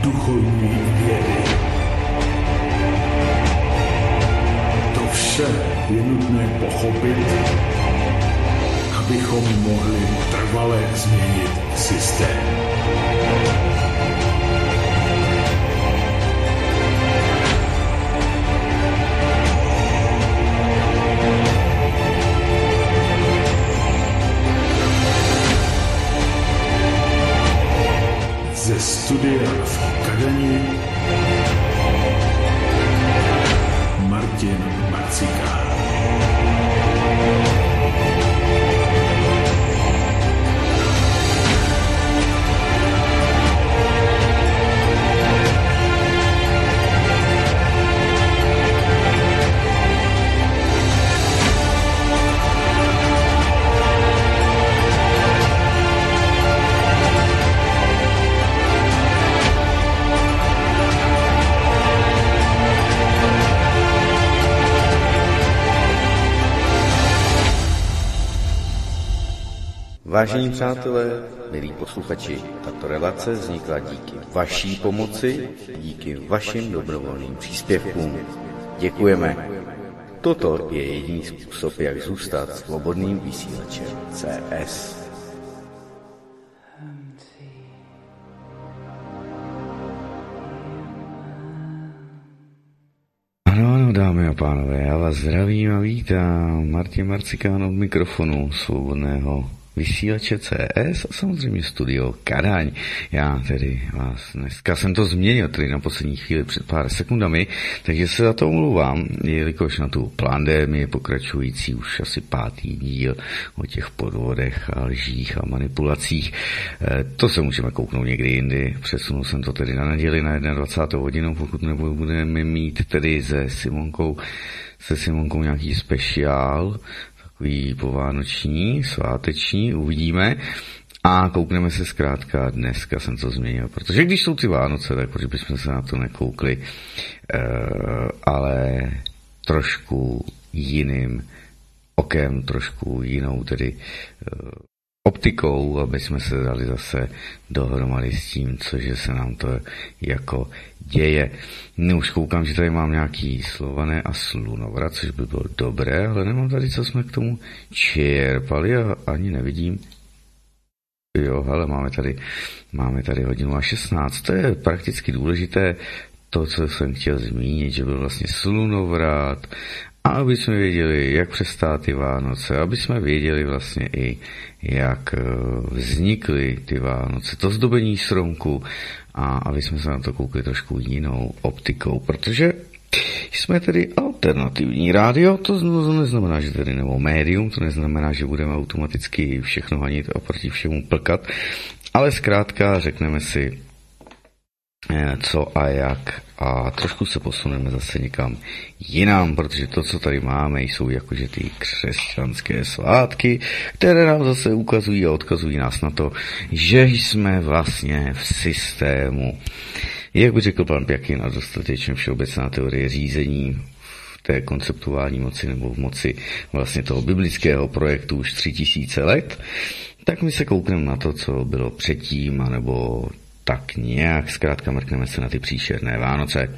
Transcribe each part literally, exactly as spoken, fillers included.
duchovní vědy. To vše je nutné pochopit, abychom mohli trvale změnit systém. Ze studia v Kadani Martin Marcikán. Vážení přátelé, milí posluchači, tato relace vznikla díky vaší pomoci, díky vašim dobrovolným příspěvkům. Děkujeme. Toto je jediný způsob, jak zůstat svobodným vysílačem C S. Ano, ano, dámy a pánové, já vás zdravím a vítám. Martin Marcikán od mikrofonu svobodného vysílače C S a samozřejmě studio Kadaň. Já tedy vás dneska jsem to změnil tedy na poslední chvíli před pár sekundami, takže se za to omlouvám, jelikož na tu pandemii pokračující už asi pátý díl o těch podvodech a lžích a manipulacích. To se můžeme kouknout někdy jindy. Přesunul jsem to tedy na neděli na dvacátou první hodinu, pokud nebudeme mít tedy se Simonkou se Simonkou nějaký speciál, povánoční, sváteční, uvidíme a koukneme se zkrátka, dneska jsem to změnil, protože když jsou ty Vánoce, tak proč bychom se na to nekoukli, e, ale trošku jiným okem, trošku jinou tedy e, optikou, aby jsme se dali zase dohromady s tím, cože se nám to jako děje. No, už koukám, že tady mám nějaký Slované a Slunovrat, což by bylo dobré, ale nemám tady, co jsme k tomu čerpali a ani nevidím. Jo, hele, máme tady, máme tady hodinu a šestnáct. To je prakticky důležité, to, co jsem chtěl zmínit, že byl vlastně Slunovrat, a aby jsme věděli, jak přestát ty Vánoce, aby jsme věděli vlastně i, jak vznikly ty Vánoce, to zdobení stromku, a aby jsme se na to koukli trošku jinou optikou, protože jsme tedy alternativní rádio, to neznamená, že tedy nebo médium, to neznamená, že budeme automaticky všechno hanit a proti všemu plkat, ale zkrátka řekneme si, co a jak, a trošku se posuneme zase někam jinam, protože to, co tady máme, jsou jakože ty křesťanské svátky, které nám zase ukazují a odkazují nás na to, že jsme vlastně v systému, jak by řekl pan Pjakin, a dostatečně všeobecná teorie řízení v té konceptuální moci nebo v moci vlastně toho biblického projektu už tři tisíce let, tak my se koukneme na to, co bylo předtím, anebo tak nějak, zkrátka mrkneme se na ty příšerné Vánoce.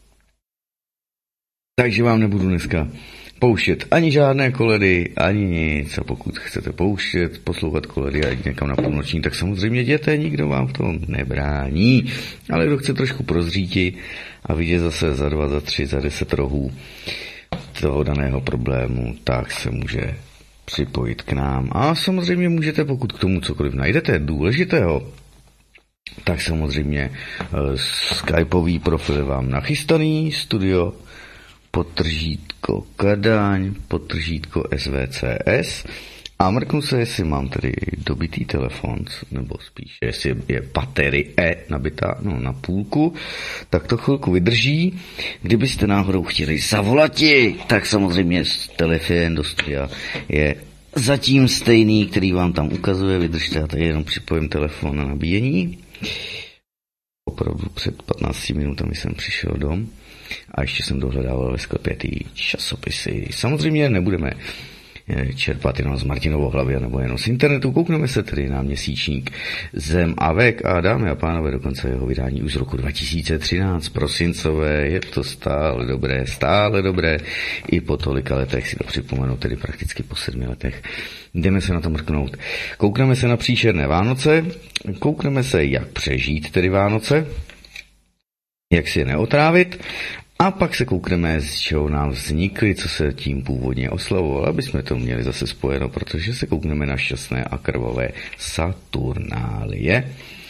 Takže vám nebudu dneska pouštět ani žádné koledy, ani nic, a pokud chcete pouštět, poslouchat koledy a jít někam na půlnoční, tak samozřejmě jděte, nikdo vám v tom nebrání, ale kdo chce trošku prozříti a vidět zase za dva, za tři, za deset rohů toho daného problému, tak se může připojit k nám. A samozřejmě můžete, pokud k tomu cokoliv najdete důležitého, tak samozřejmě skypový profil vám nachystaný, studio podtržítko Kadaň, podtržítko S V C S, a mrknu se, jestli mám tady dobitý telefon, nebo spíš, jestli je baterie nabitá, no, na půlku, tak to chvilku vydrží. Kdybyste náhodou chtěli zavolati, tak samozřejmě telefon do studia je zatím stejný, který vám tam ukazuje, vydržte, já tady jenom připojím telefon na nabíjení. Opravdu před patnácti minutami jsem přišel dom a ještě jsem dohledával ve sklepě ty časopisy. Samozřejmě nebudeme čerpat jenom z Martinovo hlavy nebo jenom z internetu. Koukneme se tedy na měsíčník Zem a Vek a dámy a pánové, dokonce jeho vydání už z roku dva tisíce třináct, prosincové, je to stále dobré, stále dobré, i po tolika letech, si to připomenu, tedy prakticky po sedmi letech. Jdeme se na to mrknout. Koukneme se na příšerné Vánoce, koukneme se, jak přežít tedy Vánoce, jak si je neotrávit, a pak se koukneme, z čeho nám vznikly, co se tím původně oslavovalo, aby jsme to měli zase spojeno, protože se koukneme na šťastné a krvavé Saturnálie.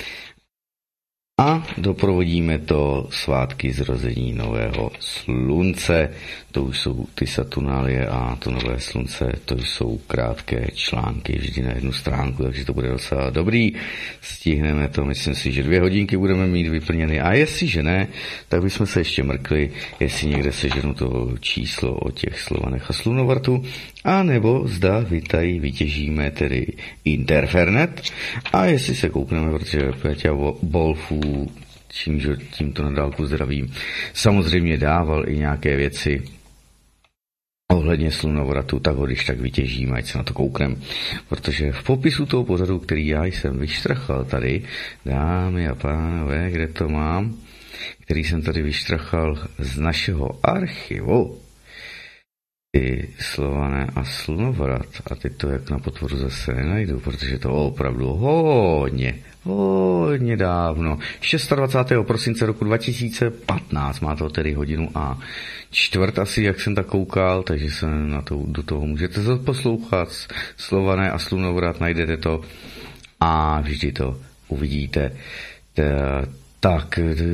A doprovodíme to svátky zrození nového slunce. To už jsou ty Saturnálie a to nové slunce, to jsou krátké články, vždy na jednu stránku, takže to bude docela dobrý. Stihneme to, myslím si, že dvě hodinky budeme mít vyplněny. A jestliže ne, tak bychom se ještě mrkli, jestli někde seženu to číslo o těch Slovanech a slunovratu, a nebo zda vytají, vytěžíme tedy Interfernet, a jestli se koukneme, protože Péťa Bolfů, čímž tímto na dálku zdravím, samozřejmě dával i nějaké věci ohledně slunovratu, tak ho když tak vytěžíme, ať se na to kouknem, protože v popisu toho pořadu, který já jsem vyštrachal tady, dámy a pánové, kde to mám, který jsem tady vyštrachal z našeho archivu, ty Slované a slunovrat, a teď to jak na potvoru zase nenajdu, protože to opravdu hodně, hodně dávno, dvacátého šestého prosince roku dva tisíce patnáct, má to tedy hodinu a čtvrt asi, jak jsem tak koukal, takže se na to, do toho můžete poslouchat, Slované a slunovrat, najdete to a vždy to uvidíte. Tak,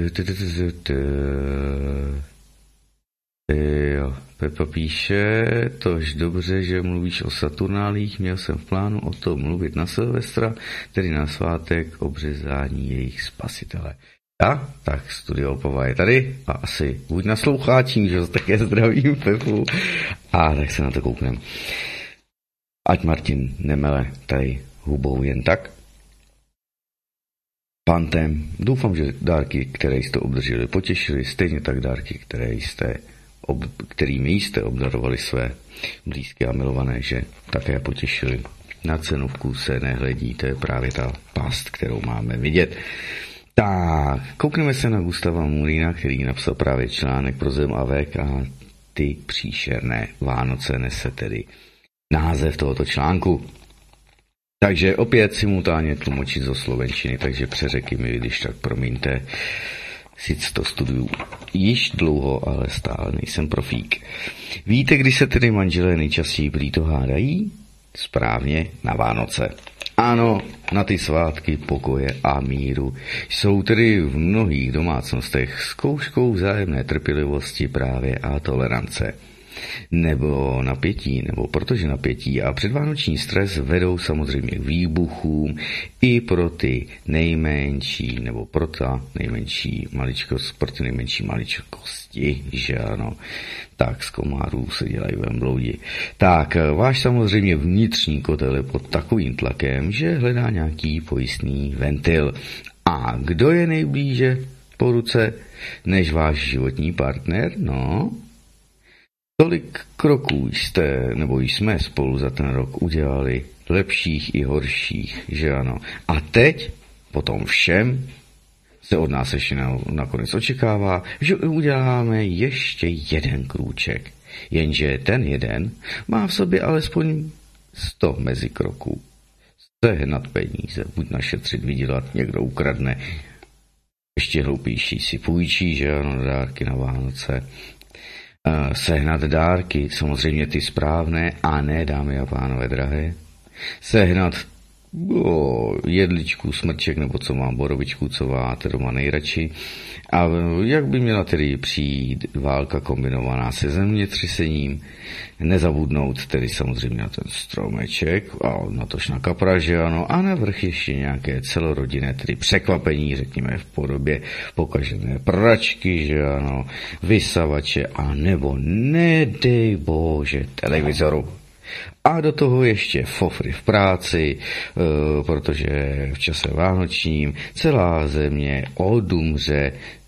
jo, Pepa píše, tož dobře, že mluvíš o Saturnálích, měl jsem v plánu o tom mluvit na Silvestra, tedy na svátek obřezání jejich spasitele. A, tak Studio Opava je tady a asi buď naslouchá, čím, že také zdravím Pepu, a tak se na to kouknem. Ať Martin nemele tady hubou jen tak. Pantem, doufám, že dárky, které jste obdrželi, potěšili, stejně tak dárky, které jste Ob, kterými jste obdarovali své blízké a milované, že také potěšili. Na cenovku se nehledí, to je právě ta past, kterou máme vidět. Tak, koukneme se na Gustava Murína, který napsal právě článek pro Zem a Vek, a ty příšerné Vánoce nese tedy název tohoto článku. Takže opět simultánně tlumočit zo slovenčiny, takže přeřeky mi, když tak promiňte. Sice to studuju již dlouho, ale stále nejsem profík. Víte, kdy se tedy manželé nejčastěji prýto hádají? Správně, na Vánoce. Ano, na ty svátky pokoje a míru jsou tedy v mnohých domácnostech zkouškou vzájemné trpělivosti právě a tolerance. Nebo napětí, nebo protože napětí a předvánoční stres vedou samozřejmě k výbuchům i pro ty nejmenší, nebo pro ta nejmenší maličkost, pro ty nejmenší maličkosti, že ano, tak z komárů se dělají vembloudi. Tak váš samozřejmě vnitřní kotel je pod takovým tlakem, že hledá nějaký pojistný ventil. A kdo je nejblíže po ruce než váš životní partner? No, tolik kroků jste, nebo jsme spolu za ten rok udělali, lepších i horších, že ano. A teď, po tom všem, se od nás ještě nakonec očekává, že uděláme ještě jeden krůček. Jenže ten jeden má v sobě alespoň sto mezikroků. Sehnat peníze, buď našetřit, vydělat, někdo ukradne, ještě hloupější si půjčí, že ano, dárky na Vánoce. Sehnat dárky, samozřejmě ty správné, a ne, dámy a pánové drahé. Sehnat o, jedličku, smrček, nebo co mám, borovičku, co máte doma nejradši. A jak by měla tedy přijít válka kombinovaná se zemětřesením, nezabudnout tedy samozřejmě na ten stromeček a natož na kapra, že ano, a navrch ještě nějaké celorodinné tedy překvapení, řekněme v podobě pokažené pračky, že ano, vysavače a nebo nedej bože televizoru. A do toho ještě fofry v práci, protože v čase vánočním celá země odumře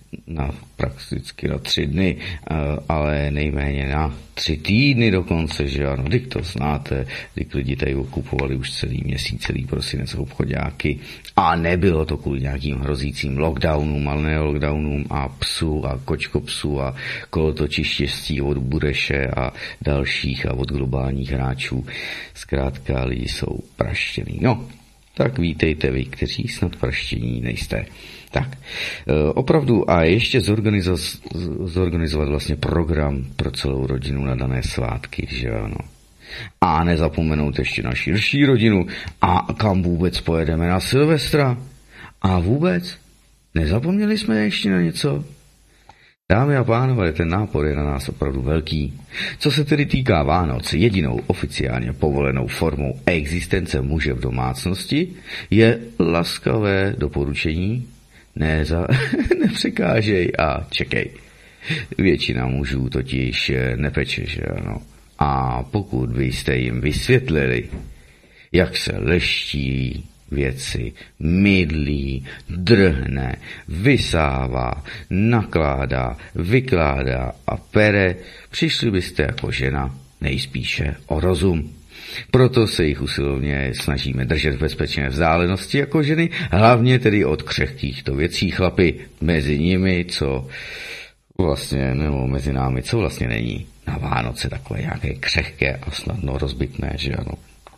na prakticky na tři dny, ale nejméně na tři týdny dokonce, že ano, když to znáte, když lidi tady okupovali už celý měsíc, celý prosinec obchodáky a nebylo to kvůli nějakým hrozícím lockdownům, ale ne lockdownům a psu a kočkopsu a kolotoči štěstí od Bureše a dalších a od globálních hráčů. Zkrátka lidi jsou praštěný. No, tak vítejte vy, kteří snad praštění nejste. Tak, opravdu a ještě zorganizovat, zorganizovat vlastně program pro celou rodinu na dané svátky, že ano. A nezapomenout ještě na širší rodinu a kam vůbec pojedeme na Silvestra. A vůbec, nezapomněli jsme ještě na něco? Dámy a pánové, ten nápor je na nás opravdu velký. Co se tedy týká Vánoc, jedinou oficiálně povolenou formou existence muže v domácnosti je laskavé doporučení Neza, nepřekážej a čekej. Většina mužů totiž nepeče, že ano. A pokud byste jim vysvětlili, jak se leští věci, mydlí, drhne, vysává, nakládá, vykládá a pere, přišli byste jako žena nejspíše o rozum. Proto se jich usilovně snažíme držet v bezpečné vzdálenosti jako ženy, hlavně tedy od křehkýchto věcí chlapy, mezi nimi, co vlastně, nebo mezi námi, co vlastně není na Vánoce takové nějaké křehké a snadno rozbitné, že ano.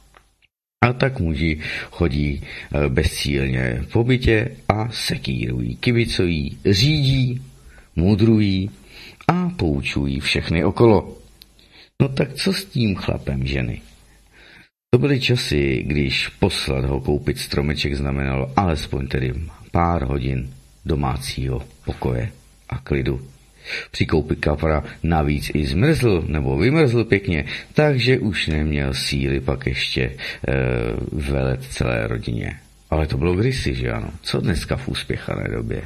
A tak muži chodí bezcílně po bytě a sekírují, kibicují, řídí, mudrují a poučují všechny okolo. No tak co s tím chlapem ženy? To byly časy, když poslat ho koupit stromeček znamenalo alespoň tedy pár hodin domácího pokoje a klidu. Při koupi kapra navíc i zmrzl nebo vymrzl pěkně, takže už neměl síly pak ještě e, velet celé rodině. Ale to bylo kdysi, že ano? Co dneska v úspěchané době?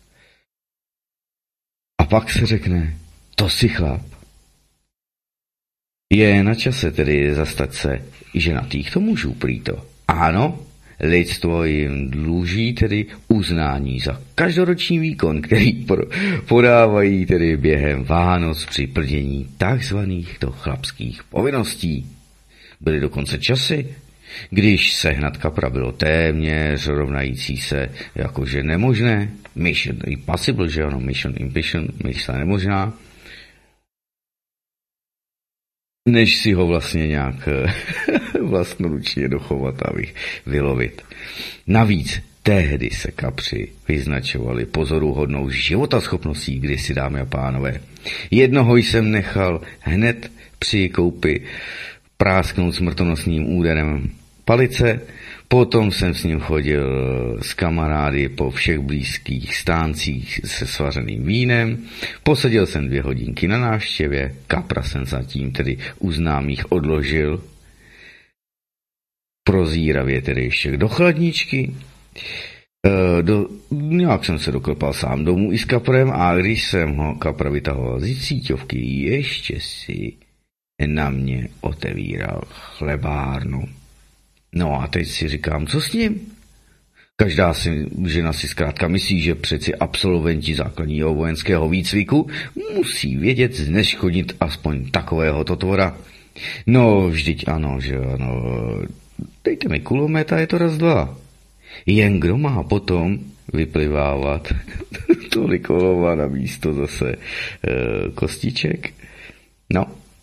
A pak se řekne, to si chlap. Je na čase tedy zastat se i ženatých to mužů prýto. Ano, lidstvo jim dluží tedy uznání za každoroční výkon, který podávají tedy během Vánoc při plnění takzvaných to chlapských povinností. Byly dokonce časy, když sehnat kapra bylo téměř rovnající se jakože nemožné, mission impossible, že ano, mission impossible, mission nemožná, než si ho vlastně nějak vlastnoručně dochovat a vylovit. Navíc tehdy se kapři vyznačovali pozoruhodnou životaschopností, kdysi, dámy a pánové. Jednoho jsem nechal hned při koupi prásknout smrtonosným úderem palice, potom jsem s ním chodil s kamarády po všech blízkých stáncích se svařeným vínem, posadil jsem dvě hodinky na návštěvě, kapra jsem zatím tedy u známých odložil, prozíravě tedy ještě do chladničky, do, nějak jsem se doklepal sám domů i s kaprem a když jsem ho kapra vytahoval z síťovky, ještě si na mě otevíral chlebárnu. No a teď si říkám, co s ním? Každá si, žena si zkrátka myslí, že přeci absolventi základního vojenského výcviku musí vědět zneškodnit aspoň takovéhoto tvora. No, vždyť ano, že ano, dejte mi kulomet a je to raz dva. Jen kdo má potom vyplivávat tolik olova na místo zase e, kostiček? No.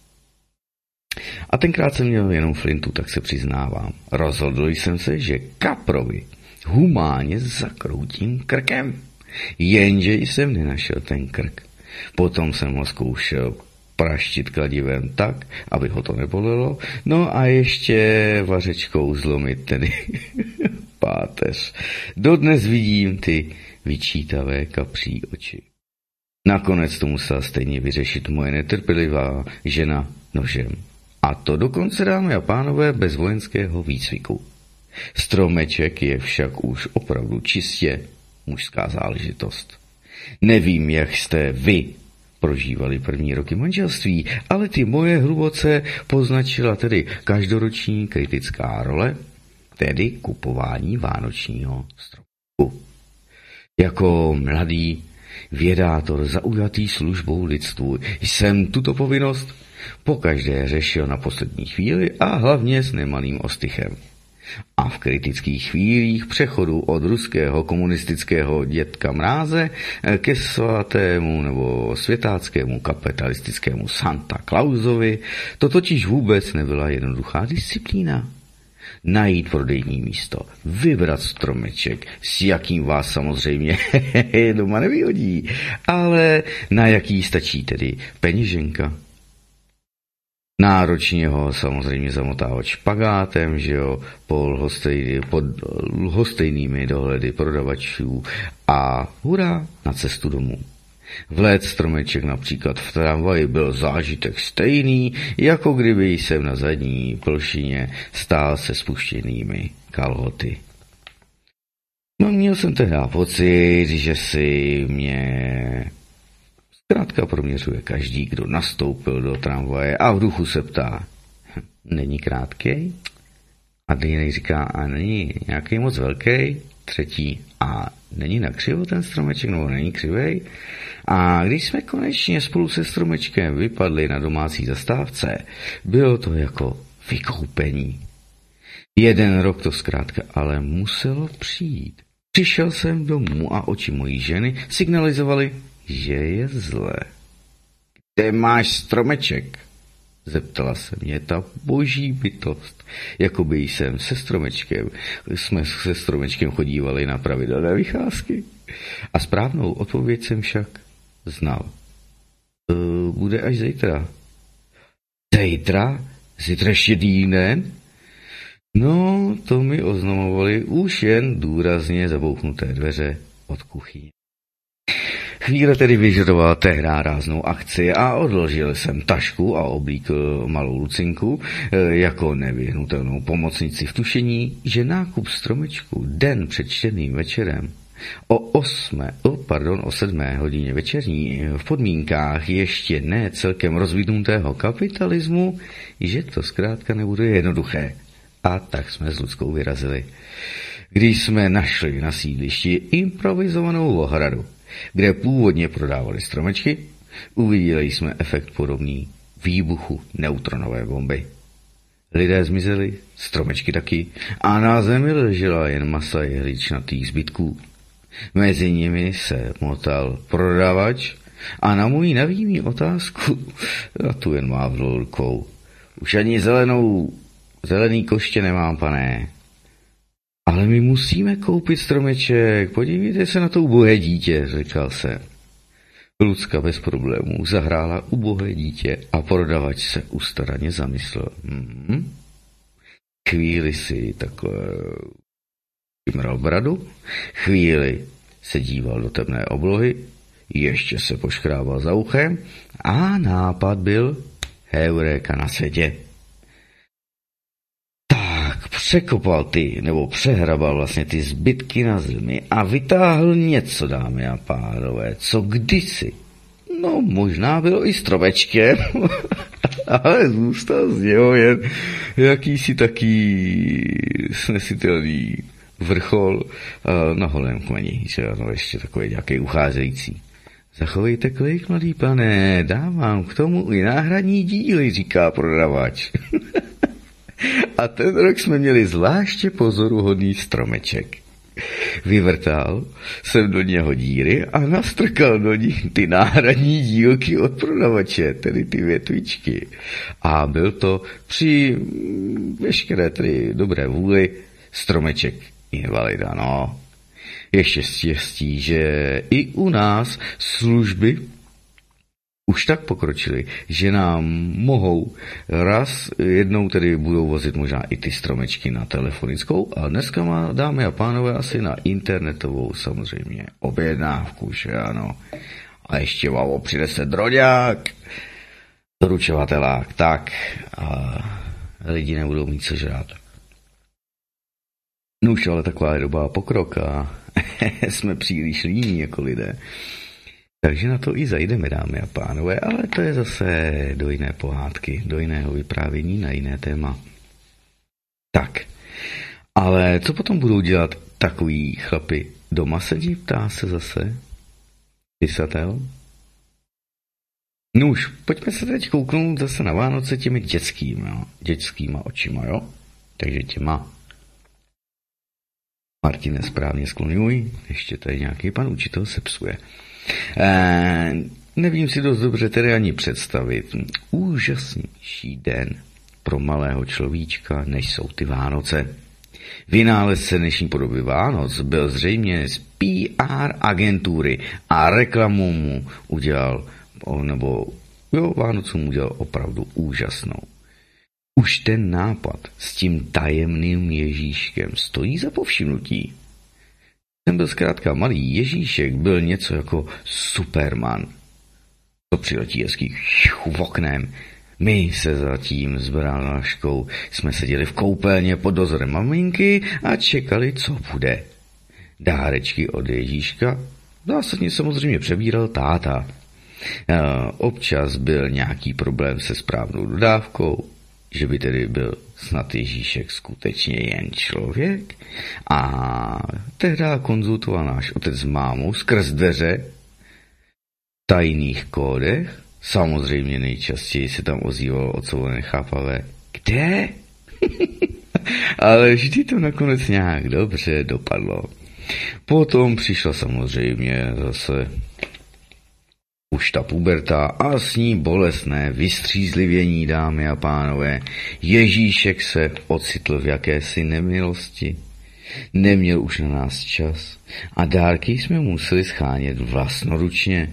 A tenkrát jsem měl jenom flintu, tak se přiznávám. Rozhodl jsem se, že kaprovi humánně zakroutím krkem. Jenže jsem nenašel ten krk. Potom jsem ho zkoušel praštit kladivem tak, aby ho to nebolelo. No a ještě vařečkou zlomit tedy páteř. Dodnes vidím ty vyčítavé kapří oči. Nakonec to musela stejně vyřešit moje netrpělivá žena nožem. A to dokonce, dámy a pánové, bez vojenského výcviku. Stromeček je však už opravdu čistě mužská záležitost. Nevím, jak jste vy prožívali první roky manželství, ale ty moje hluboce poznačila tedy každoroční kritická role, tedy kupování vánočního stromku. Jako mladý vědátor zaujatý službou lidstvu, jsem tuto povinnost pokaždé řešil na poslední chvíli a hlavně s nemalým ostychem. A v kritických chvílích přechodu od ruského komunistického dětka Mráze ke svatému nebo světáckému kapitalistickému Santa Clausovi to totiž vůbec nebyla jednoduchá disciplína. Najít prodejní místo, vybrat stromeček, s jakým vás samozřejmě doma nevyhodí, ale na jaký stačí tedy peněženka. Náročně ho samozřejmě zamotávat špagátem, že jo, hostej, pod lhostejnými dohledy prodavačů a hurá na cestu domů. Vlet stromeček například v tramvaji byl zážitek stejný, jako kdyby jsem na zadní plšině stál se spuštěnými kalhoty. No měl jsem tehdy pocit, že si mě zkrátka proměřuje každý, kdo nastoupil do tramvaje a v duchu se ptá, není krátkej? A jiný říká, a není nějaký moc velký? Třetí, a není nakřivo ten stromeček, nebo není křivej? A když jsme konečně spolu se stromečkem vypadli na domácí zastávce, bylo to jako vykoupení. Jeden rok to zkrátka ale muselo přijít. Přišel jsem domů a oči mojí ženy signalizovaly, že je zlé. Kde máš stromeček? Zeptala se mě ta boží bytost. Jakoby jsem se stromečkem, jsme se stromečkem chodívali na pravidelné vycházky. A správnou odpověď jsem však znal. E, bude až zítra. Zítra? Zítra ještě den? No, to mi oznamovali už jen důrazně zabouchnuté dveře od kuchyně. Chvíle tedy vyžadoval tehdy ráznou akci a odložil jsem tašku a oblíkl malou Lucinku jako nevyhnutelnou pomocnici v tušení, že nákup stromečku den před čtvrtým večerem o osmé, oh, pardon, o sedmé hodině večerní v podmínkách ještě ne celkem rozvinutého kapitalismu, že to zkrátka nebude jednoduché. A tak jsme s Luckou vyrazili. Když jsme našli na sídlišti improvizovanou ohradu, kde původně prodávali stromečky, uviděli jsme efekt podobný výbuchu neutronové bomby. Lidé zmizeli, stromečky taky, a na zemi ležela jen masa jehličnatých zbytků. Mezi nimi se motal prodavač a na můj nevýmý otázku, a tu jen mávnul rukou. Už ani zelenou, zelený koště nemám, pane. Ale my musíme koupit stromeček, podívejte se na to ubohé dítě, říkal se. Lucka bez problémů zahrála ubohé dítě a prodavač se ustaraně zamyslel. Hmm. Chvíli si takhle vymral bradu, chvíli se díval do temné oblohy, ještě se poškrábal za uchem a nápad byl heuréka na světě. Překopal ty, nebo přehrabal vlastně ty zbytky na zemi a vytáhl něco, dámy a pánové, co kdysi, no možná bylo i stromečkem, ale zůstal z něho jen jakýsi taký snesitelný vrchol na holém kmeni, že ano, ještě takový nějaký ucházející. Zachovejte klid, mladý pane, dávám k tomu i náhradní díly, říká prodavač. A ten rok jsme měli zvláště pozoruhodný stromeček. Vyvrtal jsem do něho díry a nastrkal do nich ty náhradní dílky od prodavače, tedy ty větvičky. A byl to při veškeré tedy dobré vůli stromeček invalida, no. Ještě štěstí, že i u nás služby už tak pokročili, že nám mohou raz jednou tedy budou vozit možná i ty stromečky na telefonickou a dneska má, dámy a pánové, asi na internetovou samozřejmě objednávku, že ano. A ještě vám přinese droďák, doručovatelák, tak a lidi nebudou mít co žrát. No už ale taková je doba pokrok a jsme příliš líní jako lidé. Takže na to i zajdeme, dámy a pánové, ale to je zase do jiné pohádky, do jiného vyprávění na jiné téma. Tak, ale co potom budou dělat takový chlapi? Doma sedí, ptá se zase. Pisatel? No už, pojďme se teď kouknout zase na Vánoce těmi dětskýma, dětskýma očima, jo? Takže těma. Martine, správně skloňuj, ještě tady nějaký pan učitel se psuje. E, nevím si dost dobře tedy ani představit úžasnější den pro malého človíčka, než jsou ty Vánoce. Vynálezce dnešní podoby Vánoc byl zřejmě z P R agentury a reklamu mu udělal, nebo jo, Vánocům udělal opravdu úžasnou. Už ten nápad s tím tajemným Ježíškem stojí za povšimnutí. Ten byl zkrátka malý Ježíšek, byl něco jako Superman. To přiletí hezký v oknem. My se zatím s Bráškou jsme seděli v koupelně pod dozorem maminky a čekali, co bude. Dárečky od Ježíška zásadně samozřejmě přebíral táta. Občas byl nějaký problém se správnou dodávkou, že by tedy byl snad Ježíšek skutečně jen člověk, a tehdy konzultoval náš otec s mámou skrz dveře v tajných kódech. Samozřejmě nejčastěji se tam ozývalo otcovo nechápavé. Kde? Ale vždy to nakonec nějak dobře dopadlo. Potom přišla samozřejmě zase už ta puberta a s ní bolestné vystřízlivění, dámy a pánové. Ježíšek se ocitl v jakési nemilosti. Neměl už na nás čas a dárky jsme museli schánět vlastnoručně.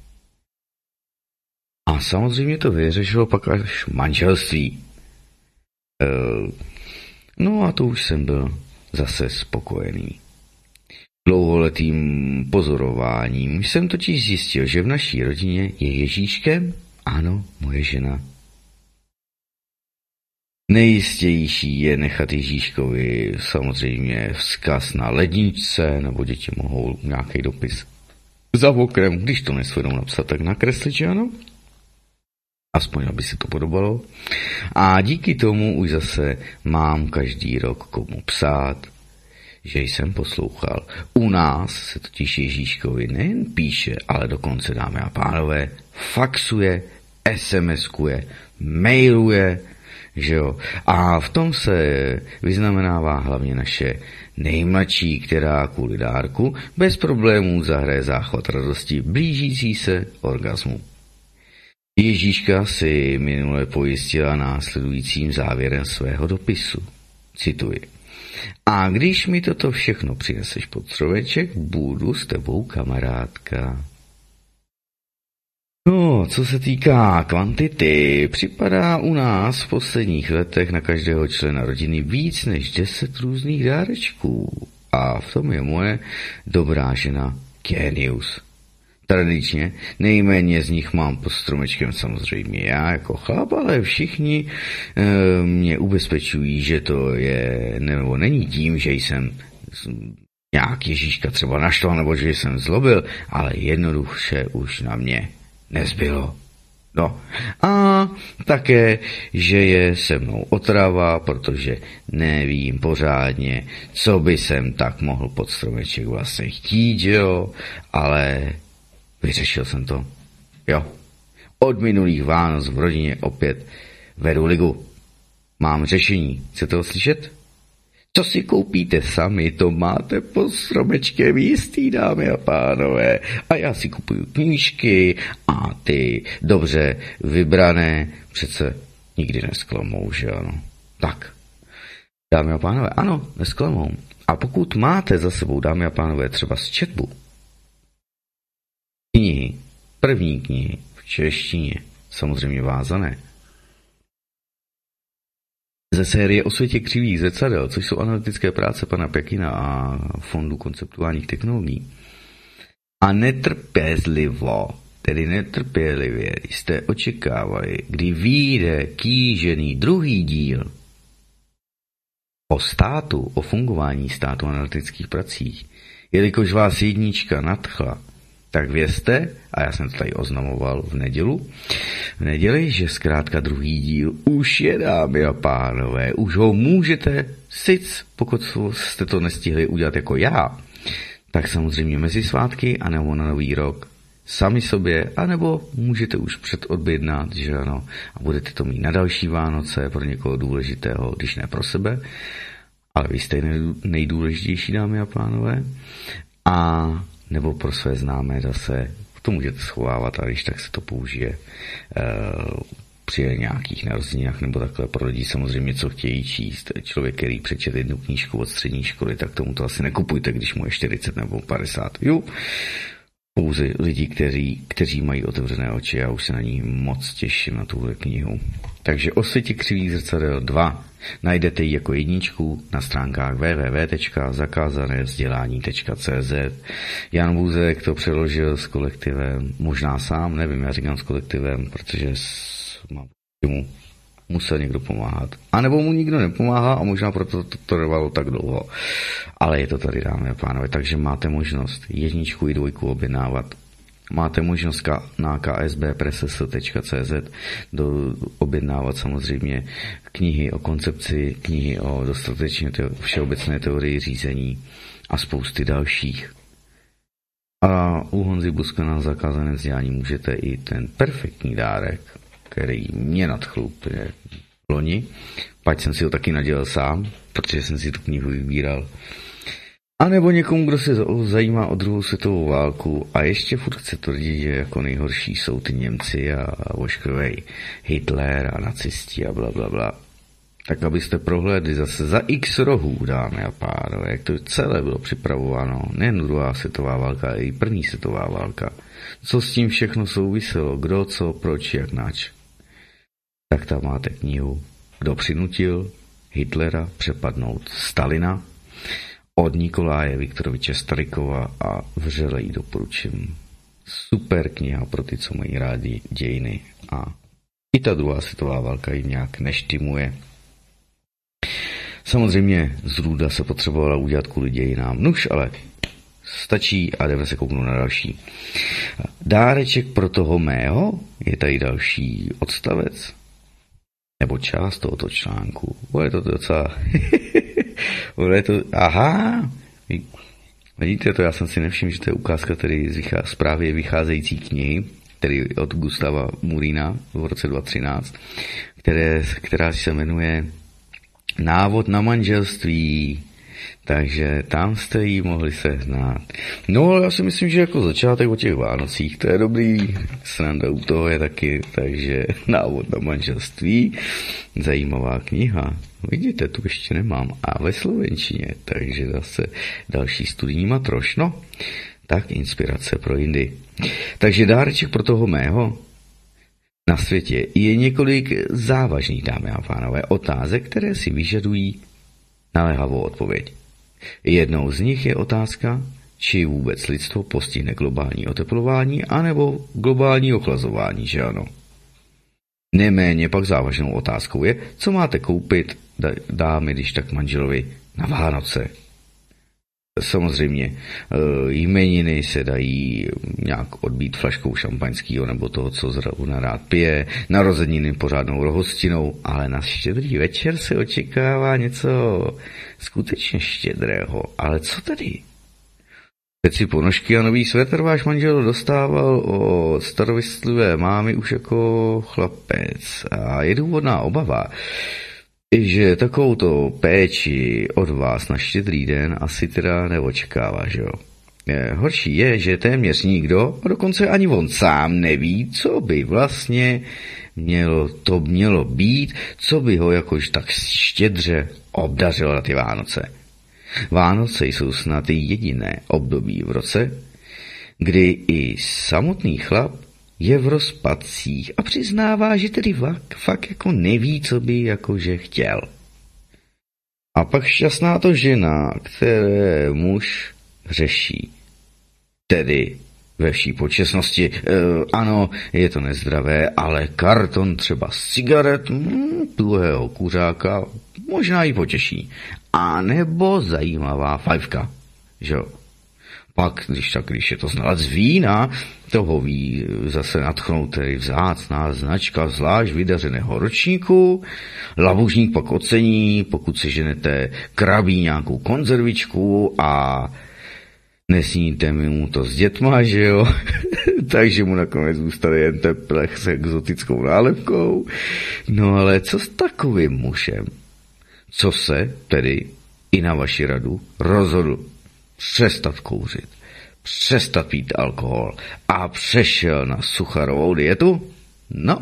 A samozřejmě to vyřešilo pak až manželství. E, no a to už jsem byl zase spokojený. Dlouholetým pozorováním jsem totiž zjistil, že v naší rodině je Ježíškem, ano, moje žena. Nejistější je nechat Ježíškovi samozřejmě vzkaz na ledničce, nebo děti mohou nějaký dopis za okrem, když to nesvedou napsat, tak nakreslit, že ano? Aspoň, aby se to podobalo. A díky tomu už zase mám každý rok komu psát, že jsem poslouchal. U nás se totiž Ježíškovi nejen píše, ale dokonce, dámy a pánové, faxuje, SMSkuje, mailuje, že jo. A v tom se vyznamenává hlavně naše nejmladší, která kvůli dárku bez problémů zahraje záchvat radosti blížící se orgasmu. Ježíška si minule pojistila následujícím závěrem svého dopisu. Cituji. A když mi toto všechno přineseš pod stroveček, budu s tebou kamarádka. No, co se týká kvantity, připadá u nás v posledních letech na každého člena rodiny víc než deset různých dárečků. A v tom je moje dobrá žena génius. Tradičně nejméně z nich mám pod stromečkem samozřejmě já jako chlap, ale všichni e, mě ubezpečují, že to je nebo není tím, že jsem nějak Ježíška třeba naštval nebo že jsem zlobil, ale jednoduše už na mě nezbylo. No a také, že je se mnou otrava, protože nevím pořádně, co by jsem tak mohl pod stromeček vlastně chtít, jo, ale vyřešil jsem to. Jo. Od minulých Vánoc v rodině opět vedu ligu. Mám řešení. Chcete ho slyšet? Co si koupíte sami, to máte pod stromečkem jistý, dámy a pánové. A já si kupuju knížky a ty dobře vybrané přece nikdy nesklamou, že ano. Tak, dámy a pánové, ano, nesklamou. A pokud máte za sebou, dámy a pánové, třeba z četbu, knihy, první knihy v češtině, samozřejmě vázané, ze série O světě křivých zrcadel, což jsou analytické práce pana Pekina a Fondu konceptuálních technologií. A netrpězlivo, tedy netrpělivě jste očekávali, kdy vyjde kýžený druhý díl o státu, o fungování státu a analytických pracích, jelikož vás jednička nadchla, tak vězte, a já jsem to tady oznamoval v nedělu, v neděli, že zkrátka druhý díl už je, dámy a pánové, už ho můžete, sic, pokud jste to nestihli udělat jako já, tak samozřejmě mezi svátky a nebo na nový rok sami sobě, anebo můžete už předobjednat, že ano, a budete to mít na další Vánoce pro někoho důležitého, když ne pro sebe, ale vy jste nejdůležitější, dámy a pánové, a nebo pro své známé zase, to můžete schovávat a když tak se to použije e, při nějakých narozeninách nebo takhle pro lidi samozřejmě, co chtějí číst. Člověk, který přečet jednu knížku od střední školy, tak tomu to asi nekupujte, když mu je čtyřicet nebo padesát. Jo. Pouze lidi, kteří, kteří mají otevřené oči, já už se na ní moc těším na tuhle knihu. Takže O světě křivých zrcadel dva najdete ji jako jedničku na stránkách w w w tečka zakázané vzdělání tečka c z. Jan Bůzek to přeložil s kolektivem, možná sám, nevím, já říkám s kolektivem, protože mám mu musel někdo pomáhat. A nebo mu nikdo nepomáhá a možná proto to trvalo tak dlouho. Ale je to tady, dámy a pánové, takže máte možnost jedničku i dvojku objednávat. Máte možnost na k s b press tečka c z do, objednávat samozřejmě knihy o koncepci, knihy o dostatečně te- všeobecné teorii řízení a spousty dalších. A u Honzy Buska na zakázané vzdělání můžete i ten perfektní dárek, který mě nadchl úplně v loni, pač jsem si ho taky nadělal sám, protože jsem si tu knihu vybíral. A nebo někomu, kdo se zajímá o druhou světovou válku a ještě furt chce tvrdit, že jako nejhorší jsou ty Němci a voškrovej Hitler a nacisti a bla, bla, bla. Tak abyste prohlédli zase za x rohů, dámy a pánové, jak to celé bylo připravováno, nejen druhá světová válka, ale i první světová válka. Co s tím všechno souviselo, kdo, co, proč, jak, nač. Tak tam máte knihu Kdo přinutil Hitlera přepadnout Stalina od Nikoláje Viktoroviče Starykova a vřele ji doporučím. Super kniha pro ty, co mají rádi dějiny a i ta druhá světová válka jim nějak neštimuje. Samozřejmě z Růda se potřebovala udělat kvůli dějinám. Nuž, ale stačí a jdeme se kouknout na další. Dáreček pro toho mého je tady další odstavec nebo část tohoto článku. Bude to docela... Bude to... Aha! Vidíte to, já jsem si nevšiml, že to je ukázka tedy z právě vycházející knihy, tedy od Gustava Murína v roce dva tisíce třináct, které, která se jmenuje Návod na manželství. Takže tam jste ji mohli sehnat. No, ale já si myslím, že jako začátek o těch Vánocích, to je dobrý, sranda u toho je taky, takže Návod na manželství, zajímavá kniha. Vidíte, tu ještě nemám. A ve slovenčině, takže zase další studijní matroš. No, tak inspirace pro jindy. Takže dáreček pro toho mého na světě je několik závažných, dámy a pánové, otázek, které si vyžadují naléhavou odpověď. Jednou z nich je otázka, či vůbec lidstvo postihne globální oteplování anebo globální ochlazování, že ano. Neméně pak závažnou otázkou je, co máte koupit, dámy, když tak manželovi na Vánoce. Samozřejmě jmeniny se dají nějak odbít flaškou šampaňského nebo toho, co zrovna rád pije, narozeniny pořádnou rohostinou, ale na štědrý večer se očekává něco skutečně štědrého. Ale co tedy? Teď si ponožky a nový svetr váš manžel dostával od starovistlivé mámy už jako chlapec a je důvodná obava, že takovouto péči od vás na štědrý den asi teda neočekává, že jo. Horší je, že téměř nikdo, a dokonce ani on sám neví, co by vlastně mělo to mělo být, co by ho jakož tak štědře obdařilo na ty Vánoce. Vánoce jsou snad jediné období v roce, kdy i samotný chlap je v rozpadcích a přiznává, že tedy fakt, fakt jako neví, co by jakože chtěl. A pak šťastná to žena, které muž řeší. Tedy ve vší počestnosti, e, ano, je to nezdravé, ale karton třeba z cigaret, hm, tuhého kuřáka, možná i potěší. A nebo zajímavá fajfka, že jo. Pak, když tak, když je to znalec vína, toho ví zase nadchnout tedy vzácná značka zvlášť vydařeného ročníku. Labužník pak ocení, pokud se ženete krabí nějakou konzervičku a Nesníte mi mu to s dětma, že jo? Takže mu nakonec zůstane jen teplech s exotickou nálepkou. No ale co s takovým mužem? Co se tedy i na vaši radu rozhodl přestat kouřit, přestat pít alkohol a přešel na sucharovou dietu? No,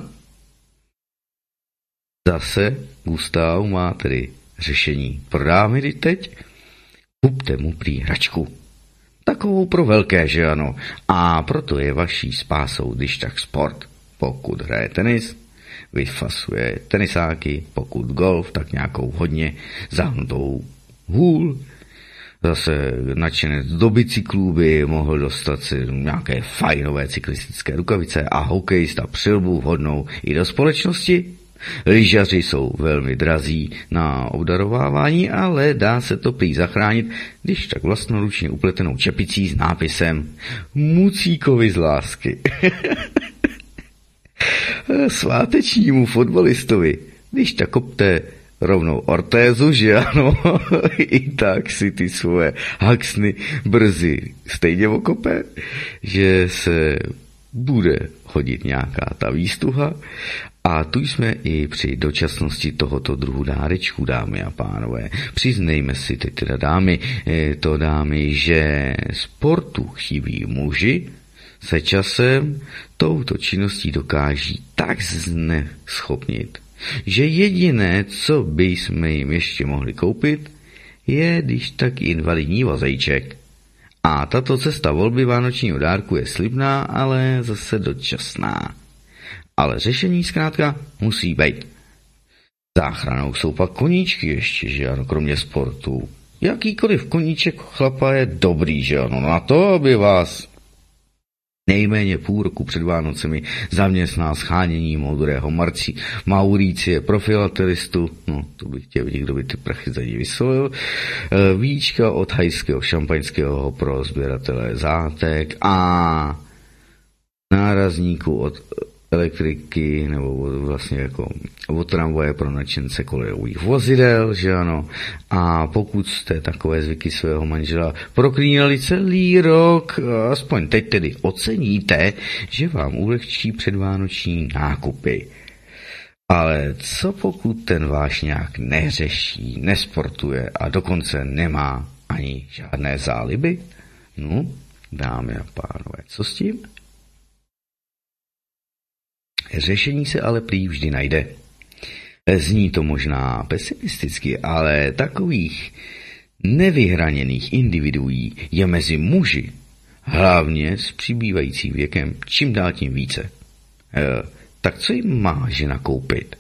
zase Gustav má tedy řešení. Prodáme teď? Kupte mu prý hračku. Takovou pro velké, že ano. A proto je vaší spásou, když tak sport. Pokud hraje tenis, vyfasuje tenisáky, pokud golf, tak nějakou hodně zahnutou hůl. Zase nadšenec do bicyklů by mohl dostat si nějaké fajnové cyklistické rukavice a hokejista přilbu vhodnou i do společnosti. Lyžaři jsou velmi drazí na obdarovávání, ale dá se to prý zachránit, když tak vlastnoručně upletenou čepicí s nápisem Mucíkovi z lásky. Svátečnímu fotbalistovi, když tak kopte rovnou ortézu, že ano, i tak si ty svoje haxny brzy stejně okope, že se bude hodit nějaká ta výstuha. A tu jsme i při dočasnosti tohoto druhu dárečku, dámy a pánové. Přiznejme si teď teda dámy, to dámy, že sportu chybí muži, se časem touto činností dokáží tak zneschopnit, že jediné, co by jsme jim ještě mohli koupit, je když tak invalidní vozejček. A tato cesta volby vánočního dárku je slibná, ale zase dočasná. Ale řešení zkrátka musí být. Záchranou jsou pak koníčky ještě, že ano, kromě sportu. Jakýkoliv koníček chlapa je dobrý, že ano, na to, aby vás nejméně půl roku před Vánocemi zaměstná schánění moudrého Marci Mauricie pro filatelistu, no to bych chtěl vidět, kdo by ty prachy za ní vysolil, víčka od hajského šampaňského pro sběratele zátek a nárazníku od elektriky, nebo vlastně jako od tramvaje pro nadšence kolejových vozidel, že ano. A pokud jste takové zvyky svého manžela proklínali celý rok, aspoň teď tedy oceníte, že vám ulehčí předvánoční nákupy. Ale co pokud ten váš nějak neřeší, nesportuje a dokonce nemá ani žádné záliby? No, dámy a pánové, co s tím? Řešení se ale prý vždy najde. Zní to možná pesimisticky, ale takových nevyhraněných individuí je mezi muži, hlavně s přibývajícím věkem, čím dál tím více. E, tak co jim má žena koupit?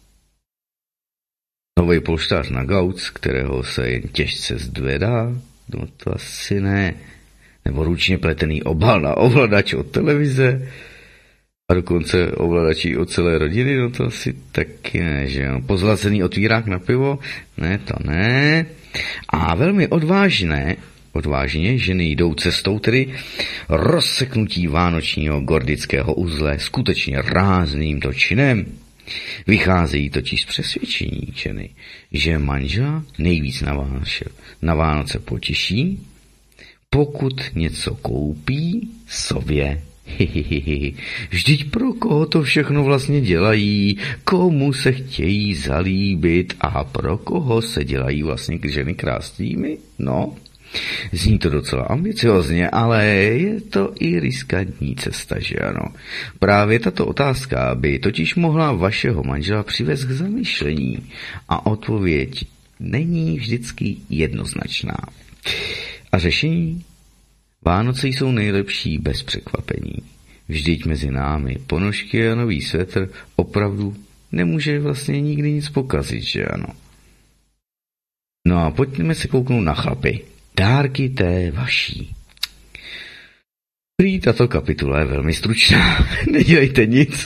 Nový polštář na gauč, kterého se jen těžce zdvedá? No to asi ne. Nebo ručně pletený obal na ovladač od televize? A dokonce ovladačí od celé rodiny, no to asi taky ne, že jo. Pozlacený otvírák na pivo? Ne, to ne. A velmi odvážné, odvážně ženy jdou cestou tedy rozseknutí vánočního gordického uzle skutečně rázným činem. Vycházejí totiž z přesvědčení ženy, že manžela nejvíc na Vánoce, na Vánoce potěší, pokud něco koupí sobě. Hihihihi. Vždyť pro koho to všechno vlastně dělají, komu se chtějí zalíbit a pro koho se dělají vlastně ženy krásnými? No, zní to docela ambiciozně, ale je to i riskantní cesta, že ano. Právě tato otázka by totiž mohla vašeho manžela přivést k zamyšlení a odpověď není vždycky jednoznačná. A řešení? Vánoce jsou nejlepší bez překvapení. Vždyť mezi námi ponožky a nový svetr opravdu nemůže vlastně nikdy nic pokazit, že ano. No a pojďme se kouknout na chlapy. Dárky té vaší. Prý tato kapitula je velmi stručná. Nedělejte nic.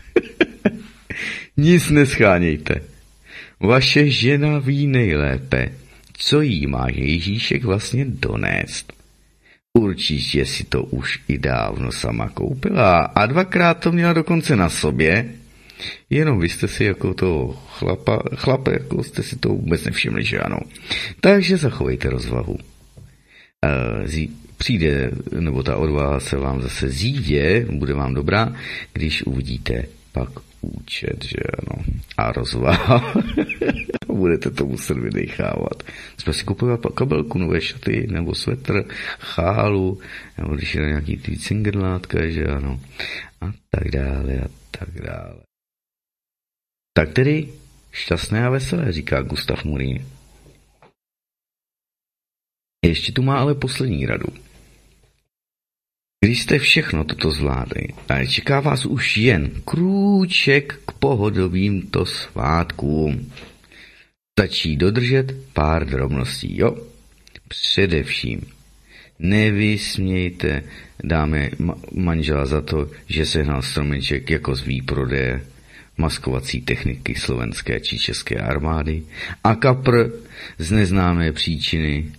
Nic neschánějte. Vaše žena ví nejlépe, co jí má Ježíšek vlastně donést. Určitě si to už i dávno sama koupila a dvakrát to měla dokonce na sobě. Jenom vy jste si jako toho chlapa, chlape, jako jste si to vůbec nevšimli, že ano. Takže zachovejte rozvahu. Zí, přijde, nebo ta odvaha se vám zase zídě, bude vám dobrá, když uvidíte pak účet, že ano, a rozvaha. Budete to muset vydechávat. Jsme si kupovat kabelku, nové šaty, nebo svetr, chálu, nebo když je nějaký ty cingerlátka, že ano, a tak dále, a tak dále. Tak tedy šťastné a veselé, říká Gustav Murín. Ještě tu má ale poslední radu. Když jste všechno toto zvládli, ale čeká vás už jen krůček k pohodovýmto svátkům. Stačí dodržet pár drobností, jo? Především nevysmějte dáme manžela za to, že sehnal stromeček jako z výprodeje maskovací techniky slovenské či české armády a kapr z neznámé příčiny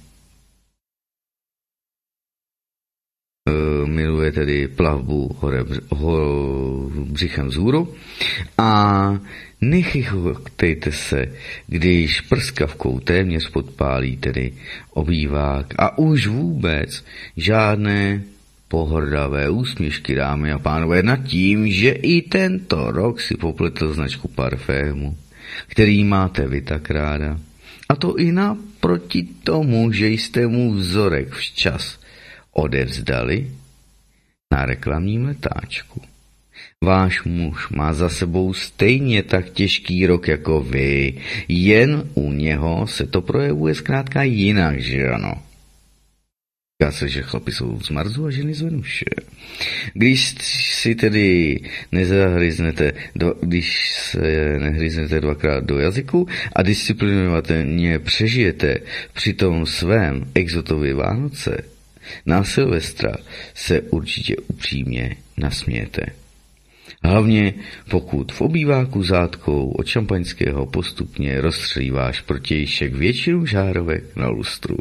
miluje tedy plavbu hore, ho, břichem vzhůru a nechychoktejte se, když prskavkou téměř podpálí tedy obývák a už vůbec žádné pohrdavé úsměšky, dámy a pánové, nad tím, že i tento rok si popletl značku parfému, který máte vy tak ráda. A to i naproti tomu, že jste mu vzorek včas odevzdali na reklamním letáčku. Váš muž má za sebou stejně tak těžký rok jako vy, jen u něho se to projevuje zkrátka jinak, že ano? Říká se, že chlapi jsou z Marsu a ženy z Venuše. Když si tedy nezahryznete, když se nehryznete dvakrát do jazyku a disciplinovaně přežijete při tom svém exotově Vánoce, na Silvestra se určitě upřímně nasmějete. Hlavně pokud v obýváku zátkou od šampaňského postupně rozstřelíváš protějšek většinu žárovek na lustru.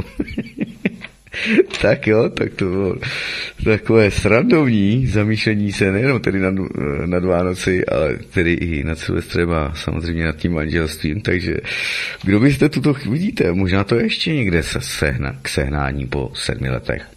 Tak jo, tak to bylo takové srandovní zamýšlení se nejenom tedy nad, nad Vánoci, ale tedy i nad Silvestrem a samozřejmě nad tím manželstvím, takže kdo byste tuto vidíte, možná to ještě někde se sehna, k sehnání po sedmi letech.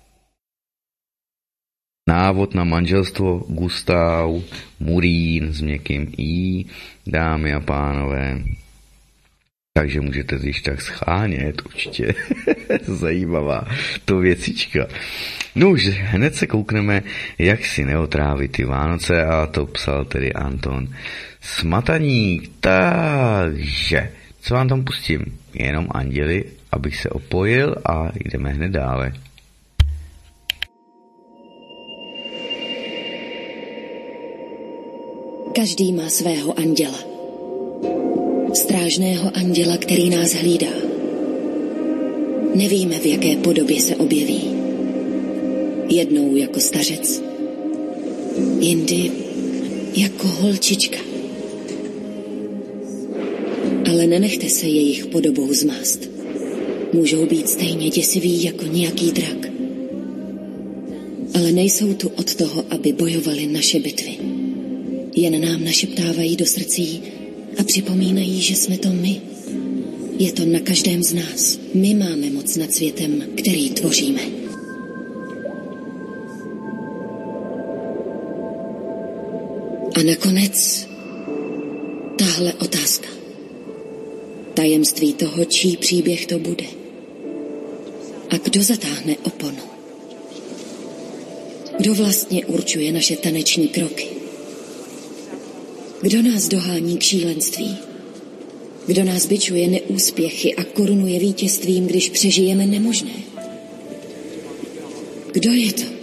Návod na manželstvo Gustav Murín s měkkým i, dámy a pánové. Takže můžete když tak schánět, určitě zajímavá to věcička. No už hned se koukneme, jak si neotrávit ty Vánoce, a to psal tedy Anton Smataník. Takže, co vám tam pustím? Jenom anděli, abych se opojil a jdeme hned dále. Každý má svého anděla. Strážného anděla, který nás hlídá. Nevíme, v jaké podobě se objeví. Jednou jako stařec, jindy jako holčička. Ale nenechte se jejich podobou zmást. Můžou být stejně děsiví jako nějaký drak. Ale nejsou tu od toho, aby bojovali naše bitvy. Jen nám našeptávají do srdcí a připomínají, že jsme to my. Je to na každém z nás. My máme moc nad světem, který tvoříme. A nakonec tahle otázka. Tajemství toho, čí příběh to bude. A kdo zatáhne oponu? Kdo vlastně určuje naše taneční kroky? Kdo nás dohání k šílenství? Kdo nás bičuje neúspěchy a korunuje vítězstvím, když přežijeme nemožné? Kdo je to?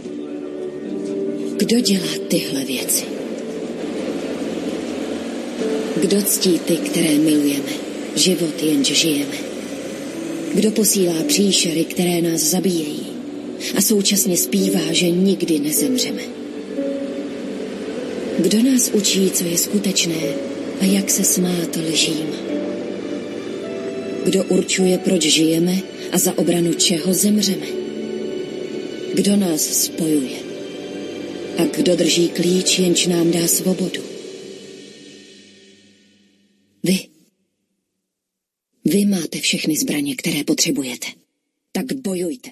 Kdo dělá tyhle věci? Kdo ctí ty, které milujeme, život jenž žijeme? Kdo posílá příšery, které nás zabíjejí a současně zpívá, že nikdy nezemřeme? Kdo nás učí, co je skutečné a jak se smát lžím? Kdo určuje, proč žijeme a za obranu čeho zemřeme? Kdo nás spojuje? A kdo drží klíč, jenž nám dá svobodu? Vy. Vy máte všechny zbraně, které potřebujete. Tak bojujte.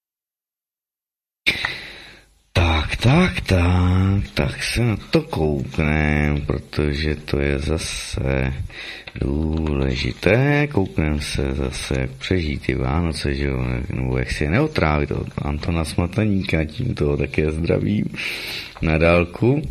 Tak, tak, tak, tak se na to kouknem, protože to je zase důležité. Kouknem se zase, jak přežít ty Vánoce, že jo, nebo jak si je neotrávit od Antona Smataníka, tím toho také zdravím na dálku.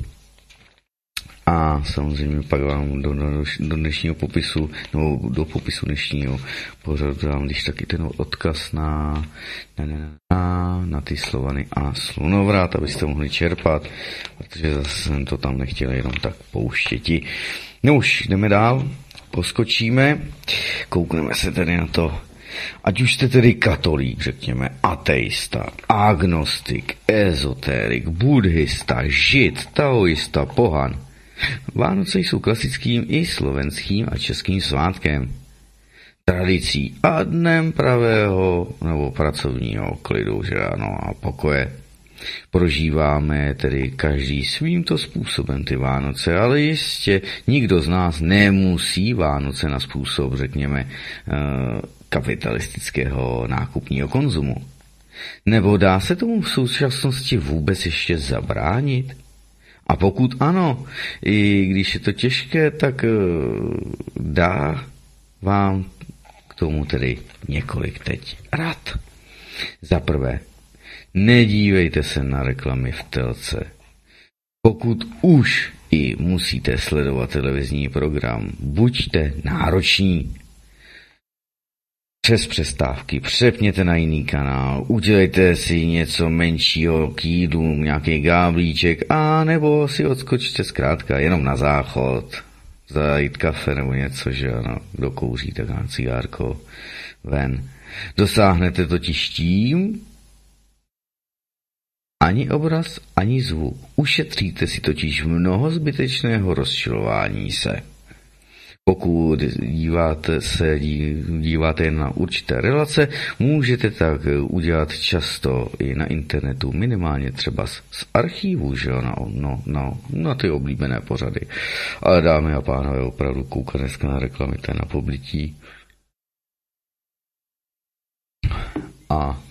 A samozřejmě pak vám do, do, do dnešního popisu, nebo do popisu dnešního pořadu dám, když taky ten odkaz na, na, na, na ty Slovany a Slunovrat, abyste mohli čerpat, protože zase jsem to tam nechtěl jenom tak pouštěti. No už, jdeme dál, poskočíme, koukneme se tedy na to. Ať už jste tedy katolík, řekněme, ateista, agnostik, ezoterik, buddhista, žid, taoista, pohan. Vánoce jsou klasickým i slovenským a českým svátkem, tradicí a dnem pravého nebo pracovního klidu, že ano, a pokoje. Prožíváme tedy každý svýmto způsobem ty Vánoce, ale jistě nikdo z nás nemusí Vánoce na způsob, řekněme, kapitalistického nákupního konzumu. Nebo dá se tomu v současnosti vůbec ještě zabránit? A pokud ano, i když je to těžké, tak dá vám k tomu tedy několik teď rad. Za prvé, nedívejte se na reklamy v telce. Pokud už i musíte sledovat televizní program, buďte nároční. Přes přestávky přepněte na jiný kanál, udělejte si něco menšího k jídlu, nějaký gáblíček, a nebo si odskočte zkrátka jenom na záchod, zajít kafe nebo něco, že ano, kdo kouří, tak na cigárko ven. Dosáhnete totiž tím ani obraz, ani zvuk. Ušetříte si totiž mnoho zbytečného rozčilování se. Pokud díváte se, díváte jen na určité relace, můžete tak udělat často i na internetu, minimálně třeba z, z archívu, že jo, no, no, no, na ty oblíbené pořady. Ale dámy a pánové, opravdu koukat dneska na reklamy, to je na poblití. A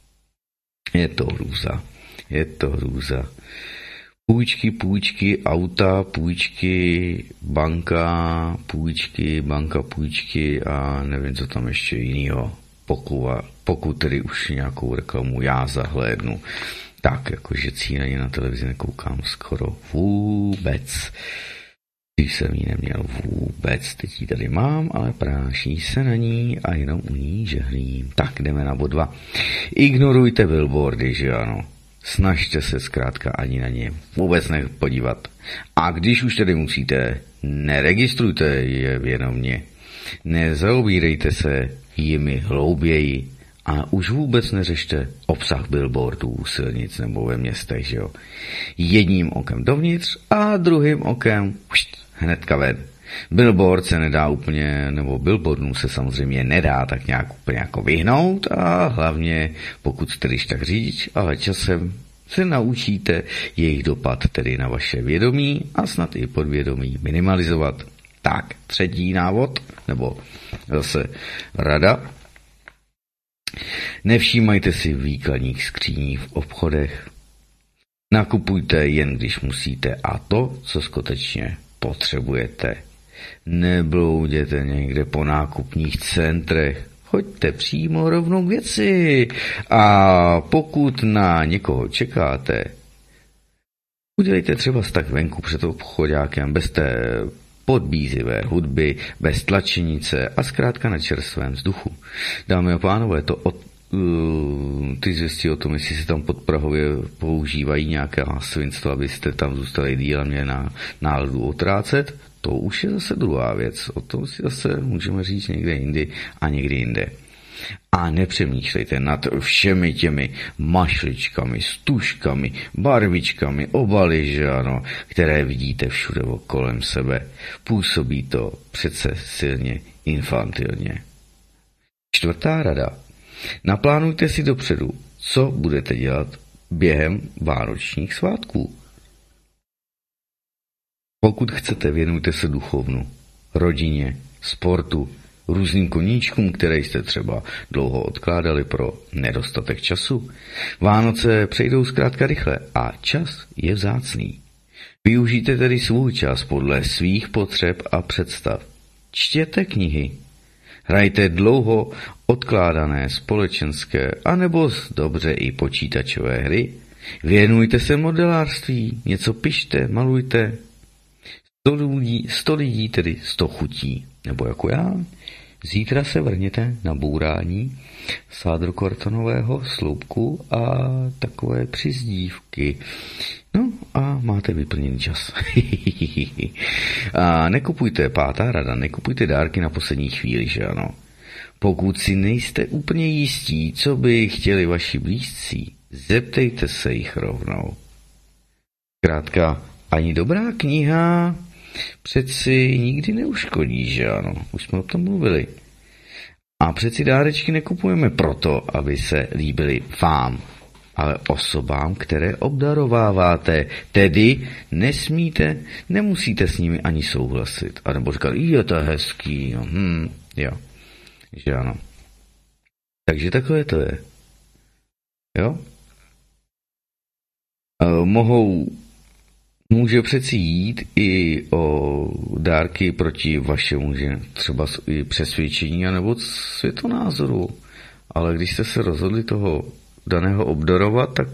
je to hrůza, je to hrůza. Půjčky, půjčky, auta, půjčky, banka, půjčky, banka, půjčky a nevím, co tam ještě jinýho, pokud, pokud tedy už nějakou reklamu já zahlédnu. Tak, jakože cíleně na televizi nekoukám skoro vůbec. Když jsem ji neměl vůbec, teď ji tady mám, ale práší se na ní a jenom u ní žehlím. Tak, jdeme na bod dva. Ignorujte billboardy, že ano. Snažte se zkrátka ani na ně vůbec nepodívat. A když už tedy musíte, neregistrujte je vědomě. Nezaobírejte se jimi hlouběji a už vůbec neřešte obsah billboardů, silnic nebo ve městech, že jo. Jedním okem dovnitř a druhým okem pšt, hnedka ven. Billboard se nedá úplně, nebo billboardům se samozřejmě nedá tak nějak úplně jako vyhnout a hlavně pokud jste když tak řidič, ale časem se naučíte jejich dopad tedy na vaše vědomí a snad i podvědomí minimalizovat. Tak, třetí návod, nebo zase rada. Nevšímajte si výkladních skříní v obchodech. Nakupujte jen když musíte a to, co skutečně potřebujete. Neblouděte někde po nákupních centrech, choďte přímo rovnou k věci a pokud na někoho čekáte, udělejte třeba tak venku před obchodákem bez té podbízivé hudby, bez tlačenice a zkrátka na čerstvém vzduchu. Dámy a pánové, to od ty zvěstí o tom, jestli se tam pod Prahově používají nějaké svinstvo, abyste tam zůstali díl a měli na náladu otrácet, to už je zase druhá věc. O tom si zase můžeme říct někde jindy a někdy jinde. A nepřemýšlejte nad všemi těmi mašličkami, stužkami, barvičkami, obaly, že ano, které vidíte všude kolem sebe. Působí to přece silně infantilně. Čtvrtá rada. Naplánujte si dopředu, co budete dělat během vánočních svátků. Pokud chcete, věnujte se duchovnu, rodině, sportu, různým koníčkům, které jste třeba dlouho odkládali pro nedostatek času. Vánoce přejdou zkrátka rychle a čas je vzácný. Využijte tedy svůj čas podle svých potřeb a představ. Čtěte knihy. Hrajte dlouho odkládané společenské anebo dobře i počítačové hry. Věnujte se modelářství, něco pište, malujte. Sto lidí, sto lidí tedy sto chutí. Nebo jako já. Zítra se vrhněte na bourání sádrokartonového sloupku a takové přizdívky. No a máte vyplněný čas. A nekupujte, pátá rada, nekupujte dárky na poslední chvíli, že ano. Pokud si nejste úplně jistí, co by chtěli vaši blízcí, zeptejte se jich rovnou. Zkrátka, ani dobrá kniha přeci nikdy neuškodí, že ano, už jsme o tom mluvili. A přeci dárečky nekupujeme proto, aby se líbily vám, ale osobám, které obdarováváte. Tedy nesmíte, nemusíte s nimi ani souhlasit. A nebo říkat, je to hezký, no, hm, jo, že ano. Takže takové to je. Jo? E, mohou Může přeci jít i o dárky proti vašemu, že třeba i přesvědčení nebo světonázoru. Ale když jste se rozhodli toho daného obdarovat, tak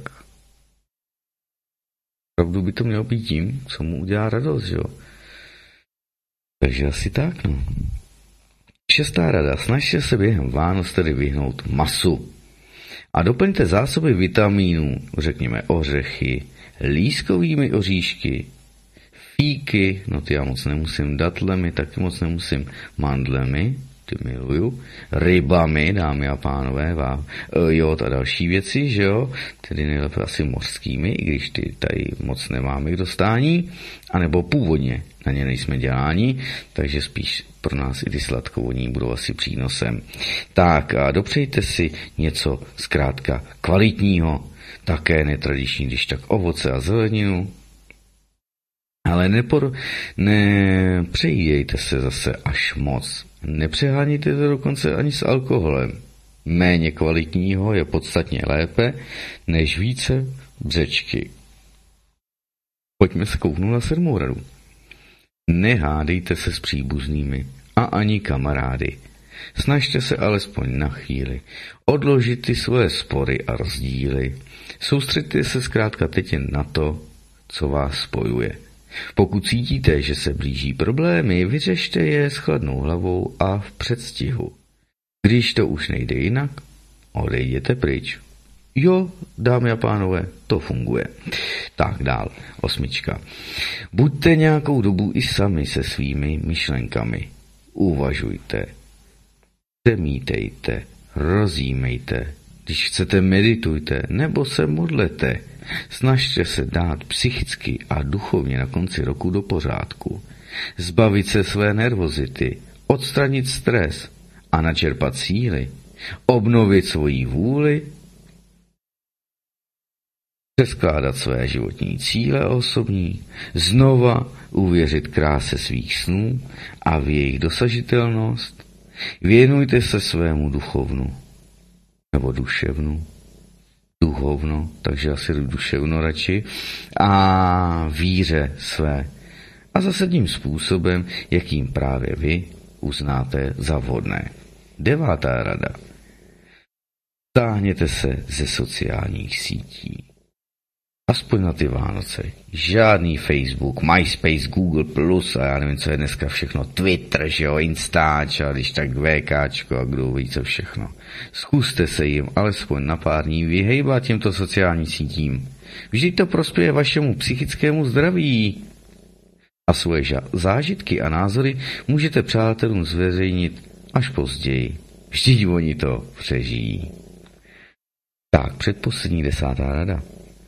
opravdu by to mělo být tím, co mu udělá radost, jo. Takže asi tak, no. Šestá rada. Snažte se během Vánoc tedy vyhnout masu. A doplňte zásoby vitamínů, řekněme ořechy, lískovými oříšky, fíky, no ty já moc nemusím, datlemi, taky moc nemusím, mandlemi, ty miluju, rybami, dámy a pánové, vá, jod a další věci, že jo, tedy nejlépe asi mořskými, i když ty tady moc nemáme k dostání, anebo původně na ně nejsme děláni, takže spíš pro nás i ty sladkovodní budou asi přínosem. Tak a dopřejte si něco zkrátka kvalitního, také netradiční, když tak ovoce a zeleninu. Ale nepor... nepřejídejte se zase až moc. Nepřeháníte to dokonce ani s alkoholem. Méně kvalitního je podstatně lépe, než více břečky. Pojďme se kouknout na sedmou radu. Nehádejte se s příbuznými a ani kamarády. Snažte se alespoň na chvíli odložit ty svoje spory a rozdíly. Soustřeďte se zkrátka teď jen na to, co vás spojuje. Pokud cítíte, že se blíží problémy, vyřešte je s chladnou hlavou a v předstihu. Když to už nejde jinak, odejděte pryč. Jo, dámy a pánové, to funguje. Tak dál, osmička. Buďte nějakou dobu i sami se svými myšlenkami. Uvažujte. Přemítejte, rozjímejte. Když chcete, meditujte nebo se modlete. Snažte se dát psychicky a duchovně na konci roku do pořádku. Zbavit se své nervozity, odstranit stres a načerpat síly. Obnovit svoji vůli, přeskládat své životní cíle a osobní, znova uvěřit kráse svých snů a v jejich dosažitelnost. Věnujte se svému duchovnu, nebo duševnu, duchovno, takže asi duševno radši, a víře své. A zásadním způsobem, jakým právě vy uznáte za vhodné. Devátá rada. Stáhněte se ze sociálních sítí. Aspoň na ty Vánoce. Žádný Facebook, MySpace, Google plus a já nevím, co je dneska všechno. Twitter, že jo, Instač a když tak VKčko a kdo ví, co všechno. Zkuste se jim alespoň na pár dní vyhejbat těmto sociálním sítím. Vždyť to prospěje vašemu psychickému zdraví. A svoje zážitky a názory můžete přátelům zveřejnit až později. Vždyť oni to přežijí. Tak, předposlední desátá rada.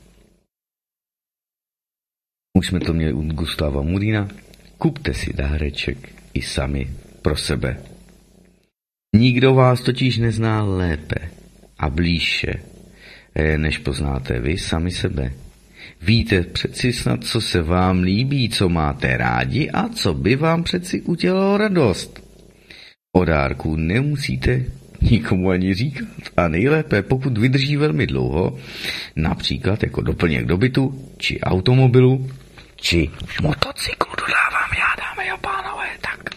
Už jsme to měli u Gustáva Murína. Kupte si dáreček i sami pro sebe. Nikdo vás totiž nezná lépe a blíže, než poznáte vy sami sebe. Víte přeci snad, co se vám líbí, co máte rádi a co by vám přeci udělalo radost. O dárku nemusíte nikomu ani říkat. A nejlépe, pokud vydrží velmi dlouho, například jako doplněk do bytu, či automobilu, či motocyklu, dodávám já, dámy a pánové, tak.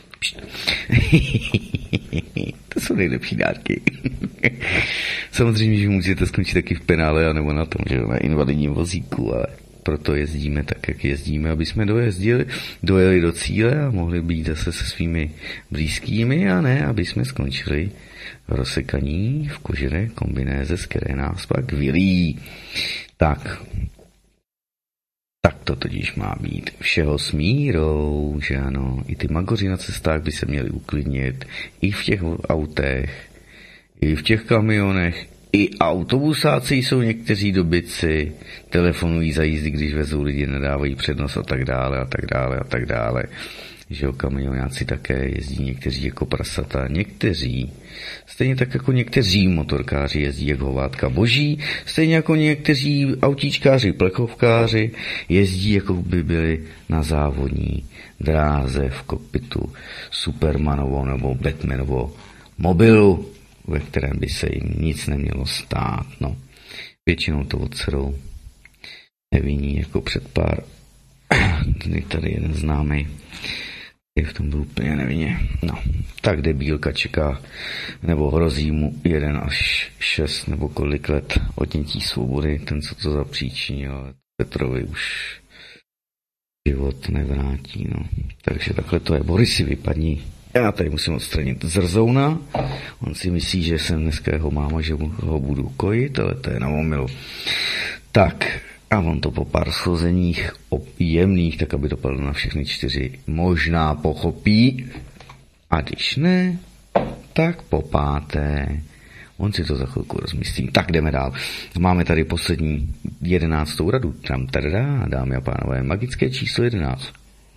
To jsou nejlepší dárky. Samozřejmě, že můžete skončit taky v penále, anebo na tom, že na invalidním vozíku, ale proto jezdíme tak, jak jezdíme, aby jsme dojezdili, dojeli do cíle a mohli být zase se svými blízkými, a ne, aby jsme skončili rozsekaní v kožené kombinéze, z které nás pak vylí. Tak, tak to totiž má být. Všeho s mírou, že ano. I ty magoři na cestách by se měli uklidnit. I v těch autech, i v těch kamionech, i autobusáci jsou někteří dobytci, telefonují za jízdy, když vezou lidi, nedávají přednost a tak dále a tak dále a tak dále. Že jo, kamionáci také jezdí někteří jako prasata, někteří, stejně tak jako někteří motorkáři jezdí jako hovátka boží, stejně jako někteří autíčkáři, plechovkáři jezdí, jako by byli na závodní dráze v kokpitu Supermanovo nebo Batmanovo mobilu, ve kterém by se jim nic nemělo stát. No, většinou to odserou nevinní, jako před pár dny tady jeden známý v tom byl úplně nevinně. No, tak debílka čeká, nebo hrozí mu jeden až šest nebo kolik let odnětí svobody, ten, co to zapříčinil, ale Petrovi už život nevrátí, no. Takže takhle to je. Borisy, vypadni. Já tady musím odstranit zrzouna. On si myslí, že jsem dneska jeho máma, že ho budu kojit, ale to je na omyl. Tak, a on to po pár schozeních jemných, tak aby dopadlo na všechny čtyři, možná pochopí. A když ne, tak po páté. On si to za chvilku rozmyslí. Tak jdeme dál. Máme tady poslední jedenáctou radu. Tam tada, dámy a pánové, magické číslo jedenáct.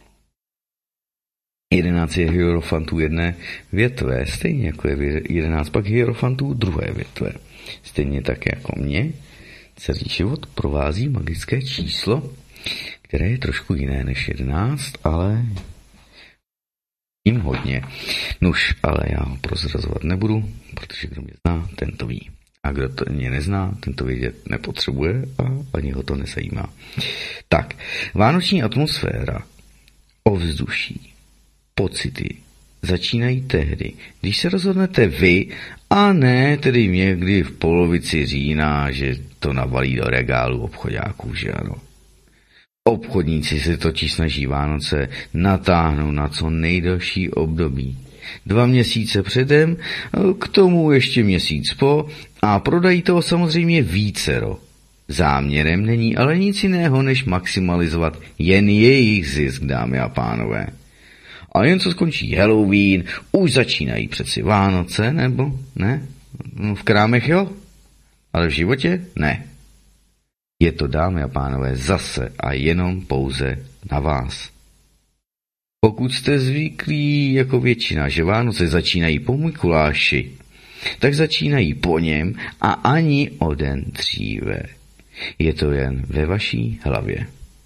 jedenáct je hierofantů jedné větve, stejně jako je jedenáct pak hierofantů druhé větve. Stejně tak jako mě celý život provází magické číslo, které je trošku jiné než jedenáct, ale jim hodně. Nuž, ale já ho prozrazovat nebudu, protože kdo mě zná, ten to ví. A kdo to mě nezná, ten to vědět nepotřebuje a ani ho to nezajímá. Tak, vánoční atmosféra, ovzduší, pocity začínají tehdy, když se rozhodnete vy, a ne tedy někdy v polovici října, že to navalí do regálu obchodáků, že ano. Obchodníci se totiž snaží Vánoce natáhnout na co nejdelší období. Dva měsíce předem, k tomu ještě měsíc po, a prodají toho samozřejmě vícero. Záměrem není ale nic jiného, než maximalizovat jen jejich zisk, dámy a pánové. A jen co skončí Halloween, už začínají přeci Vánoce, nebo ne? V krámech jo, ale v životě ne. Je to, dámy a pánové, zase a jenom pouze na vás. Pokud jste zvyklí jako většina, že Vánoce začínají po Mikuláši, tak začínají po něm a ani o den dříve. Je to jen ve vaší hlavě.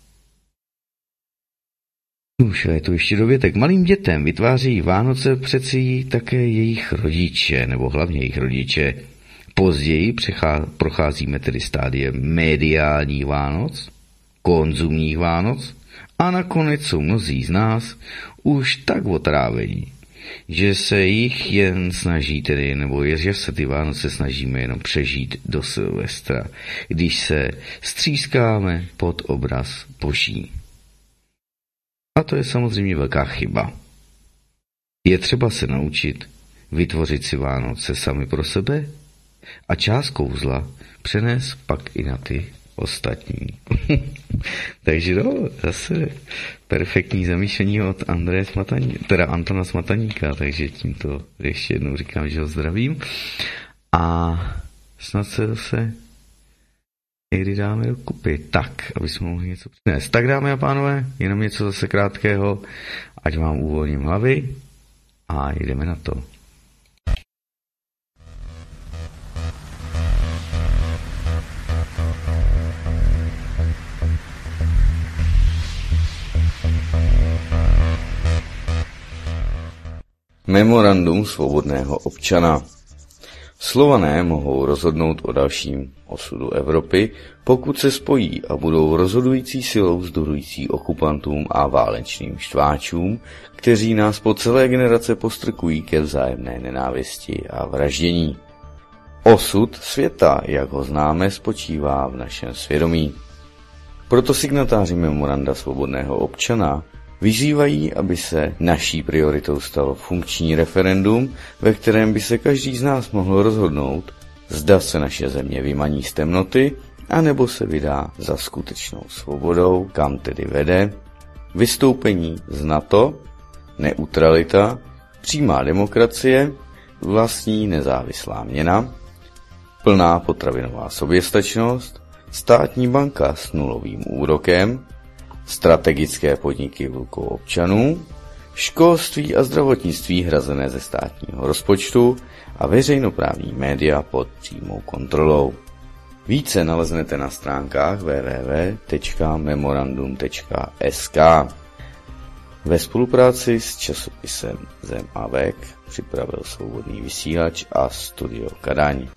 Už je to ještě dovětek. Malým dětem vytváří Vánoce přeci také jejich rodiče, nebo hlavně jejich rodiče. Později přechá, procházíme tedy stádiem mediálních Vánoc, konzumních Vánoc a nakonec jsou mnozí z nás už tak otrávení, že se jich jen snaží tedy, nebo je, že se ty Vánoce snažíme jenom přežít do Silvestra, když se střískáme pod obraz Boží. A to je samozřejmě velká chyba. Je třeba se naučit vytvořit si Vánoce sami pro sebe a část kouzla přenést pak i na ty ostatní. Takže no, zase perfektní zamýšlení od Andreje Smataníka, teda Antona Smataníka, takže tímto ještě jednou říkám, že ho zdravím. A snad se zase někdy dáme dokupy, tak, aby jsme mohli něco přinést. Tak, dámy a pánové, jenom něco zase krátkého, ať vám uvolním hlavy a jdeme na to. Memorandum svobodného občana. Slované mohou rozhodnout o dalším osudu Evropy, pokud se spojí a budou rozhodující silou vzdorující okupantům a válečným štváčům, kteří nás po celé generace postrkují ke vzájemné nenávisti a vraždění. Osud světa, jak ho známe, spočívá v našem svědomí. Proto signatáři Memoranda svobodného občana vyzývají, aby se naší prioritou stalo funkční referendum, ve kterém by se každý z nás mohl rozhodnout, zda se naše země vymaní z temnoty, anebo se vydá za skutečnou svobodou, kam tedy vede, vystoupení z NATO, neutralita, přímá demokracie, vlastní nezávislá měna, plná potravinová soběstačnost, státní banka s nulovým úrokem, strategické podniky v rukou občanů, školství a zdravotnictví hrazené ze státního rozpočtu a veřejnoprávní média pod přímou kontrolou. Více naleznete na stránkách w w w tečka memorandum tečka s k. Ve spolupráci s časopisem Zem a Vek připravil Svobodný vysílač a Studio Kadaň.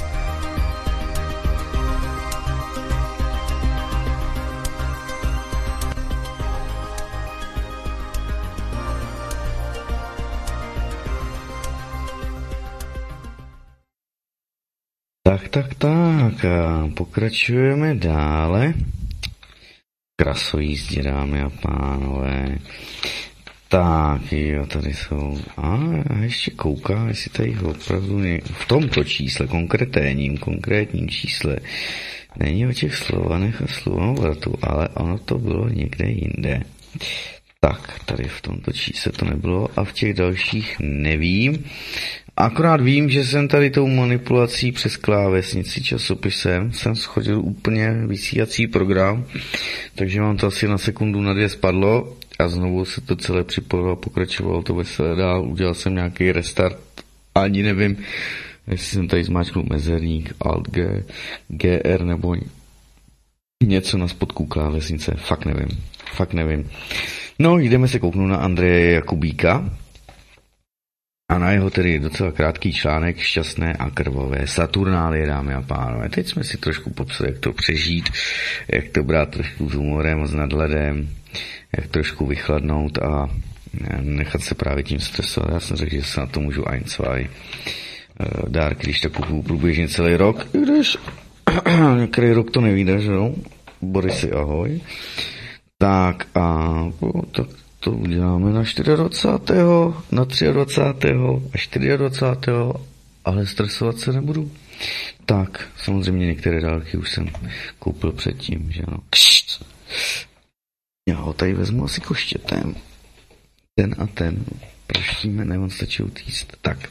Tak, tak, tak, a pokračujeme dále. Krasojízdě, dámy a pánové. Tak, jo, tady jsou. A ještě koukám, jestli tady opravdu ne... v tomto čísle, konkrétním, konkrétním čísle, není o těch Slovanech a Slovanvratu, ale ono to bylo někde jinde. Tak, tady v tomto čísle to nebylo a v těch dalších nevím. Akorát vím, že jsem tady tou manipulací přes klávesnici časopisem jsem schodil úplně vysílací program, takže mám to asi na sekundu na dvě spadlo a znovu se to celé připojilo a pokračovalo to veselé dál. Udělal jsem nějaký restart, ani nevím, jestli jsem tady zmáčknul mezerník, Alt G, G R nebo něco na spodku klávesnice, fakt nevím, fakt nevím. No, jdeme se kouknout na Andreje Jakubíka a na jeho tedy docela krátký článek Šťastné a krvavé Saturnálie, dámy a pánové. Teď jsme si trošku popsali, jak to přežít, jak to brát trošku s humorem, s nadhledem, jak trošku vychladnout a nechat se právě tím stresovat. Já jsem řekl, že se na to můžu ein, zwei dárky, když to kupuju průběžně celý rok, i když některý rok to nevíde, že jo? Borisy, ahoj. Tak a tak to uděláme na dvacátého čtvrtého, na dvacátého třetího a dvacátého čtvrtého, ale stresovat se nebudu. Tak, samozřejmě některé dálky už jsem koupil předtím, že ano. Kšt. Já ho tady vezmu asi koštětem. Ten a ten. Praštíme, ne, on stačí utíct. Tak.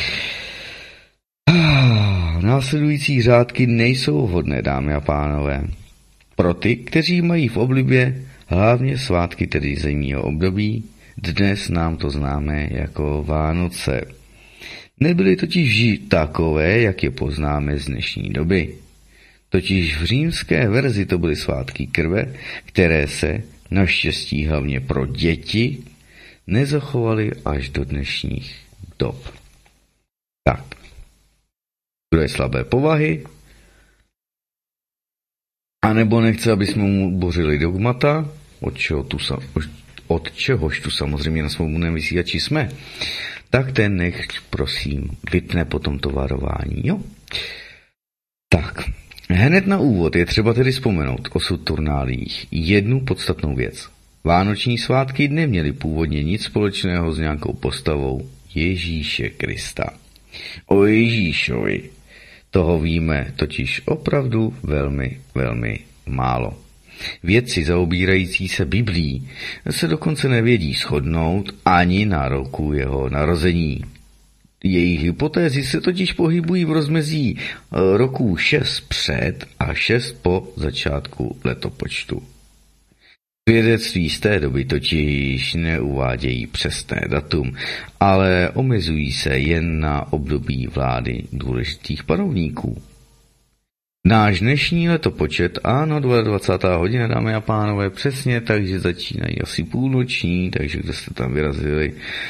Následující řádky nejsou vhodné, dámy a pánové. Pro ty, kteří mají v oblibě hlavně svátky tedy zimního období, dnes nám to známe jako Vánoce. Nebyly totiž vždy takové, jak je poznáme z dnešní doby. Totiž v římské verzi to byly svátky krve, které se, naštěstí hlavně pro děti, nezachovaly až do dnešních dob. Tak. Kdo je slabé povahy, a nebo nechce, aby jsme mu bořili dogmata, od, čeho tu, od čehož tu samozřejmě na svobodném vysílači jsme, tak ten nech, prosím, vytne po tomto varování, jo? Tak, hned na úvod je třeba tedy vzpomenout o Saturnálích jednu podstatnou věc. Vánoční svátky neměly původně nic společného s nějakou postavou Ježíše Krista. O Ježíšovi toho víme totiž opravdu velmi, velmi málo. Vědci zaobírající se Biblií se dokonce nevědí shodnout ani na roku jeho narození. Jejich hypotézy se totiž pohybují v rozmezí roků šest před a šest po začátku letopočtu. Svědectví z té doby totiž neuvádějí přesné datum, ale omezují se jen na období vlády důležitých panovníků. Náš dnešní letopočet, ano, dvacátá hodina, dámy a pánové, přesně, takže začínají asi půlnoční, takže kdo jste tam vyrazili,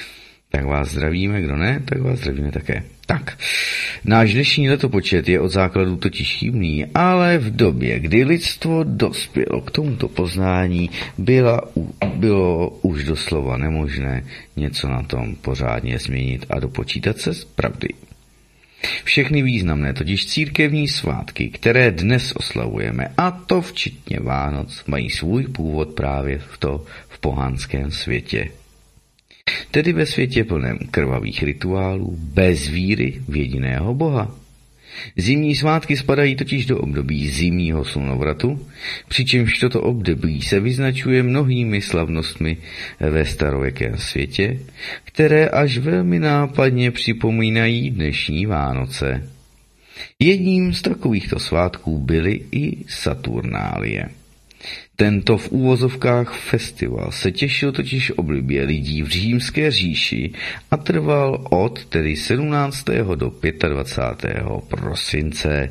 Tak vás zdravíme, kdo ne, tak vás zdravíme také. Tak, náš dnešní letopočet je od základu totiž chybný, ale v době, kdy lidstvo dospělo k tomuto poznání, byla, bylo už doslova nemožné něco na tom pořádně změnit a dopočítat se z pravdy. Všechny významné, totiž církevní svátky, které dnes oslavujeme, a to včetně Vánoc, mají svůj původ právě v to v pohanském světě. Tedy ve světě plném krvavých rituálů, bez víry v jediného Boha. Zimní svátky spadají totiž do období zimního slunovratu, přičemž toto období se vyznačuje mnohými slavnostmi ve starověkém světě, které až velmi nápadně připomínají dnešní Vánoce. Jedním z takovýchto svátků byly i Saturnálie. Tento v úvozovkách festival se těšil totiž oblibě lidí v římské říši a trval od tedy sedmnáctého do dvacátého pátého prosince.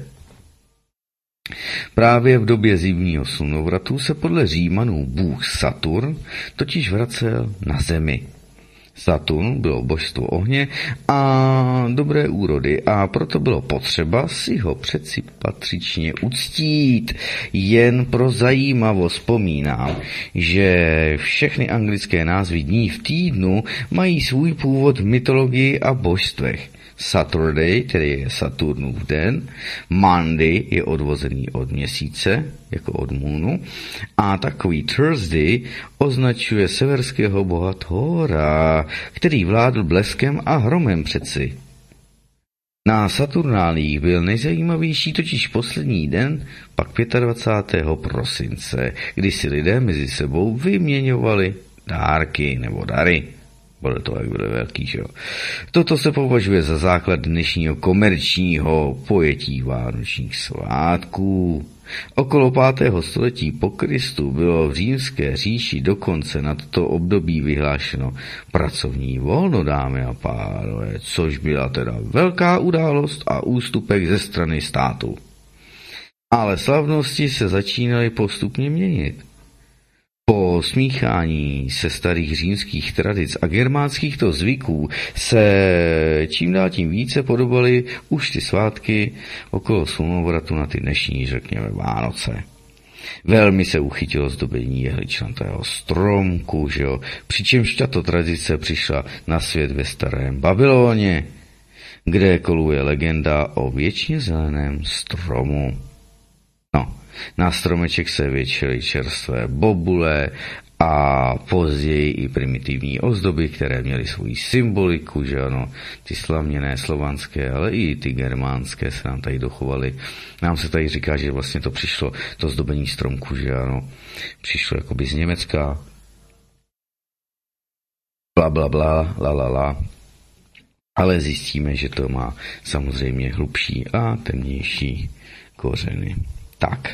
Právě v době zimního slunovratu se podle Římanů bůh Saturn totiž vracel na zemi. Saturn bylo božstvo ohně a dobré úrody a proto bylo potřeba si ho přeci patřičně uctít. Jen pro zajímavost vzpomínám, že všechny anglické názvy dní v týdnu mají svůj původ v mytologii a božstvech. Saturday, tedy je Saturnův den, Monday je odvozený od měsíce, jako od moonu, a takový Thursday označuje severského boha Thora, který vládl bleskem a hromem přeci. Na Saturnálích byl nejzajímavější totiž poslední den, pak dvacátého pátého prosince, kdy si lidé mezi sebou vyměňovali dárky nebo dary. Bude to, jak byly velký, že jo. Toto se považuje za základ dnešního komerčního pojetí vánočních svátků. Okolo pátého století po Kristu bylo v římské říši dokonce na toto období vyhlášeno pracovní volno, dámy a pánové, což byla teda velká událost a ústupek ze strany státu. Ale slavnosti se začínaly postupně měnit. Po smíchání se starých římských tradic a germánskýchto zvyků se čím dál tím více podobaly už ty svátky okolo slunovratu na ty dnešní, řekněme, Vánoce. Velmi se uchytilo zdobení jehličnatého stromku, že jo, přičemž tato tradice přišla na svět ve starém Babyloně, kde koluje legenda o věčně zeleném stromu. No, na stromeček se většily čerstvé bobule a později i primitivní ozdoby, které měly svoji symboliku, že ano, ty slaměné slovanské, ale i ty germánské se nám tady dochovaly. Nám se tady říká, že vlastně to přišlo, to zdobení stromku, že ano, přišlo jakoby z Německa, bla, bla, bla, la, la, la. Ale zjistíme, že to má samozřejmě hlubší a temnější kořeny. Tak.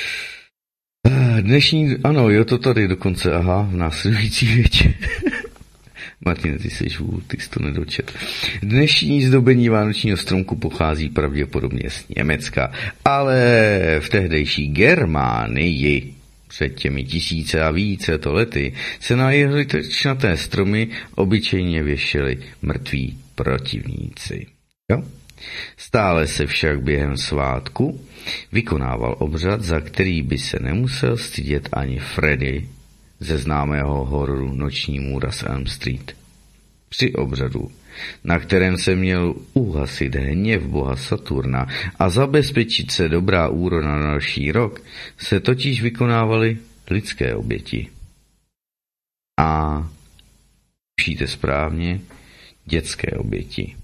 Dnešní, ano, jo, to tady dokonce, aha, v následující větě. Martin, ty jsi žvůl, ty jsi to nedočet. Dnešní zdobení vánočního stromku pochází pravděpodobně z Německa, ale v tehdejší Germánii před těmi tisíce a více to lety se na jehličnaté stromy obyčejně věšeli mrtví protivníci. Jo? Stále se však během svátku vykonával obřad, za který by se nemusel stydět ani Freddy ze známého hororu Noční můra z Elm Street. Při obřadu, na kterém se měl uhasit hněv boha Saturna a zabezpečit se dobrá úroda na další rok, se totiž vykonávaly lidské oběti. A všíte správně, dětské oběti.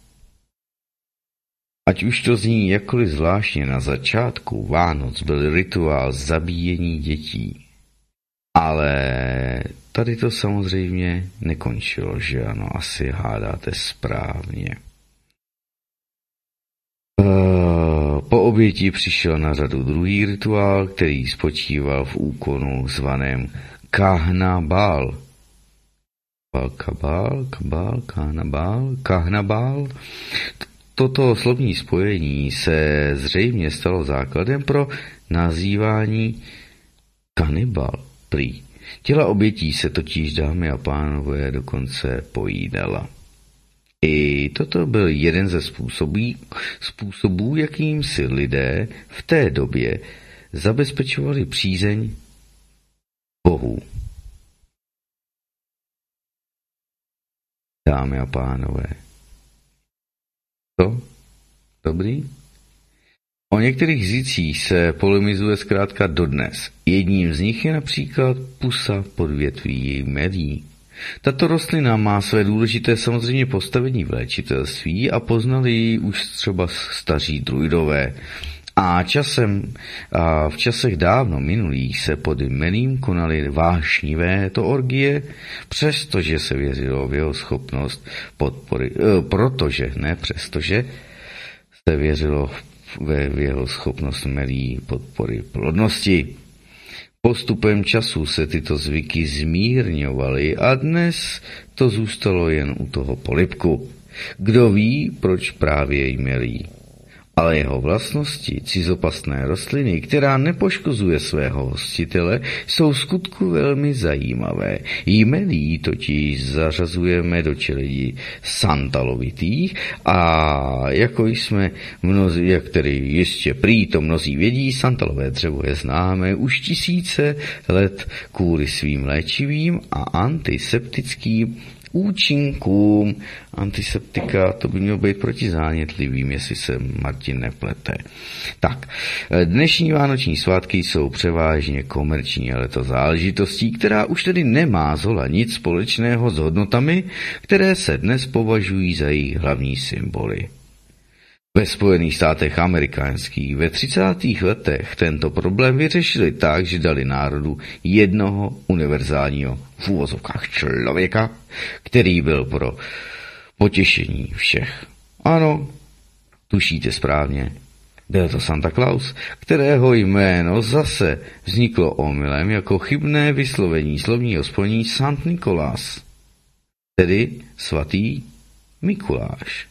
Ať už to zní jakkoliv zvláštně, na začátku Vánoc byl rituál zabíjení dětí. Ale tady to samozřejmě nekončilo, že ano, asi hádáte správně. Po oběti přišel na řadu druhý rituál, který spočíval v úkonu zvaném Kahnabál. Kabál, kabál, kahnabál, kahnabál. Toto slovní spojení se zřejmě stalo základem pro nazývání kanibal prý. Těla obětí se totiž, dámy a pánové, dokonce pojídala. I toto byl jeden ze způsobů, způsobů, jakým si lidé v té době zabezpečovali přízeň Bohu. Dámy a pánové. To? Dobrý? O některých zicích se polemizuje zkrátka dodnes. Jedním z nich je například pusa podvětví medí. Tato rostlina má své důležité samozřejmě postavení v léčitelství a poznali ji už třeba staří druidové. A časem, a v časech dávno minulých se pod jménem konaly vášnivé to orgie, přestože se věřilo v jeho schopnost podpory, eh, protože, ne přestože, se věřilo ve v jeho schopnost melí podpory plodnosti. Postupem času se tyto zvyky zmírňovaly a dnes to zůstalo jen u toho polibku. Kdo ví, proč právě jí melí? Ale jeho vlastnosti cizopastné rostliny, která nepoškozuje svého hostitele, jsou v skutku velmi zajímavé. Jmelí totiž zařazujeme do čeledí santalovitých a jako jsme mnozí, jak tedy jistě prý to mnozí vědí, santalové dřevo je známé už tisíce let kvůli svým léčivým a antiseptickým účinkům. Antiseptika, to by mělo být protizánětlivým, jestli se Martin neplete. Tak, dnešní vánoční svátky jsou převážně komerční, ale to záležitostí, která už tedy nemá zhola nic společného s hodnotami, které se dnes považují za jejich hlavní symboly. Ve Spojených státech amerických ve třicátých letech tento problém vyřešili tak, že dali národu jednoho univerzálního v úvozovkách člověka, který byl pro potěšení všech. Ano, tušíte správně, byl to Santa Claus, kterého jméno zase vzniklo omylem jako chybné vyslovení slovního spojení Sant Nikolás, tedy svatý Mikuláš.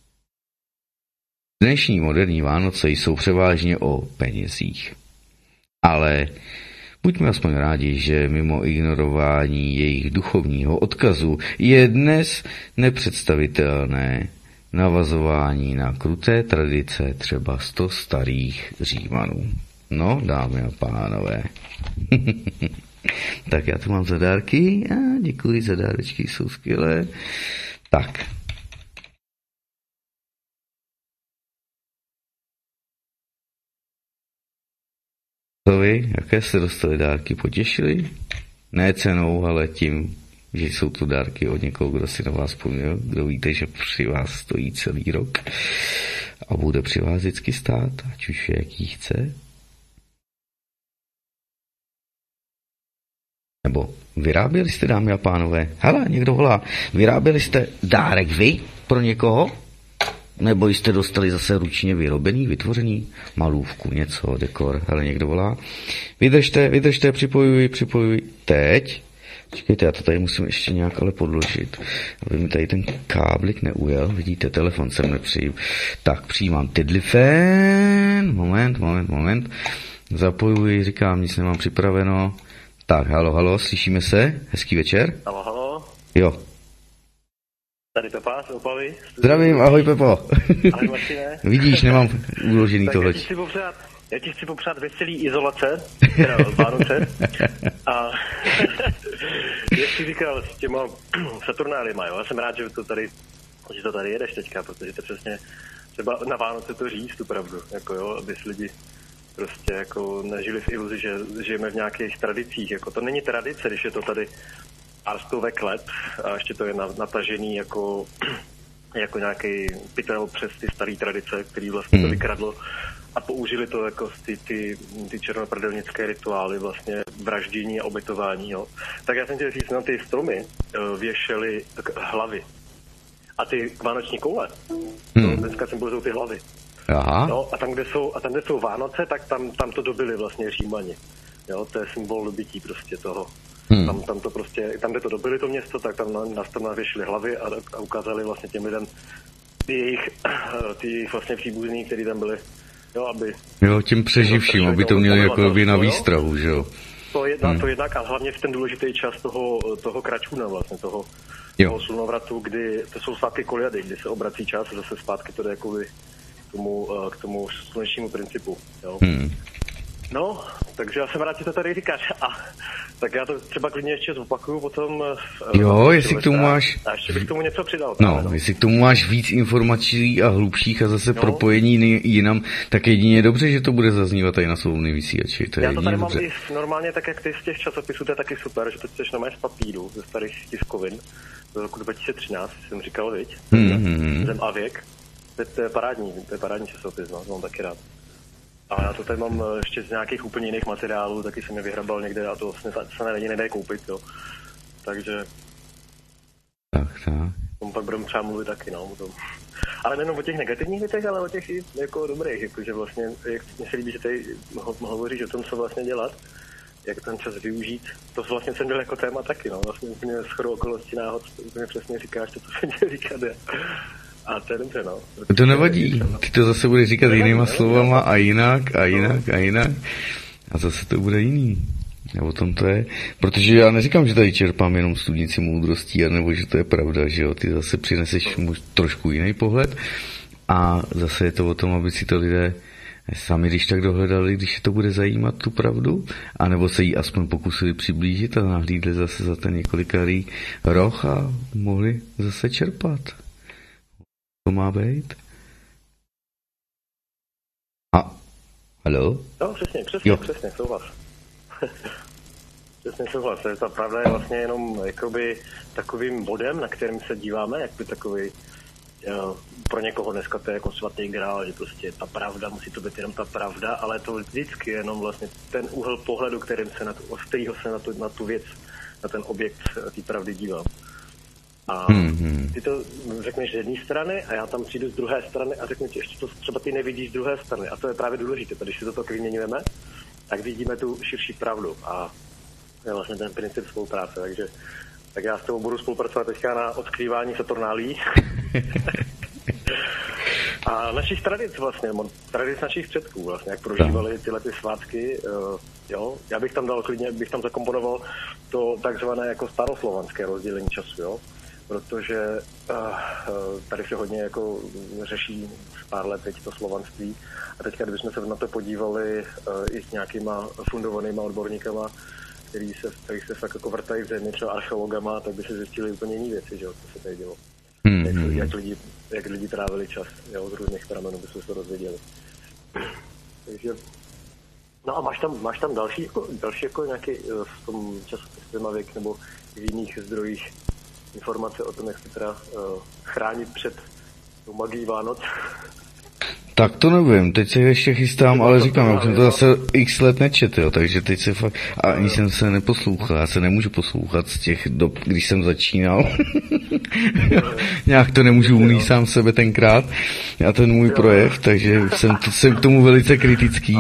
Dnešní moderní Vánoce jsou převážně o penězích. Ale buďme aspoň rádi, že mimo ignorování jejich duchovního odkazu je dnes nepředstavitelné navazování na kruté tradice třeba sto starých Římanů. No, dámy a pánové. Tak já tu mám zadárky a děkuji, zadárečky jsou skvělé. Tak. Co vy, jaké jste dostali dárky, potěšili? Ne cenou, ale tím, že jsou to dárky od někoho, kdo si na vás vzpomněl, kdo víte, že při vás stojí celý rok a bude při vás vždycky stát, ať už je jaký chce. Nebo vyráběli jste, dámy a pánové, hele, někdo volá, vyráběli jste dárek vy pro někoho? Nebo jste dostali zase ručně vyrobený, vytvořený malůvku, něco, dekor, hele, někdo volá. Vydržte, vydržte, připojuji, připojuji. Teď, čekejte, já to tady musím ještě nějak ale podložit, aby mi tady ten káblik neujel, vidíte, telefon sem nepřijím. Tak, přijímám telefon, moment, moment, moment, zapojuji, říkám, nic nemám připraveno. Tak, halo, halo, slyšíme se, hezký večer. Halo, halo. Jo. Tady Pepa z Opavy. Zdravím, ahoj Pepo. Ahoj Martine. Vidíš, nemám uložený tohle. Já ti chci popřát, já ti chci popřát veselý izolace, teda Vánoce. A jak jsi říkal s těma Saturnálima, jo, já jsem rád, že to tady, že to tady jedeš teďka, protože to přesně třeba na Vánoce to říct tu pravdu, jako jo, aby si lidi prostě jako nežili v iluzi, že žijeme v nějakých tradicích, jako to není tradice, když je to tady pár stovek let a ještě to je natažený jako, jako nějaký pytel přes ty staré tradice, který vlastně to vykradlo a použili to jako ty, ty, ty černoprdelnické rituály, vlastně vraždění a obětování. Jo. Tak já jsem chtěl říct, na ty stromy věšely hlavy a ty vánoční koule, hmm. no, dneska symbolizují ty hlavy. Aha. No, a tam, kde jsou, a tam, kde jsou Vánoce, tak tam, tam to dobili vlastně Římani. Jo, to je symbol dobytí prostě toho. Hmm. Tam, tam to prostě, tam, kde to dobili to město, tak tam na, na strom navěšili hlavy a, a ukázali vlastně těm lidem ty jejich, ty jejich vlastně příbuzní, kteří tam byli, jo, aby... Jo, těm přeživším, aby to měli jako by na výstrahu, že jo? To jedna, hmm. to jednak a hlavně v ten důležitý čas toho, toho kračuna vlastně, toho, toho slunovratu, kdy to jsou svátky Koliady, kdy se obrací čas a zase zpátky to jde jakoby k tomu, k tomu slunečnímu principu. Jo? Hmm. No, takže já jsem rád, že to tady říkáš. A tak já to třeba klidně ještě zopakuju potom. Jo, jestli k tomu máš... A ještě bych k tomu něco přidal. No, no, jestli k tomu máš víc informací a hlubších a zase no. propojení jinam, tak jedině dobře, že to bude zaznívat tady na Svobodný vysílači. To je já to tady dobře. mám i normálně tak, jak ty z těch časopisů, to je taky super, že to chceš normálně z papíru, ze starých tiskovin. Z roku dva tisíce třináct jsem říkal, viď? Mm-hmm. Zem a věk. To, to je parádní, to je parádní časopis, no, to mám taky rád. A já to tady mám ještě z nějakých úplně jiných materiálů, taky jsem je vyhrabal někde a to vlastně se není nedá koupit, jo. Takže... Tak, tak. Tomu pak budeme třeba mluvit taky, no, o tom. Ale nejenom o těch negativních věcech, ale o těch i jako dobrých, jakože vlastně, jak mně se líbí, že tady ho, hovoříš o tom, co vlastně dělat, jak ten čas využít. To vlastně jsem byl jako téma taky, no, vlastně úplně shodou okolností náhod, úplně přesně říkáš to, co se měl říkat, je. A to je dobře, no. To nevadí. Ty to zase budeš říkat nevadí, jinýma nevadí, slovama a jinak a jinak a jinak. A zase to bude jiný. A o tom to je. Protože já neříkám, že tady čerpám jenom studnici moudrostí, nebo že to je pravda, že jo. Ty zase přineseš mu trošku jiný pohled. A zase je to o tom, aby si to lidé sami, když tak dohledali, když je to bude zajímat tu pravdu, anebo se jí aspoň pokusili přiblížit a nahlídli zase za ten několikátý roh a mohli zase čerpat. To má být? A, haló? No, přesně, přesně, jo. přesně, souhlas. Přesně souhlas. Ta pravda je vlastně jenom jakoby takovým bodem, na kterým se díváme, jakby takový jo, pro někoho dneska to je jako svatý grál, že prostě ta pravda, musí to být jenom ta pravda, ale to vždycky je jenom vlastně ten úhel pohledu, kterým se na tu, od kterého se na tu, na tu věc, na ten objekt té pravdy dívám. A mm-hmm. ty to řekneš z jedné strany a já tam přijdu z druhé strany a řeknu ti ještě to třeba ty nevidíš z druhé strany. A to je právě důležité, když si toto vyměňujeme, tak vidíme tu širší pravdu. A to je vlastně ten princip spolupráce. Takže tak já s tebou budu spolupracovat teďka na odkrývání Saturnálí. A našich tradic vlastně, tradic našich předků vlastně, jak prožívali tyhle ty svátky, uh, jo. Já bych tam dal klidně, bych tam zakomponoval to takzvané jako staroslovanské rozdělení času, jo. Protože uh, tady se hodně jako řeší pár let teď to slovanství a teďka, kdybychom se na to podívali uh, i s nějakýma fundovanýma odborníkama, který se, který se fakt jako vrtají v zemi, třeba archeologama, tak by se zjistili úplně jiné věci, že jo, co se tady dělo. Hmm. Jak, jak, lidi, jak lidi trávili čas, jo, z různých pramenů by se to dozvěděli. Takže, no a máš tam, máš tam další, jako, další jako nějaký v tom časopisu Mavěk nebo v jiných zdrojích informace o tom, jak se teda uh, chránit před magií Vánoc? Tak to nevím, teď se ještě chystám, ale říkám, já jsem to zase x let nečetl, jo, takže teď se fakt, a ani jsem se neposlouchal, já se nemůžu poslouchat z těch dob, když jsem začínal. Nějak to nemůžu unít sám sebe tenkrát, já ten můj projev, takže jsem, to, jsem k tomu velice kritický.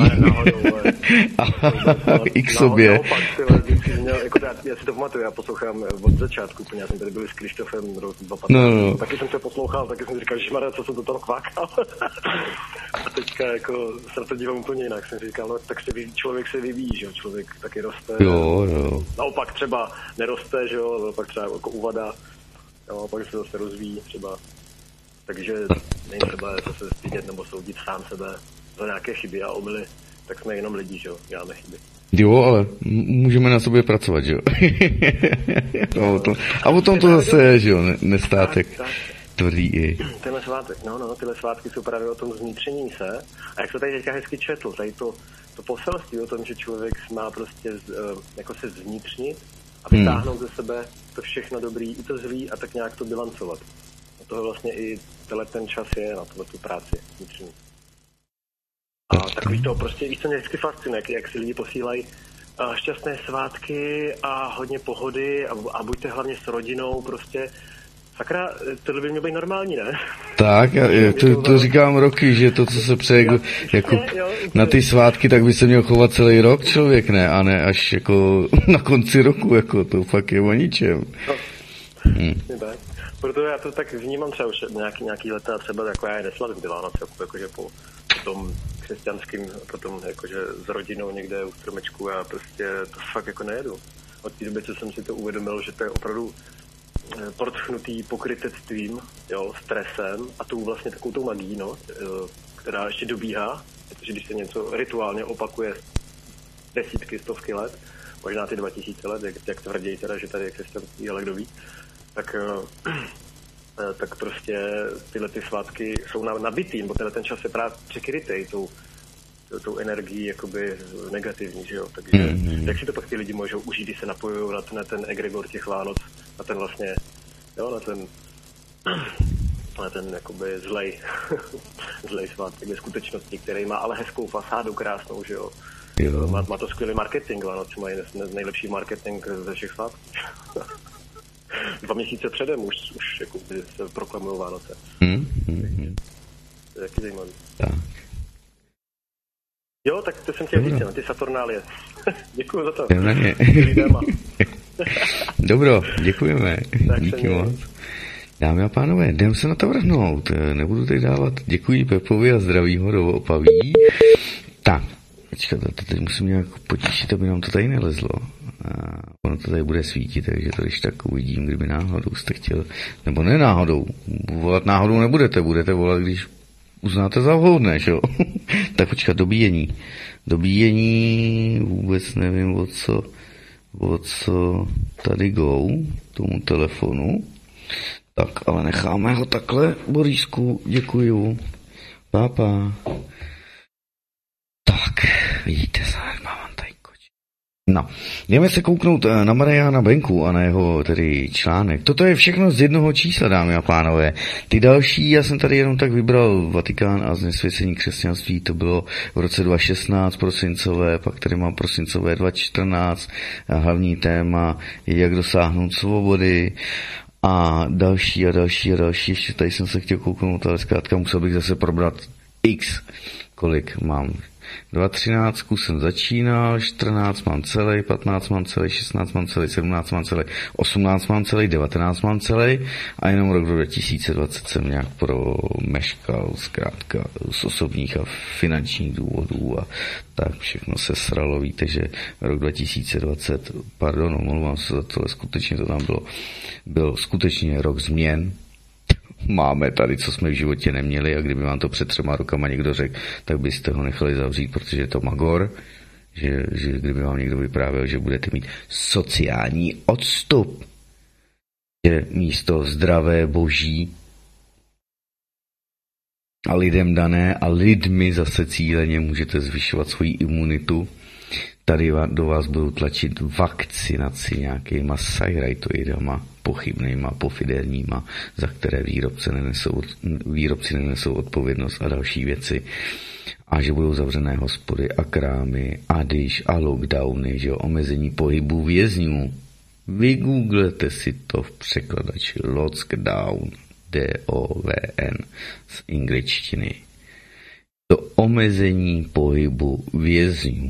A i k sobě. Já si to pamatuju, já poslouchám od začátku, úplně já jsem tady byl s Krištofem rok dva tisíce patnáct. No, no. Taky jsem se poslouchal, taky jsem říkal, žmara, co jsem to tam kvákal. A teďka jako se na to dívám úplně jinak. Jsem říkal, no tak se vyvíjí, člověk se vyvíjí, že jo, člověk taky roste. Jo, jo. Naopak třeba neroste, že jo, naopak třeba jako uvadá, jo, a pak se zase rozvíjí třeba. Takže není třeba se stydět nebo soudit sám sebe za nějaké chyby a omyly, tak jsme jenom lidi, že jo, děláme chyby. Jo, ale můžeme na sobě pracovat, že jo. A, o tom, a o tom to zase je, že jo, nestátek. Tvrdý i. Tenhle svátek, no, no, tyhle svátky jsou právě o tom zvnitření se. A jak to tady teďka hezky četl, tady to, to poselství o tom, že člověk má prostě z, jako se zvnitřnit a vytáhnout hmm. ze sebe to všechno dobrý i to zlý a tak nějak to bilancovat. A toho vlastně i tenhle ten čas je na tu práci vnitřní. A takový to prostě, víš, co mě vždycky fascinuje, jak, jak si lidi posílají uh, šťastné svátky a hodně pohody a, a buďte hlavně s rodinou, prostě. Sakra, tohle by mělo být normální, ne? Tak, já, já to, to říkám roky, že to, co se přeje jako, jako na ty svátky, tak by se měl chovat celý rok člověk, ne? A ne až jako na konci roku, jako to fakt je o ničem. No, hmm. tak. Proto já to tak vnímám třeba už nějaký, nějaký leta, třeba jako já je neslavím ty Vánoce, jakože po tom křesťanským, potom jakože s rodinou někde u stromečku, já prostě to fakt jako nejedu. Od té doby, co jsem si to uvědomil, že to je opravdu protchnutý pokrytectvím, jo, stresem a tou vlastně takovou tou magií, no, která ještě dobíhá, protože když se něco rituálně opakuje desítky, stovky let, možná ty dva tisíce let, jak, jak tvrději teda, že tady je křesťanství, ale kdo ví, tak, tak prostě tyhle ty svátky jsou nabitý, nebo tenhle ten čas je právě překrytej tou, tou energií jakoby negativní, že jo, takže mm-hmm. jak si to pak ty lidi můžou užít, když se napojují na ten, na ten egregor těch Vánoc, na ten vlastně, jo, na ten na ten jakoby zlej zlej svátek ve skutečnosti, který má ale hezkou fasádu, krásnou, že jo. jo. Má, má to skvělý marketing, Vánoce mají nejlepší marketing ze všech svátků. Dva měsíce předem už, už jako se proklamují Vánoce. Mm, mm, to je taky zajímavý. Tak. Jo, tak to jsem chtěl říct, ty Saturnálie. Děkuju za to. Dobro, děkujeme. Tak díky moc. Dámy a pánové, jdem se na to vrhnout. Nebudu teď dávat děkuji Pepovi a zdraví ho do Opaví. Tak, počkat, to teď musím nějak potíšit, aby nám to tady nelezlo. A ono to tady bude svítit, takže to když tak uvidím, kdyby náhodou jste chtěl, nebo ne náhodou, volat náhodou nebudete, budete volat, když uznáte za vhodné, že jo? Tak počkat, dobíjení. Dobíjení, vůbec nevím, o co, o co tady go, tomu telefonu. Tak, ale necháme ho takhle, Borísku, děkuju. Pápa. Tak, vidíte se, mám tady koč. No, jdeme se kouknout na Mariana Benku a na jeho tedy článek. Toto je všechno z jednoho čísla, dámy a pánové. Ty další, já jsem tady jenom tak vybral Vatikán a znesvěcení křesťanství, to bylo v roce dva tisíce šestnáct prosincové, pak tady mám prosincové dva tisíce čtrnáct, hlavní téma je, jak dosáhnout svobody. A další a další a další, ještě tady jsem se chtěl kouknout, ale zkrátka musel bych zase probrat x, kolik mám. dva tisíce třináct jsem začínal, čtrnáct mám celý, patnáct mám celý, šestnáct mám celý, sedmnáct mám celý, osmnáct mám celý, devatenáct mám celý a jenom rok dva tisíce dvacet jsem nějak promeškal, zkrátka z osobních a finančních důvodů a tak všechno se sralo. Víte, že rok dva tisíce dvacet, pardon, omlouvám se za to, ale skutečně to tam bylo, byl skutečně rok změn. Máme tady, co jsme v životě neměli a kdyby vám to před třema rokama někdo řekl, tak byste ho nechali zavřít, protože je to magor, že, že kdyby vám někdo vyprávěl, že budete mít sociální odstup, že místo zdravé boží a lidem dané a lidmi zase cíleně můžete zvyšovat svoji imunitu, tady do vás budou tlačit vakcinaci nějakýma sajrajtoidama, pochybnýma, pofiderníma, za které výrobce nenesou, výrobci nenesou odpovědnost a další věci. A že budou zavřené hospody a krámy a dyš a lockdowny, že jo, omezení pohybu vězňů. Vygooglete si to v překladači lockdown, D O V N z angličtiny. To omezení pohybu vězňů.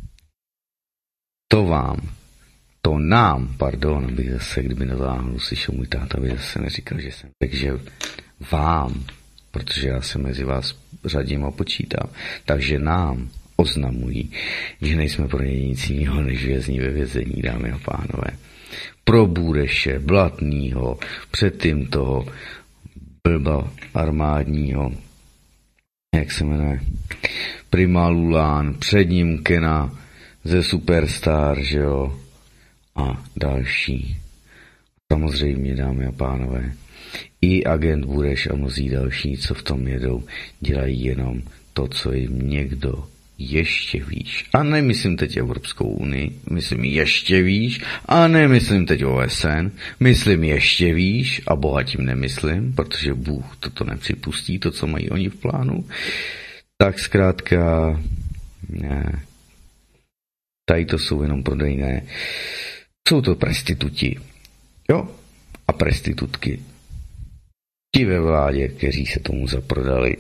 To vám, to nám, pardon, abych zase, kdyby nezáhnu slyšel můj táta, aby zase neříkal, že jsem, takže vám, protože já se mezi vás řadím a počítám, takže nám oznamují, že nejsme pro ně nic jiného než vězní ve vězení, dámy a pánové. Pro Bureše, Blatnýho, předtím toho blba armádního, jak se jmenuje, Prima Lulán, před ním Kena ze Superstar, že jo, a další. Samozřejmě, dámy a pánové, i agent Bureš a mnozí další, co v tom jedou, dělají jenom to, co jim někdo ještě výš. A nemyslím teď Evropskou unii, myslím ještě výš, a nemyslím teď O S N, myslím ještě výš, a Boha tím nemyslím, protože Bůh toto nepřipustí, to, co mají oni v plánu. Tak zkrátka, ne, tady to jsou jenom prodejné. Jsou to prestituti. Jo? A prestitutky. Ti ve vládě, kteří se tomu zaprodali,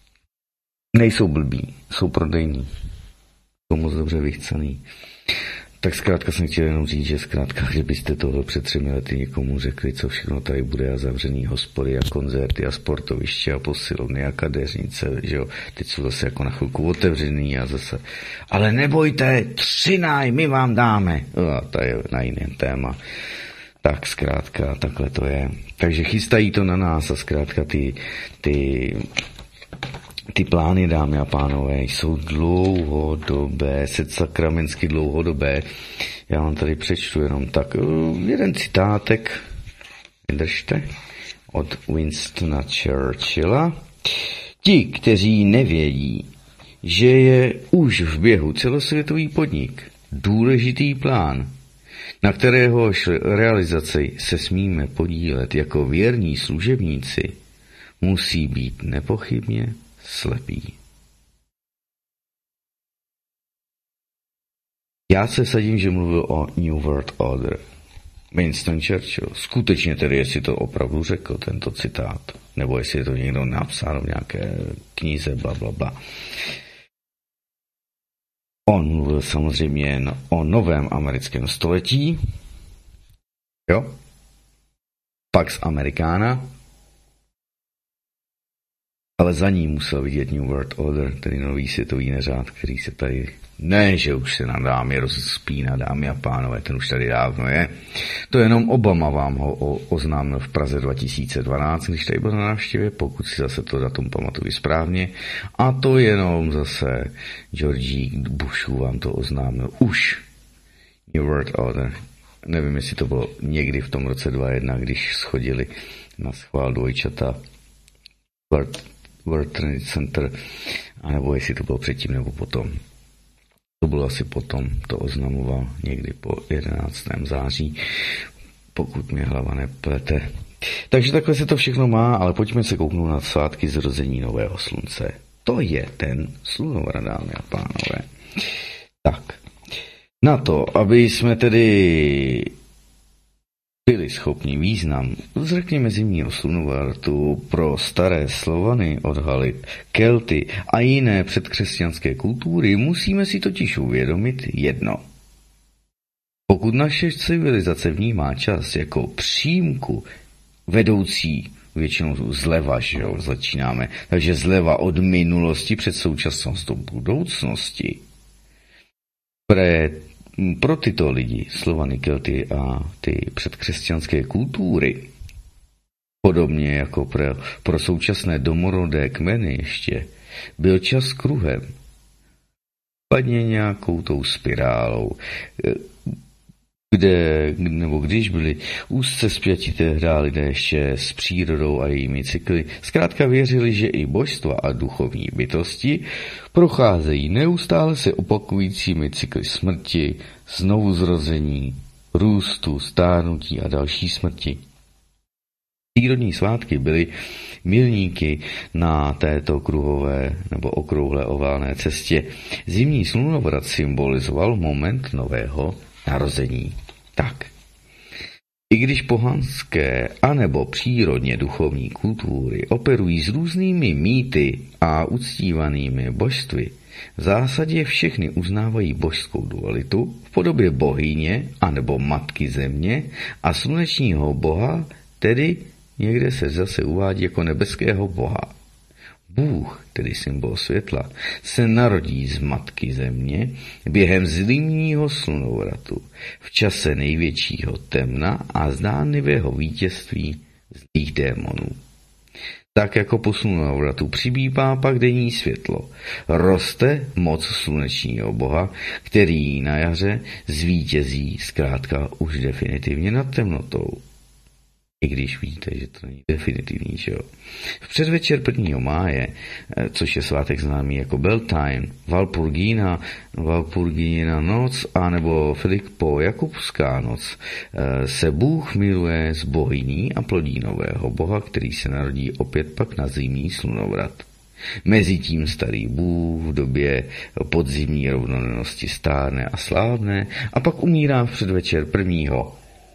nejsou blbí, jsou prodejní. Jsou moc dobře vychcený. tak zkrátka jsem chtěl jenom říct, že zkrátka, kdybyste tohle před třemi lety někomu řekli, co všechno tady bude a zavřený hospody a koncerty a sportoviště a posilovny a kadeřnice, že jo, teď jsou zase jako na chvilku otevřený a zase, ale nebojte, třinaj, my vám dáme. A to je na jiné téma. Tak zkrátka, takhle to je. Takže chystají to na nás a zkrátka ty, ty, ty plány, dámy a pánové, jsou dlouhodobé, setsakramentsky dlouhodobé. Já vám tady přečtu jenom tak jeden citátek, vydržte, od Winstona Churchilla. Ti, kteří nevědí, že je už v běhu celosvětový podnik, důležitý plán, na kteréhož realizaci se smíme podílet jako věrní služebníci, musí být nepochybně slepý. Já se sadím, že mluvil o New World Order. Winston Churchill. Skutečně tedy, jestli to opravdu řekl, tento citát, nebo jestli je to někdo napsal v nějaké knize, bla, bla, bla. On mluvil samozřejmě jen o novém americkém století, jo, Pax Americana, ale za ní musel vidět New World Order, tedy nový světový neřád, který se tady, ne, že už se na dámy rozspíná, dámy a pánové, ten už tady dávno je. To jenom Obama vám ho o, oznámil v Praze dva tisíce dvanáct, když tady byl na návštěvě, pokud si zase to datum pamatuju správně. A to jenom zase George Bushů vám to oznámil už. New World Order. Nevím, jestli to bylo někdy v tom roce dva tisíce jedna, když schodili na schvál dvojčata World, World Trade Center, anebo jestli to bylo předtím nebo potom. To bylo asi potom, to oznamoval někdy po jedenáctého září, pokud mě hlava neplete. Takže takhle se to všechno má, ale pojďme se kouknout na svátky zrození nového slunce. To je ten slunovrat, dámy a pánové. Tak, na to, aby jsme tedy byli schopni význam, řekněme zimního slunovratu pro staré Slovany odhalit, Kelty a jiné předkřesťanské kultury, musíme si totiž uvědomit jedno. Pokud naše civilizace vnímá čas jako přímku vedoucí většinou zleva, že jo, začínáme, takže zleva od minulosti před současnost do budoucnosti, pre Pro tyto lidi, Slovany, Kelty a ty předkřesťanské kultury, podobně jako pro, pro současné domorodé kmeny ještě, byl čas kruhem, padně nějakou tou spirálou, kde, nebo když byli úzce spjati tehdy lidé ještě s přírodou a jejími cykly, zkrátka věřili, že i božstva a duchovní bytosti procházejí neustále se opakujícími cykly smrti, znovuzrození, růstu, stárnutí a další smrti. Přírodní svátky byly milníky na této kruhové nebo okrouhlé oválné cestě. Zimní slunovrat symbolizoval moment nového narození. Tak. I když pohanské anebo přírodně duchovní kultury operují s různými mýty a uctívanými božstvy, v zásadě všechny uznávají božskou dualitu v podobě bohyně anebo matky země a slunečního boha, tedy někde se zase uvádí jako nebeského boha. Bůh, tedy symbol světla, se narodí z matky země během zimního slunovratu, v čase největšího temna a zdánlivého vítězství zlých démonů. Tak jako po slunovratu přibývá pak denní světlo, roste moc slunečního boha, který na jaře zvítězí zkrátka už definitivně nad temnotou. I když víte, že to není definitivní, že jo. V předvečer prvního máje, což je svátek známý jako Beltane, Valpurgina, Valpurgina noc, anebo Filippo Jakubská noc, se Bůh miluje s bohyní a plodí nového boha, který se narodí opět pak na zimní slunovrat. Mezitím starý Bůh v době podzimní rovnodennosti stárne a slávne a pak umírá v předvečer prvního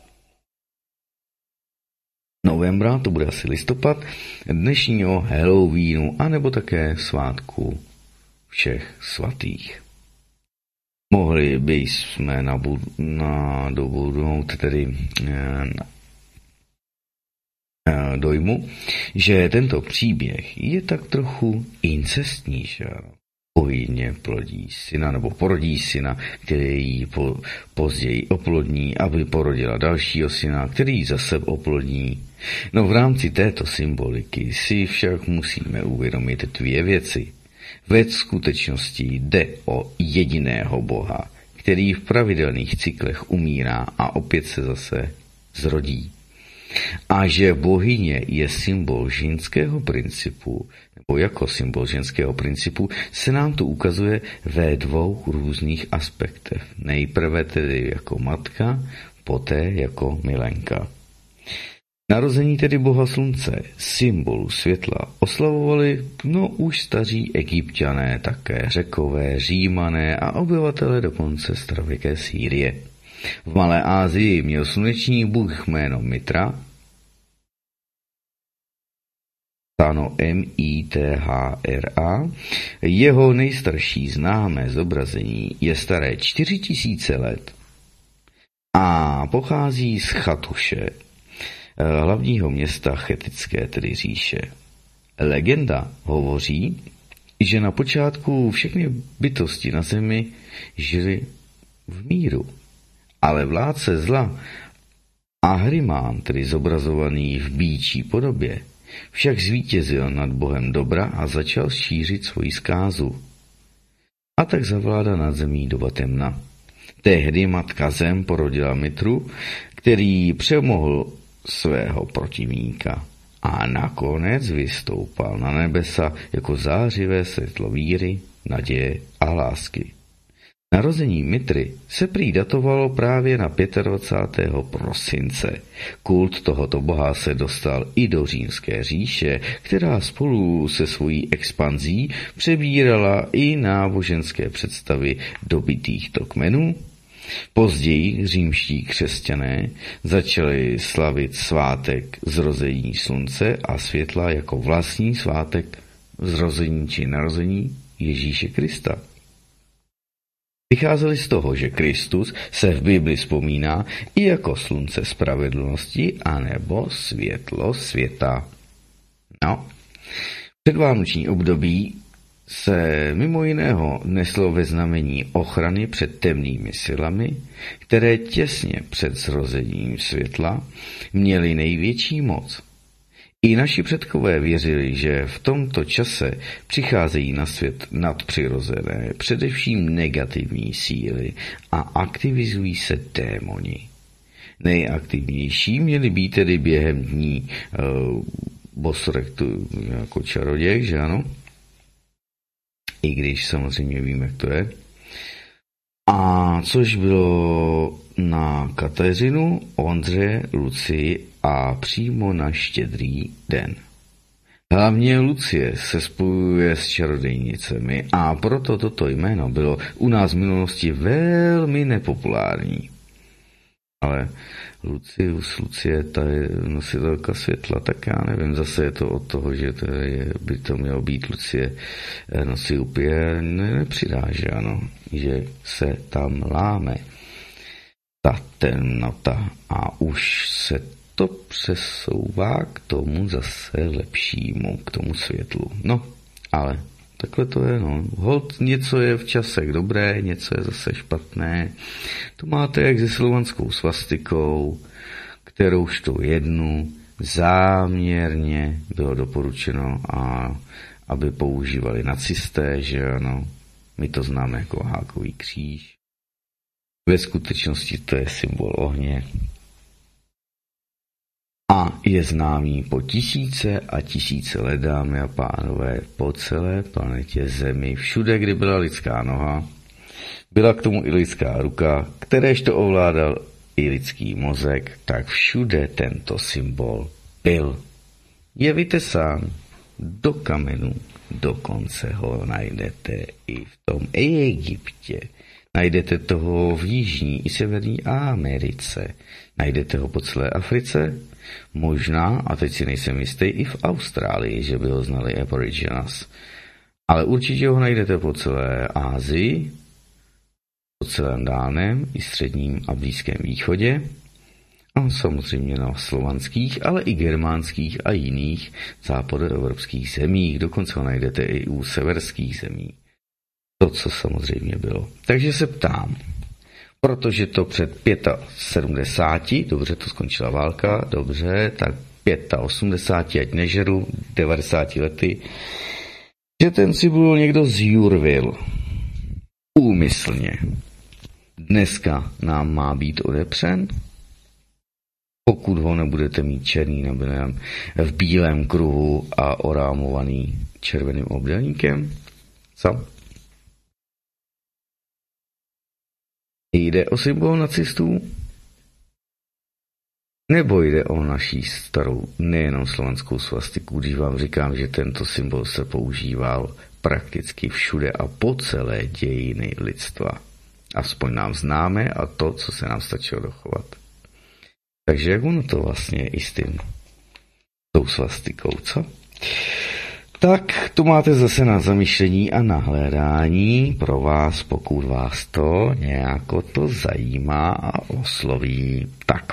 novembra, to bude asi listopad, dnešního Halloweenu, anebo také svátku všech svatých. Mohli by jsme nabudnout tedy eh, eh, dojmu, že tento příběh je tak trochu incestní, že bohyně plodí syna, nebo porodí syna, který ji po, později oplodní, aby porodila dalšího syna, který zase oplodní. No v rámci této symboliky si však musíme uvědomit dvě věci. Ve skutečnosti jde o jediného Boha, který v pravidelných cyklech umírá a opět se zase zrodí. A že bohyně je symbol ženského principu, nebo jako symbol ženského principu, se nám to ukazuje ve dvou různých aspektech. Nejprve tedy jako matka, poté jako milenka. Narození tedy Boha Slunce, symbolu světla, oslavovali no už staří Egypťané, také Řekové, Římané a obyvatelé dokonce starověké Sýrie. V Malé Asii měl sluneční bůh jméno Mitra, psáno M I T H R A. Jeho nejstarší známé zobrazení je staré čtyři tisíce let a pochází z Chatuše, hlavního města Chetické, tedy říše. Legenda hovoří, že na počátku všechny bytosti na zemi žily v míru, ale vládce zla Ahriman, tedy zobrazovaný v býčí podobě, však zvítězil nad Bohem dobra a začal šířit svoji zkázu. A tak zavládá nad zemí doba temna. Tehdy matka Zem porodila Mitru, který přemohl svého protivníka a nakonec vystoupal na nebesa jako zářivé světlo víry, naděje a lásky. Narození Mitry se prý datovalo právě na dvacátého pátého prosince. Kult tohoto boha se dostal i do Římské říše, která spolu se svojí expanzí přebírala i náboženské představy dobytýchto kmenů. Později římští křesťané začali slavit svátek zrození slunce a světla jako vlastní svátek zrození či narození Ježíše Krista. Vycházeli z toho, že Kristus se v Bibli vzpomíná i jako slunce spravedlnosti anebo světlo světa. No, předvánoční období se mimo jiného neslo ve znamení ochrany před temnými silami, které těsně před zrozením světla měly největší moc. I naši předkové věřili, že v tomto čase přicházejí na svět nadpřirozené, především negativní síly a aktivizují se démoni. Nejaktivnější měli být tedy během dní uh, Bosrektu jako čaroděj, že ano? I když samozřejmě víme, jak to je. A což bylo na Kateřinu, Ondře, Lucii a přímo na Štědrý den. Hlavně Lucie se spojuje s čarodejnicemi a proto toto jméno bylo u nás v minulosti velmi nepopulární. Ale Lucius, Lucie, ta je nositelka světla, tak já nevím, zase je to od toho, že to je, by to mělo být Lucie Nosiupie, ne, nepřidá, že ano, že se tam láme ta temnota a už se to přesouvá k tomu zase lepšímu, k tomu světlu. No, ale takhle to je, no. Holt něco je v časech dobré, něco je zase špatné. To máte jak se slovanskou svastikou, kterouž tu jednu záměrně bylo doporučeno, a aby používali nacisté, že ano. My to známe jako hákový kříž. Ve skutečnosti to je symbol ohně. A je známý po tisíce a tisíce let, dámy a pánové, po celé planetě Zemi. Všude, kdy byla lidská noha, byla k tomu i lidská ruka, kteréž to ovládal i lidský mozek, tak všude tento symbol byl. Je vytesán do kamenu, dokonce ho najdete i v tom Egyptě. Najdete toho v Jižní i Severní Americe. Najdete ho po celé Africe, možná, a teď si nejsem jistý, i v Austrálii, že by ho znali Aborigines. Ale určitě ho najdete po celé Asii, po celém dálném i středním a blízkém východě a samozřejmě na slovanských, ale i germánských a jiných západoevropských zemích. Dokonce ho najdete i u severských zemí. To, co samozřejmě bylo. Takže se ptám, protože to před sedmdesáti pěti, dobře, to skončila válka, dobře, tak osmdesáti pěti, ať nežeru, devadesáti lety, že ten cibul někdo zjurvil. Úmyslně. Dneska nám má být odepřen? Pokud ho nebudete mít černý nebo nevím, v bílém kruhu a orámovaný červeným obdélníkem? Co? Jde o symbol nacistů? Nebo jde o naší starou, nejenom slovanskou svastiku, když vám říkám, že tento symbol se používal prakticky všude a po celé dějiny lidstva. Aspoň nám známe a to, co se nám stačilo dochovat. Takže jak ono to vlastně je i s tím, tou svastikou, co? Tak to máte zase na zamyšlení a na hledání pro vás, pokud vás to nějako to zajímá a osloví. Tak.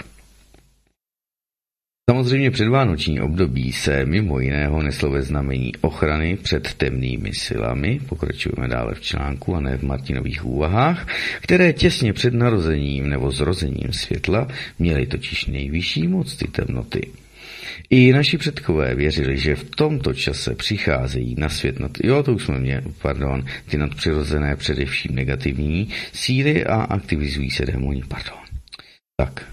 Samozřejmě předvánoční období se mimo jiného neslo ve znamení ochrany před temnými silami, pokračujeme dále v článku a ne v Martinových úvahách, které těsně před narozením nebo zrozením světla měly totiž nejvyšší moc ty temnoty. I naši předkové věřili, že v tomto čase přicházejí na svět, nad, jo, to už jsme měli, pardon, ty nadpřirozené, především negativní síly a aktivizují se démoni, pardon. Tak,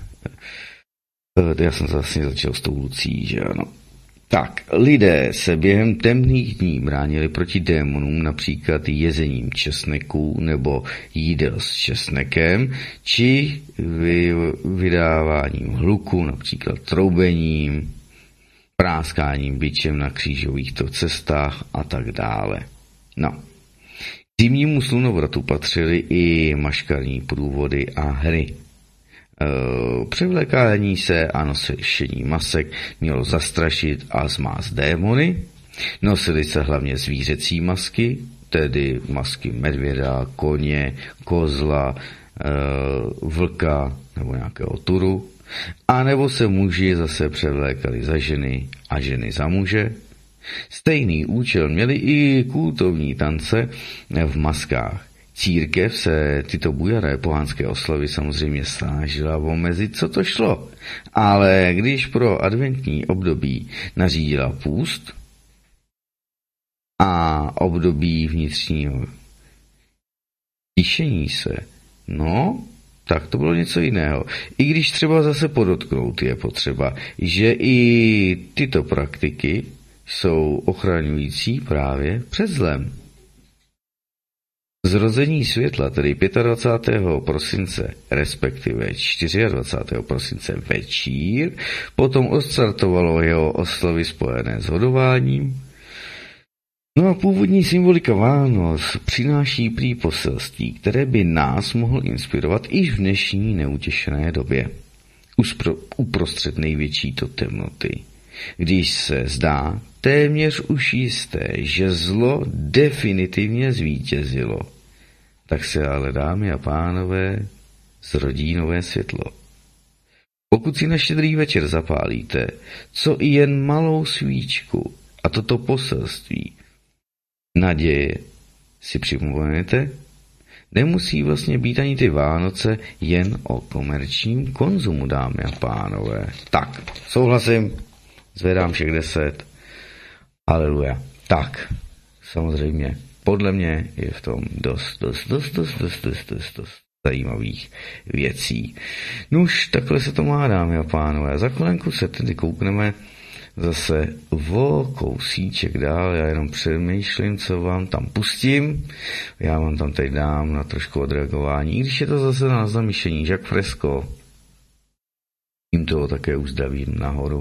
já jsem vlastně začal s tou Lucí, že ano. Tak, lidé se během temných dní bránili proti démonům například jezením česneku nebo jídel s česnekem, či vy, vydáváním hluku, například troubením, práskáním bičem na křížových cestách a tak dále. No. K zimnímu slunovratu patřily i maškarní průvody a hry. Převlékání se a nošení masek mělo zastrašit a zmást démony. Nosily se hlavně zvířecí masky, tedy masky medvěda, koně, kozla, vlka nebo nějakého turu. A nebo se muži zase převlékali za ženy a ženy za muže. Stejný účel měli i kultovní tance v maskách. Církev se tyto bujaré pohánské oslavy samozřejmě snažila omezit, co to šlo. Ale když pro adventní období nařídila půst a období vnitřního tišení se, no, tak to bylo něco jiného. I když třeba zase podotknout je potřeba, že i tyto praktiky jsou ochraňující právě před zlem. Zrození světla, tedy dvacátého pátého prosince, respektive dvacátého čtvrtého prosince večír, potom odstartovalo jeho oslavy spojené s hodováním. No a původní symbolika Vánoc přináší prý poselství, které by nás mohlo inspirovat iž v dnešní neutěšené době. Uspro, uprostřed největší to temnoty. Když se zdá téměř už jisté, že zlo definitivně zvítězilo, tak se ale, dámy a pánové, zrodí nové světlo. Pokud si na štědrý večer zapálíte, co i jen malou svíčku a toto poselství naděje si připomenete, nemusí vlastně být ani ty Vánoce jen o komerčním konzumu, dámy a pánové. Tak, souhlasím, zvedám všech deset. Haleluja. Tak, samozřejmě, podle mě je v tom dost, dost, dost, dost, dost, dost, dost, dost zajímavých věcí. Nuž, takhle se to má, dámy a pánové. Za chvilenku se tedy koukneme zase o kousíček dál, já jenom přemýšlím, co vám tam pustím. Já vám tam teď dám na trošku odreagování, když je to zase na zamyšlení, Jacques Fresco. Tím toho také uzdavím nahoru.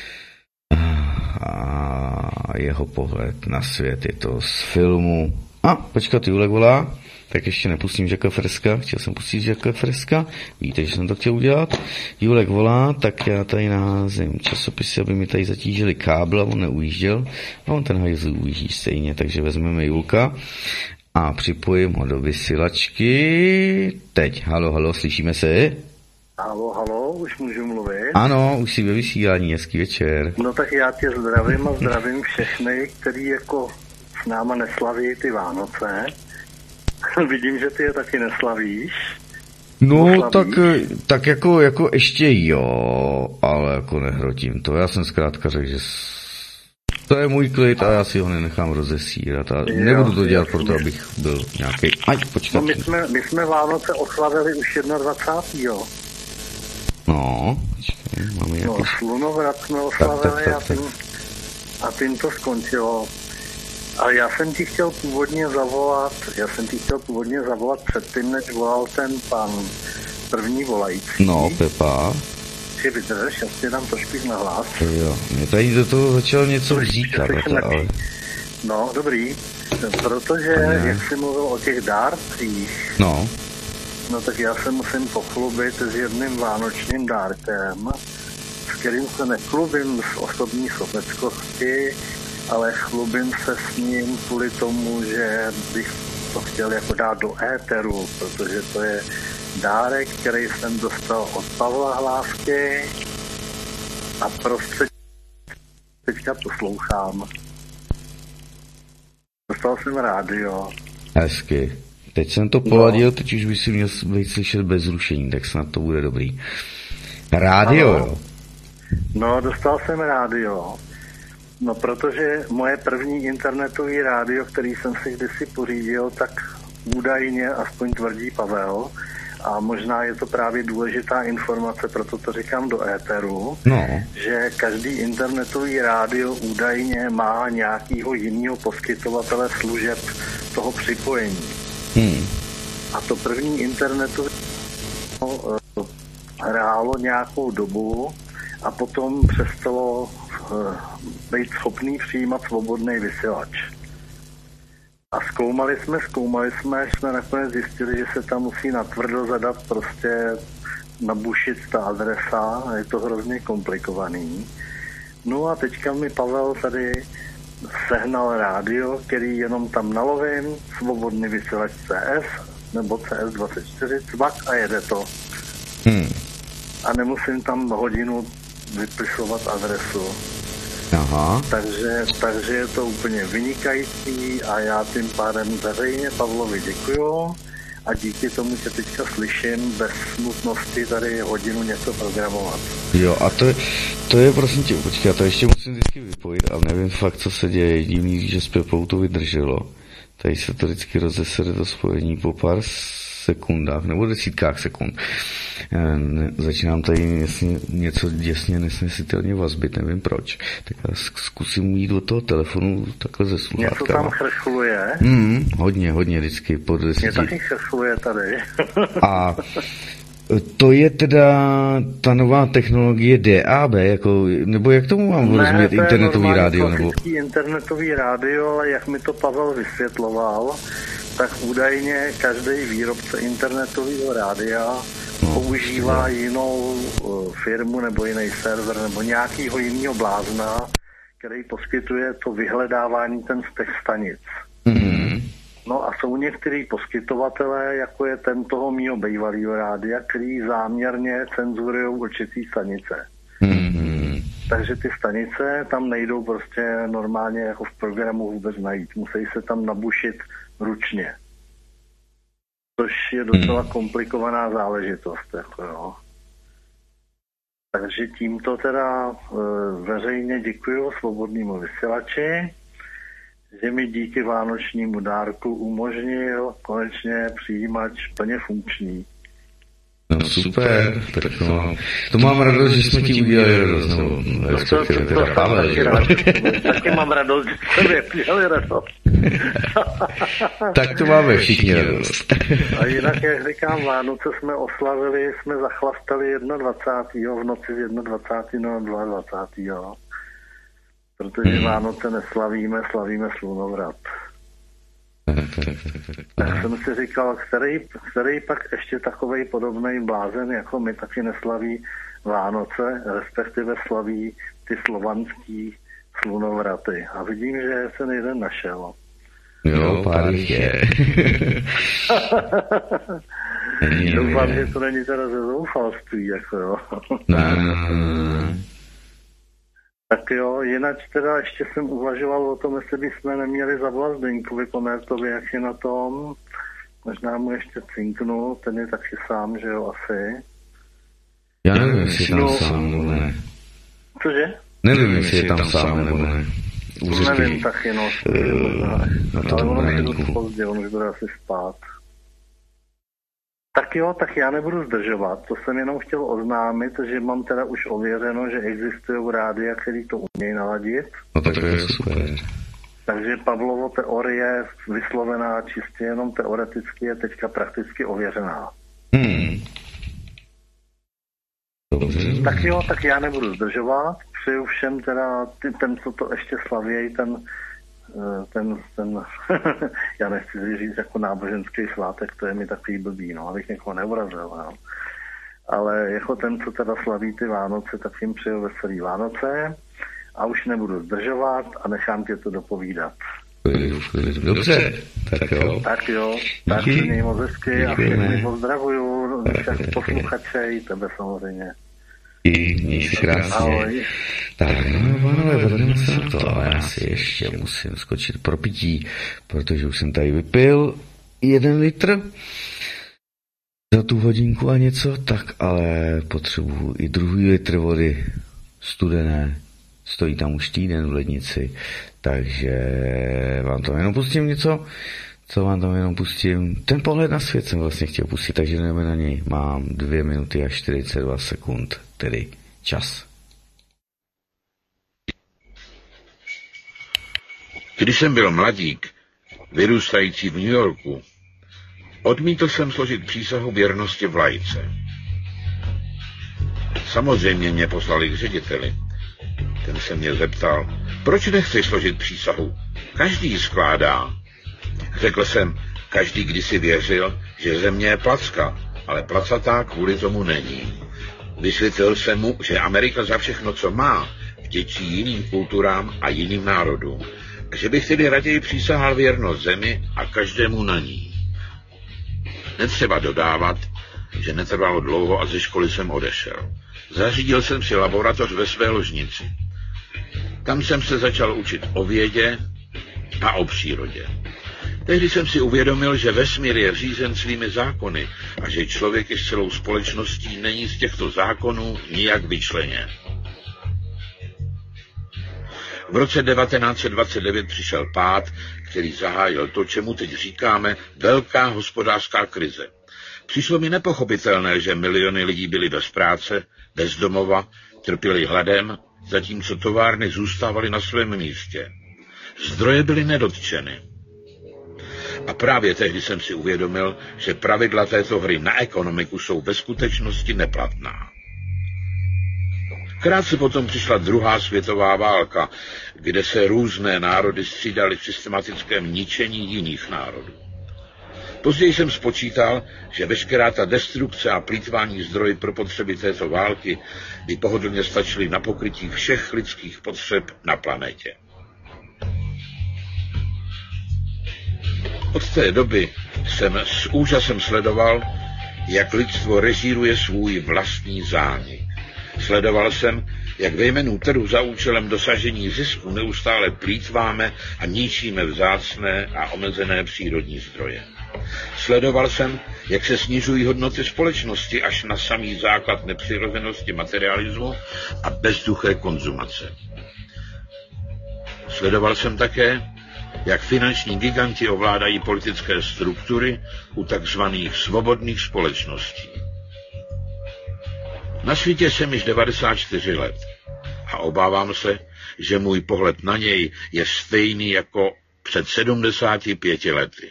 A jeho pohled na svět je to z filmu. A, počkat, Julek volá. Tak ještě nepustím Jacques Fresca. Chtěl jsem pustit Jacques Fresca. Víte, že jsem to chtěl udělat. Julek volá, tak já tady naházím časopisy, aby mi tady zatížili kábel, on neujížděl. A on ten hajzl ujíždí stejně, takže vezmeme Julka. a připojím ho do vysílačky. Teď, halo, halo, slyšíme se? Halo, halo, už můžu mluvit? Ano, už jsi ve vysílání, hezký večer. No tak já tě zdravím a zdravím všechny, který jako s náma neslaví ty Vánoce. Vidím, že ty je taky neslavíš. No, tak, tak jako, jako ještě jo, ale jako nehrotím to. Já jsem zkrátka řekl, že to je můj klid a já si ho nenechám rozesírat a jo, nebudu to dělat proto, abych byl nějaký. Aj, počkat. No, my jsme, my jsme Vánoce oslavili už dvacátého prvního No, počkej, máme nějaký... No, slunovrat jsme oslavili tak, tak, tak, tak. A, tím, a tím to skončilo. Ale já jsem ti chtěl původně zavolat, já jsem ti chtěl původně zavolat předtím, než volal ten pan první volající. No, Pepa. Si vydrž, já si dám trošku na hlas. Jo, mě tady do toho začal něco říkat, ale... No, dobrý, protože ne. Jak jsi mluvil o těch dárcích, no. no tak já se musím pochlubit s jedným vánočním dárkem, s kterým se nechlubím z osobní sobeckosti, ale chlubím se s ním kvůli tomu, že bych to chtěl jako dát do éteru, protože to je dárek, který jsem dostal od Pavla Hlásky a prostě teďka poslouchám. Dostal jsem rádio. Hezky. Teď jsem to poladil, no. Teď už by si měl být slyšet bez zrušení, tak snad to bude dobrý. Rádio, ano. Jo? No, dostal jsem rádio. No, protože moje první internetový rádio, který jsem si kdysi pořídil, tak údajně, aspoň tvrdí Pavel, a možná je to právě důležitá informace, proto to říkám do éteru, no. Že každý internetový rádio údajně má nějakého jiného poskytovatele služeb toho připojení. Hmm. A to první internetové hrálo nějakou dobu a potom přestalo být schopný přijímat svobodný vysílač. A zkoumali jsme, zkoumali jsme, až jsme nakonec zjistili, že se tam musí natvrdo zadat prostě nabušit ta adresa a je to hrozně komplikovaný. No a teďka mi Pavel tady sehnal rádio, který jenom tam nalovím, svobodný vysílač C S nebo C S dvacet čtyři, cvak a jede to. Hmm. A nemusím tam hodinu vypisovat adresu. Aha. Takže, takže je to úplně vynikající a já tím pádem veřejně Pavlovi děkuju a díky tomu, že teďka slyším bez smutnosti tady hodinu něco programovat. Jo, a to je, to je prosím tě, počkej, to ještě musím vždycky vypojit, ale nevím fakt, co se děje, jediný, že s Pepou to vydrželo. Tady se to vždycky rozesede to spojení po pár sekundách, nebo desítkách sekund. Ne, začínám tady jasně, něco děsně nesnesitelně vazbit, nevím proč. Tak já zkusím jít do toho telefonu takhle ze sluchátkama. Něco tam chrchluje? Mm, hodně, hodně vždycky. Po desítí. Mě taky chrchluje tady. A to je teda ta nová technologie D A B, jako, nebo jak tomu mám ne, rozumět, to internetový rádio? Nebo... internetový rádio, ale jak mi to Pavel vysvětloval, tak údajně každý výrobce internetového rádia no, používá no. jinou firmu nebo jiný server nebo nějakýho jiného blázna, který poskytuje to vyhledávání ten z těch stanic. Mm-hmm. No a jsou některý poskytovatelé, jako je ten toho mýho bývalýho rádia, který záměrně cenzurují určitý stanice. Mm-hmm. Takže ty stanice tam nejdou prostě normálně jako v programu vůbec najít. Musí se tam nabušit ručně. Což je docela komplikovaná záležitost. Jako jo. Takže tímto teda e, veřejně děkuju svobodnému vysílači, že mi díky vánočnímu dárku umožnil konečně přijímač plně funkční. No super, tak no, to mám radost, že jsme ti udělali radost, nebo respektive teda Pavel, že? Taky mám radost, že jsme nepřijali radost. Tak to máme všichni radost. A jinak, jak říkám, Vánoce jsme oslavili, jsme zachlastali dvacátého prvního v noci z dvacátého prvního na dvacátého druhého Protože hmm. Vánoce neslavíme, slavíme slunovrat. Tak jsem si říkal, který, který pak ještě takovej podobnej blázen jako my taky neslaví Vánoce, respektive slaví ty slovanský slunovraty. A vidím, že jsem jeden našel. Jo, pár jich je. Doufám, že to není teda ze zoufalství, jako jo. Ne, ne, ne. Tak jo, jinak teda ještě jsem uvažoval o tom, jestli bychom neměli zavolat Zdeňkovi Komertovi, jak je na tom. Možná mu ještě cinknu, ten je taky sám, že jo, asi. Já nevím, jestli je tam no, sám, nebo ne. Cože? Nevím, jestli je tam sám, nebo ne. To nevím taky, no. Uh, ale ono je dost pozdě, on už bude asi spát. Tak jo, tak já nebudu zdržovat, to jsem jenom chtěl oznámit, že mám teda už ověřeno, že existují rádia, který to umějí naladit. No tak to je super. Takže Pavlovo teorie vyslovená čistě jenom teoreticky je teďka prakticky ověřená. Hmm. Dobře. Tak jo, tak já nebudu zdržovat, přeju všem teda, ten, co to ještě slavějí, ten ten, ten já nechci říct jako náboženský svátek, to je mi takový blbý, no, abych někoho neurazil, no. Ale jako ten, co teda slaví ty Vánoce, tak jim přeju veselý Vánoce a už nebudu zdržovat a nechám tě to dopovídat. Dobře, tak jo. Tak jo, tak si měj moc hezky a všechny pozdravuju, všech posluchače i tebe samozřejmě. I měj se krásně. Ahoj. Tak, no, pánové, vrhneme se na to, ale já si ještě musím skočit pro pití, protože už jsem tady vypil jeden litr za tu hodinku a něco, tak ale potřebuju i druhý litr vody studené, stojí tam už týden v lednici, takže vám tam jenom pustím něco, co vám tam jenom pustím. Ten pohled na svět jsem vlastně chtěl pustit, takže jdeme na něj. Mám dvě minuty a čtyřicet dva sekund, tedy čas. Když jsem byl mladík, vyrůstající v New Yorku, odmítl jsem složit přísahu věrnosti vlajce. Samozřejmě mě poslali k řediteli. Ten se mě zeptal, proč nechceš složit přísahu? Každý ji skládá. Řekl jsem, každý kdysi věřil, že země je placka, ale placatá kvůli tomu není. Vysvětlil jsem mu, že Amerika za všechno, co má, vděčí jiným kulturám a jiným národům. Že bych tedy raději přísahal věrnost zemi a každému na ní. Netřeba dodávat, že netrvalo dlouho a ze školy jsem odešel. Zařídil jsem si laboratoř ve své ložnici. Tam jsem se začal učit o vědě a o přírodě. Tehdy jsem si uvědomil, že vesmír je řízen svými zákony a že člověk i s celou společností není z těchto zákonů nijak vyčleněn. V roce devatenáct set dvacet devět přišel pád, který zahájil to, čemu teď říkáme velká hospodářská krize. Přišlo mi nepochopitelné, že miliony lidí byly bez práce, bez domova, trpěli hladem, zatímco továrny zůstávaly na svém místě. Zdroje byly nedotčeny. A právě tehdy jsem si uvědomil, že pravidla této hry na ekonomiku jsou ve skutečnosti neplatná. Krátce potom přišla druhá světová válka, kde se různé národy střídaly v systematickém ničení jiných národů. Později jsem spočítal, že veškerá ta destrukce a plýtvání zdroji pro potřeby této války by pohodlně stačily na pokrytí všech lidských potřeb na planetě. Od té doby jsem s úžasem sledoval, jak lidstvo režíruje svůj vlastní zánik. Sledoval jsem, jak ve jménu trhu za účelem dosažení zisku neustále plýtváme a ničíme vzácné a omezené přírodní zdroje. Sledoval jsem, jak se snižují hodnoty společnosti až na samý základ nepřirozenosti materialismu a bezduché konzumace. Sledoval jsem také, jak finanční giganti ovládají politické struktury u takzvaných svobodných společností. Na světě jsem již devadesát čtyři let a obávám se, že můj pohled na něj je stejný jako před sedmdesáti pěti lety.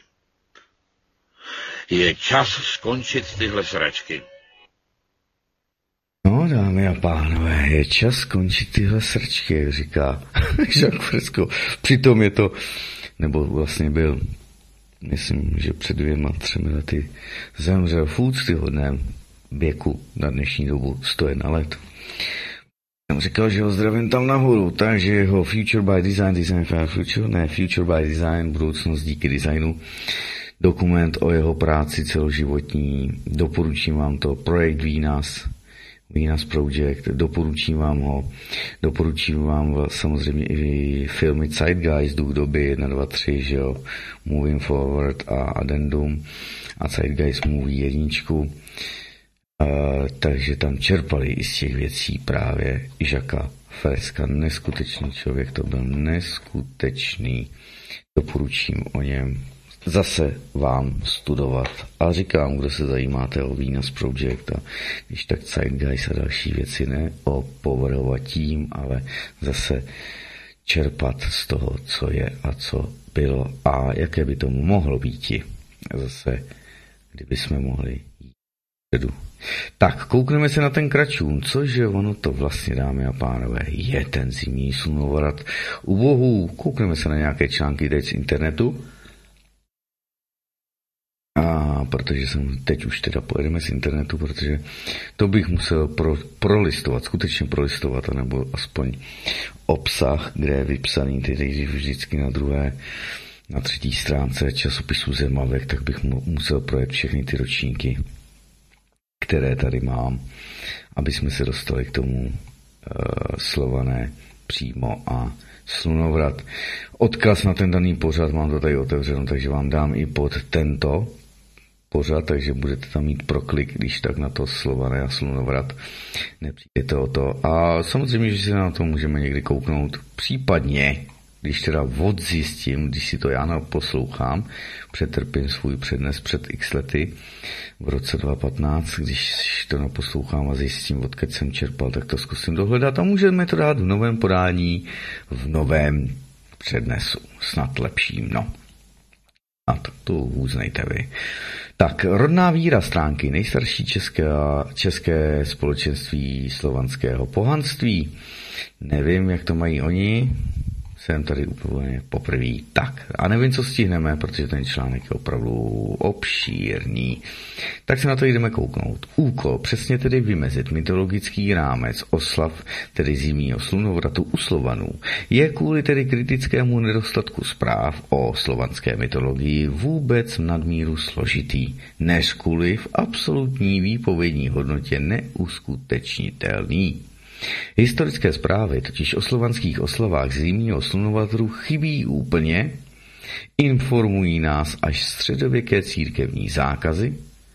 Je čas skončit tyhle sračky. No, dámy a pánové, je čas skončit tyhle sračky, jak říká Jacques Fresco. Přitom je to, nebo vlastně byl, myslím, že před dvěma, třemi lety zemřel v úctyhodném věku na dnešní dobu sto jedna let. jsem říkal, že ho zdravím tam nahoru, takže jeho Future by Design, Design for Future, ne, Future by Design, budoucnost díky designu, dokument o jeho práci celoživotní, doporučím vám to, projekt Venus, Venus Project, doporučím vám ho, doporučím vám samozřejmě i filmy Zeitgeistu, doby jedna, dva, tři, že jo, Moving Forward a Addendum a Zeitgeist Movie jedničku. Uh, takže tam čerpali i z těch věcí právě Jacquesa Fresca. Neskutečný člověk, to byl neskutečný. Doporučím o něm zase vám studovat. A říkám, kdo se zajímáte o Venus Project a když tak Zeitgeist a další věci, ne opovrhovat tím, ale zase čerpat z toho, co je a co bylo a jaké by tomu mohlo být. Zase, kdyby jsme mohli jít předu. Tak, koukneme se na ten kračůn, cože ono to vlastně, dámy a pánové, je ten zimní slunovrat u bohů. Koukneme se na nějaké články teď z internetu. A protože jsem teď už teda pojedeme z internetu, protože to bych musel pro, prolistovat, skutečně prolistovat, anebo aspoň obsah, kde je vypsaný tedy vždycky na druhé, na třetí stránce časopisu Zemavek, tak bych mu, musel projet všechny ty ročníky, které tady mám, aby jsme se dostali k tomu uh, Slované přímo a slunovrat. Odkaz na ten daný pořad mám to tady otevřeno, takže vám dám i pod tento pořad, takže budete tam mít proklik, když tak na to Slované a slunovrat nepřijdete o to. A samozřejmě, že si na to můžeme někdy kouknout, případně, když teda odzjistím, když si to já poslouchám, přetrpím svůj přednes před x lety v roce dva tisíce patnáct, když to naposlouchám a zjistím, odkud jsem čerpal, tak to zkusím dohledat a můžeme to dát v novém podání, v novém přednesu, snad lepším, no. A to, to uznejte vy. Tak, rodná víra stránky, nejstarší české, české společenství slovanského pohanství. Nevím, jak to mají oni, jsem tady úplně poprvé. Tak, a nevím, co stihneme, protože ten článek je opravdu obšírný. Tak se na to jdeme kouknout. Úkol přesně tedy vymezit mytologický rámec oslav, tedy zimního slunovratu u Slovanů, je kvůli tedy kritickému nedostatku zpráv o slovanské mytologii vůbec nadmíru složitý, než kvůli v absolutní výpovědní hodnotě neuskutečnitelný. Historické zprávy totiž o slovanských oslavách zimního slunovratu chybí úplně, informují nás až středověké církevní zákazy,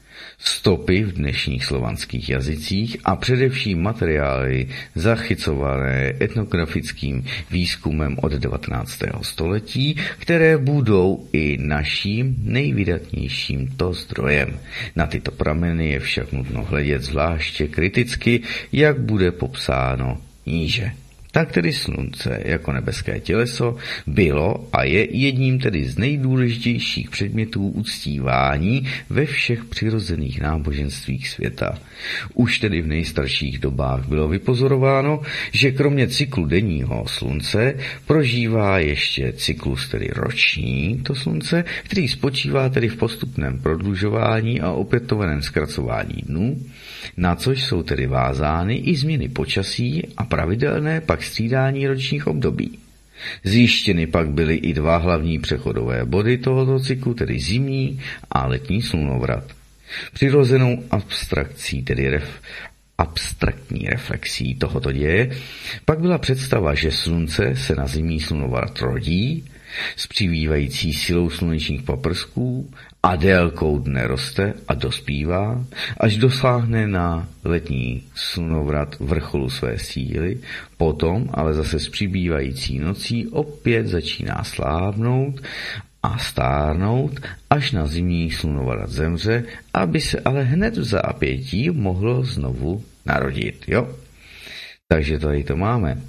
stopy v dnešních slovanských jazycích a především materiály zachycované etnografickým výzkumem od devatenáctého století, které budou i naším nejvydatnějším to zdrojem. Na tyto prameny je však nutno hledět zvláště kriticky, jak bude popsáno níže. Tak tedy slunce jako nebeské těleso bylo a je jedním tedy z nejdůležitějších předmětů uctívání ve všech přirozených náboženstvích světa. Už tedy v nejstarších dobách bylo vypozorováno, že kromě cyklu denního slunce prožívá ještě cyklus tedy roční to slunce, který spočívá tedy v postupném prodlužování a opětovném zkracování dnů, na což jsou tedy vázány i změny počasí a pravidelné pak střídání ročních období. Zjištěny pak byly i dva hlavní přechodové body tohoto cyklu, tedy zimní a letní slunovrat. Přirozenou abstrakcí, tedy ref, abstraktní reflexí tohoto děje, pak byla představa, že slunce se na zimní slunovrat rodí, s přibývající silou slunečních paprsků a délkou dne roste a dospívá, až dosáhne na letní slunovrat vrcholu své síly, potom ale zase s přibývající nocí opět začíná slábnout a stárnout, až na zimní slunovrat zemře, aby se ale hned v zápětí mohlo znovu narodit. Jo? Takže tady to máme.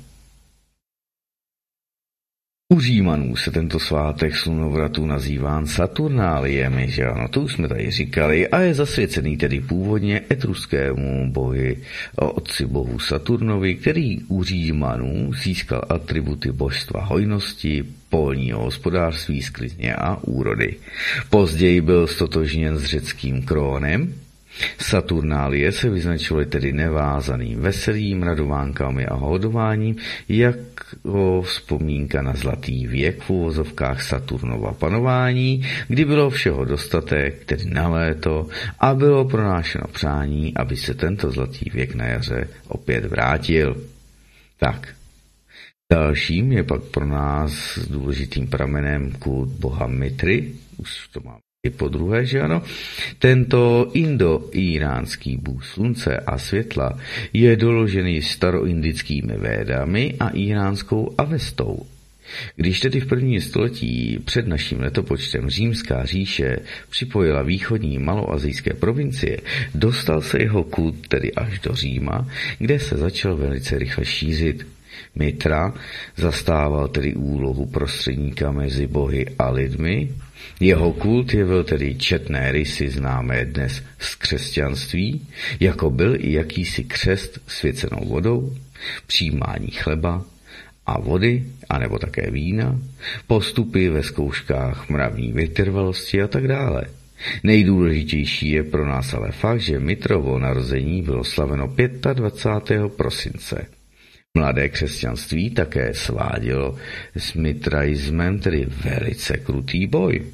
U Římanů se tento svátek slunovratu nazýván Saturnáliem, že ano, to už jsme tady říkali, a je zasvěcený tedy původně etruskému bohy, otci bohu Saturnovi, který u Římanů získal atributy božstva hojnosti, polního hospodářství, sklizně a úrody. Později byl stotožněn s řeckým Krónem, Saturnálie se vyznačovaly tedy nevázaným veselím, radovánkami a hodováním, jako vzpomínka na zlatý věk v uvozovkách Saturnova panování, kdy bylo všeho dostatek, tedy na léto, a bylo pronášeno přání, aby se tento zlatý věk na jaře opět vrátil. Tak. Dalším je pak pro nás důležitým pramenem kult boha Mitry, už to máme i po druhé, že ano. Tento indo-iránský bůh slunce a světla je doložený staroindickými védami a iránskou avestou. Když tedy v prvním století před naším letopočtem římská říše připojila východní maloazijské provincie, dostal se jeho kult tedy až do Říma, kde se začal velice rychle šířit. Mitra zastával tedy úlohu prostředníka mezi bohy a lidmi. Jeho kult jevil tedy četné rysy známé dnes z křesťanství, jako byl i jakýsi křest svěcenou vodou, přijímání chleba a vody, anebo také vína, postupy ve zkouškách mravní vytrvalosti a tak dále. Nejdůležitější je pro nás ale fakt, že Mitrovo narození bylo slaveno dvacátého pátého prosince. Mladé křesťanství také svádělo s mitraismem, tedy velice krutý boj.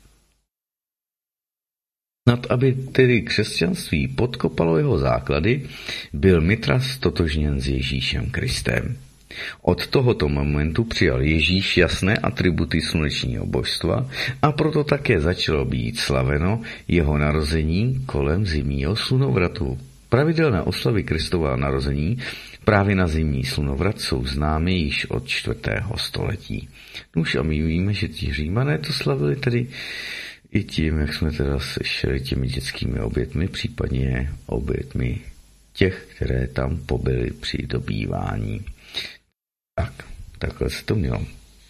Nad aby tedy křesťanství podkopalo jeho základy, byl Mitras totožněn s Ježíšem Kristem. Od tohoto momentu přijal Ježíš jasné atributy slunečního božstva a proto také začalo být slaveno jeho narození kolem zimního slunovratu. Pravidelné oslavy Kristova narození právě na zimní slunovrat jsou známy již od čtvrtého století. Už a my víme, že ti Římané to slavili tedy i tím, jak jsme teda sešli těmi dětskými obětmi, případně obětmi těch, které tam pobyly při dobývání. Tak, takhle se to mělo.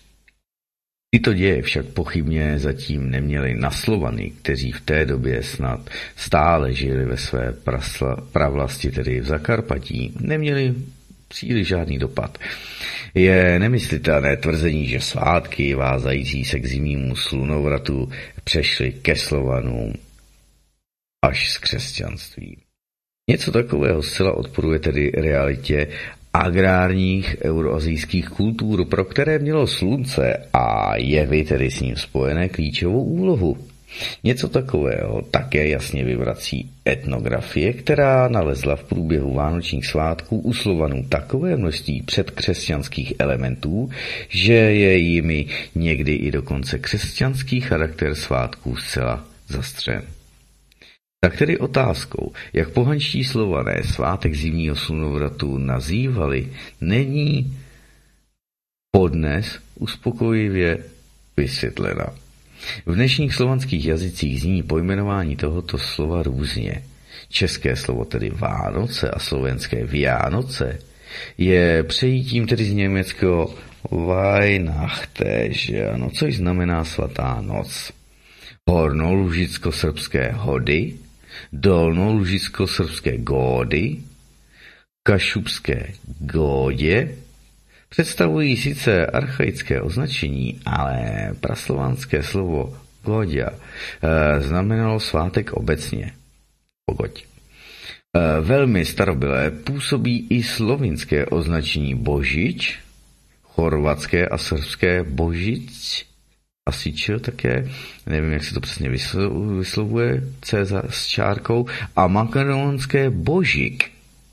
Tyto děje však pochybně zatím neměli na Slovany, kteří v té době snad stále žili ve své prasla, pravlasti, tedy v Zakarpatí, neměli příliš žádný dopad. Je nemyslitelné tvrzení, že svátky vázající se k zimnímu slunovratu přešly ke Slovanům až z křesťanství. Něco takového zcela odporuje tedy realitě agrárních euroazijských kultur, pro které mělo slunce a jevy tedy s ním spojené klíčovou úlohu. Něco takového také jasně vyvrací etnografie, která nalezla v průběhu vánočních svátků u Slovanů takové množství předkřesťanských elementů, že je jimi někdy i dokonce křesťanský charakter svátků zcela zastřen. Tak tedy otázkou, jak pohanští Slované svátek zimního slunovratu nazývali, není podnes uspokojivě vysvětlena. V dnešních slovanských jazycích zní pojmenování tohoto slova různě. České slovo tedy Vánoce a slovenské Vianoce je přejítím tedy z německého Weihnachte, že ano, což znamená svatá noc. Hornolužicko-srbské hody, dolnolužicko-srbské gódy, kašubské gódě představují sice archaické označení, ale praslovanské slovo gódia e, znamenalo svátek obecně. Pogoď. E, velmi starobylé působí i slovinské označení božič, chorvatské a srbské božic, Asičil také, nevím, jak se to přesně vyslovuje, C s čárkou, a makedonské božik,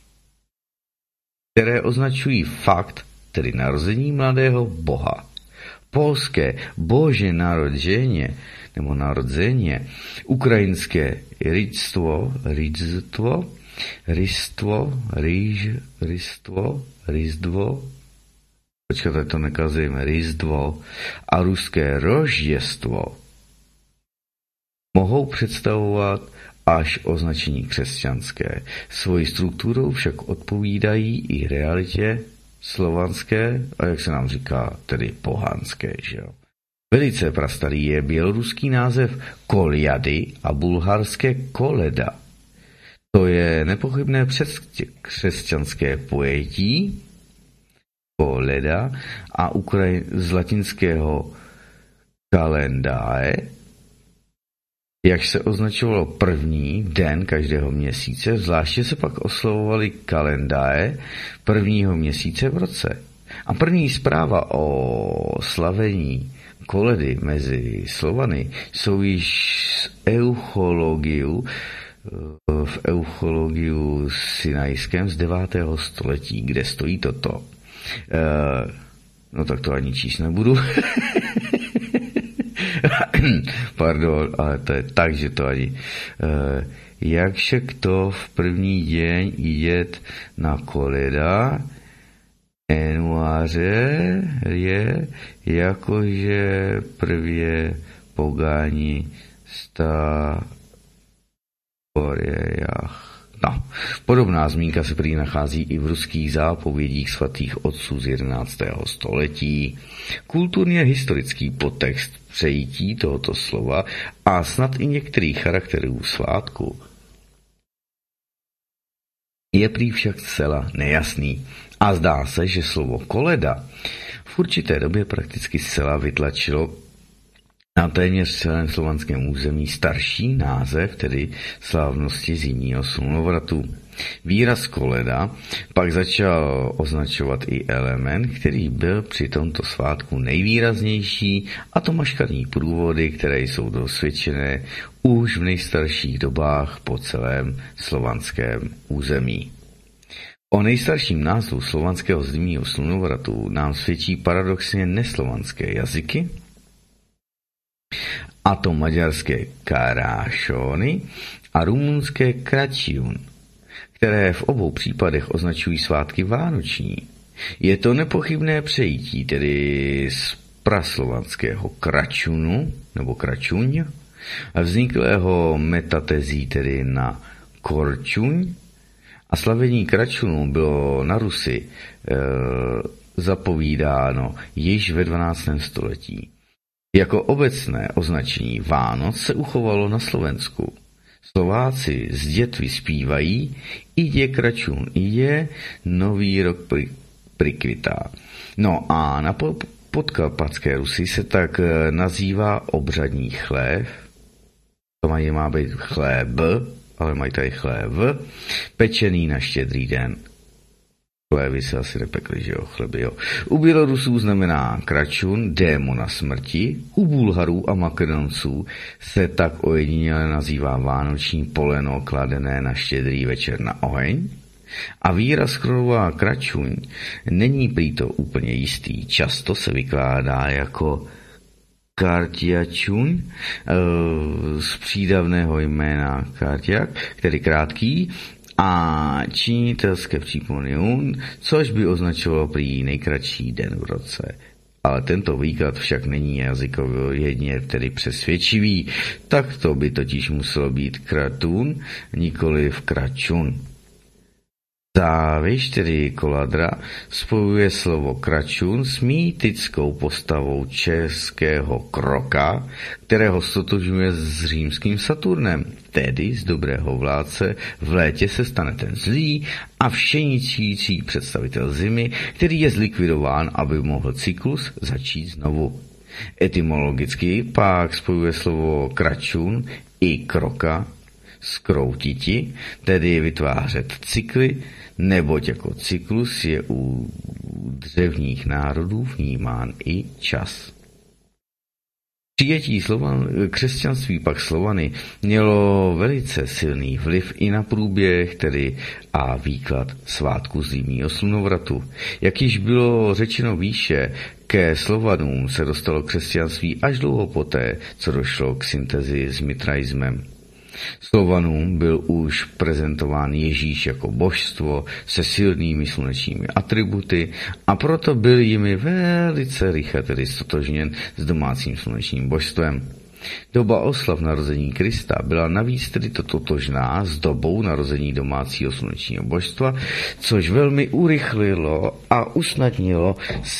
které označují fakt, tedy narození mladého boha. Polské bože narodženě, nebo narodzeně, ukrajinské rýctvo, rýctvo, rýstvo, rýž, rýstvo, rýzdvo, počkejte, to nekazím, rýzdvo a ruské rožděstvo mohou představovat až označení křesťanské. Svojí strukturou však odpovídají i realitě slovanské a jak se nám říká, tedy pohanské. Že jo? Velice prastarý je běloruský název koljady a bulharské koleda. To je nepochybné křesťanské pojetí koleda a Ukraj- z latinského kalendáe jak se označovalo první den každého měsíce, zvláště se pak oslavovali kalendáře prvního měsíce v roce. A první zpráva o slavení koledy mezi Slovany jsou již z euchologiu, v euchologiu sinajském z devátého století, kde stojí toto. E, no tak to ani číst nebudu. Pardon, ale to je tak, že to ani... E, jak však to v první den jet na koleda, enuáře je, jakože prvě pogáni sta No, podobná zmínka se prý nachází i v ruských zápovědích svatých otců z jedenáctého století. Kulturně historický podtext přejítí tohoto slova a snad i některých charakterů svátku je prý však zcela nejasný. A zdá se, že slovo koleda v určité době prakticky zcela vytlačilo na téměř celém slovanském území starší název, tedy slavnosti zimního slunovratu. Výraz koleda pak začal označovat i element, který byl při tomto svátku nejvýraznější, a to maškarní průvody, které jsou dosvědčené už v nejstarších dobách po celém slovanském území. O nejstarším názvu slovanského zimního slunovratu nám svědčí paradoxně neslovanské jazyky, a to maďarské karášony a rumunské kračiun, které v obou případech označují svátky vánoční. Je to nepochybné přejítí, tedy z praslovanského kračunu, nebo kračuň, vzniklého metatezí, tedy na korčuň, a slavení kračunu bylo na Rusy e, zapovídáno již ve dvanáctém století. Jako obecné označení Vánoc se uchovalo na Slovensku. Slováci z dětvy zpívají Ide kračun, ide, nový rok pri, prikvitá. No a na podkarpatské Rusy se tak nazývá obřadní chlév, to mají, má být chléb, ale mají tady chlév, pečený na Štědrý den. Chlévy se asi nepekli, že jo, chleby, jo. U Bělorusů znamená kračun, démona smrti, u Bulharů a Makedonců se tak ojediněle nazývá vánoční poleno kladené na Štědrý večer na oheň. A výraz chronová kračuň není prý to úplně jistý, často se vykládá jako kartiačuň z přídavného jména kartiak, který krátký, a činitelské přípomnění, což by označovalo prý nejkratší den v roce. Ale tento výklad však není jazykově jedně tedy přesvědčivý, tak to by totiž muselo být kratun, nikoli v kračun. Závěš, tedy koladra, spojuje slovo kračun s mýtickou postavou českého kroka, kterého stotožňuje s římským Saturnem, tedy z dobrého vládce v létě se stane ten zlý a všeničící představitel zimy, který je zlikvidován, aby mohl cyklus začít znovu. Etymologicky pak spojuje slovo kračun i kroka skroutiti, tedy vytvářet cykly, neboť jako cyklus je u dřevních národů vnímán i čas. Přijetí Slovan, křesťanství pak Slovany mělo velice silný vliv i na průběh, tedy a výklad svátku zimního slunovratu. Jak již bylo řečeno výše, ke Slovanům se dostalo křesťanství až dlouho poté, co došlo k syntezi s mitraismem. Slovanům byl už prezentován Ježíš jako božstvo se silnými slunečními atributy a proto byl jimi velice rychle tedy stotožněn s domácím slunečním božstvem. Doba oslav narození Krista byla navíc tedy totožná s dobou narození domácího slunečního božstva, což velmi urychlilo a usnadnilo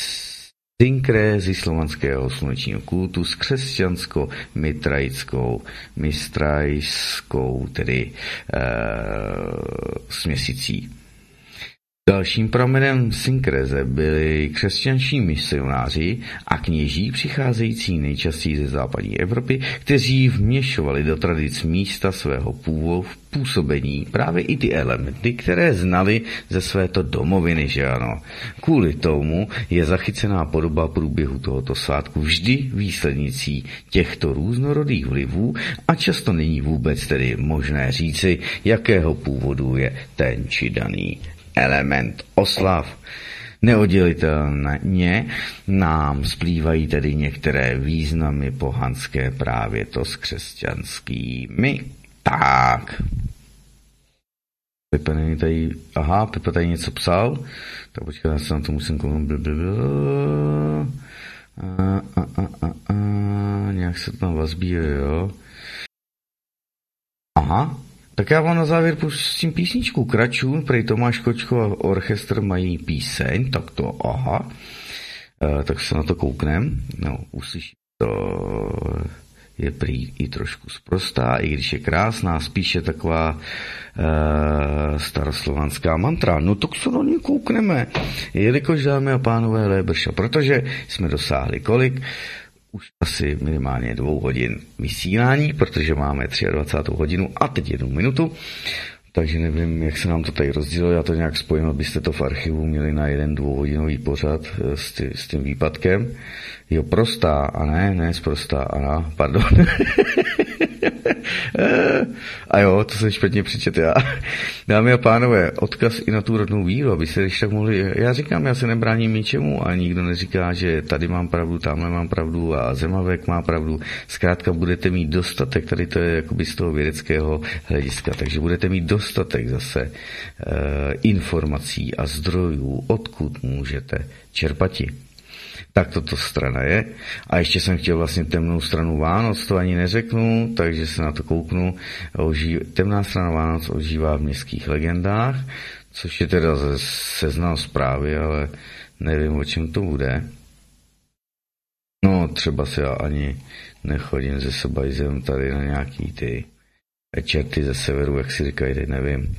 synkrézi slovanského slunečního kultu s křesťansko-mitraickou, mistrajskou, tedy e, směsicí. Dalším pramenem synkreze byli křesťanští misionáři a kněží přicházející nejčastěji ze západní Evropy, kteří vměšovali do tradic místa svého původu v působení právě i ty elementy, které znali ze svéto domoviny, že ano. Kvůli tomu je zachycená podoba průběhu tohoto svátku vždy výslednicí těchto různorodých vlivů a často není vůbec tedy možné říci, jakého původu je ten či daný element oslav. Neoddělitelně nám splývají tedy některé významy pohanské právě to s křesťanskými. Tak. Pepa není tady, aha, Pepa tady něco psal, tak počkej, já se na to musím kouknout. A, a, a, a, a, nějak se to tam vazbíje, jo. Aha. Tak já vám na závěr pustím písničku Kračůn, prej Tomáš Kočko a orchestr mají píseň, tak to aha, e, tak se na to kouknem, no uslyším, to je prý i trošku sprostá, i když je krásná, spíše taková e, staroslovanská mantra, no tak se na ní koukneme, jelikož dámy a pánové Lébrša, protože jsme dosáhli kolik, už asi minimálně dvou hodin vysílání, protože máme dvacátou třetí hodinu a teď jednu minutu, takže nevím, jak se nám to tady rozdělilo, já to nějak spojím, abyste to v archivu měli na jeden dvouhodinový pořad s, tý, s tím výpadkem. Jo, prostá, a ne, ne, sprostá, a pardon. A jo, to jsem špatně přečet já. Dámy a pánové, odkaz i na tu rodnou víru, abyste když tak mohli, já říkám, já se nebráním ničemu a nikdo neříká, že tady mám pravdu, tamhle mám pravdu a Zemavek má pravdu. Zkrátka budete mít dostatek, tady to je jakoby z toho vědeckého hlediska, takže budete mít dostatek zase e, informací a zdrojů, odkud můžete čerpati. Tak toto strana je. A ještě jsem chtěl vlastně temnou stranu Vánoc, to ani neřeknu, takže se na to kouknu. Oží... Temná strana Vánoc ožívá v městských legendách, což je teda ze Seznam Zprávy, ale nevím, o čem to bude. No, třeba se já ani nechodím ze Sobajzem tady na nějaký ty čerty ze severu, jak si říkají, teď nevím.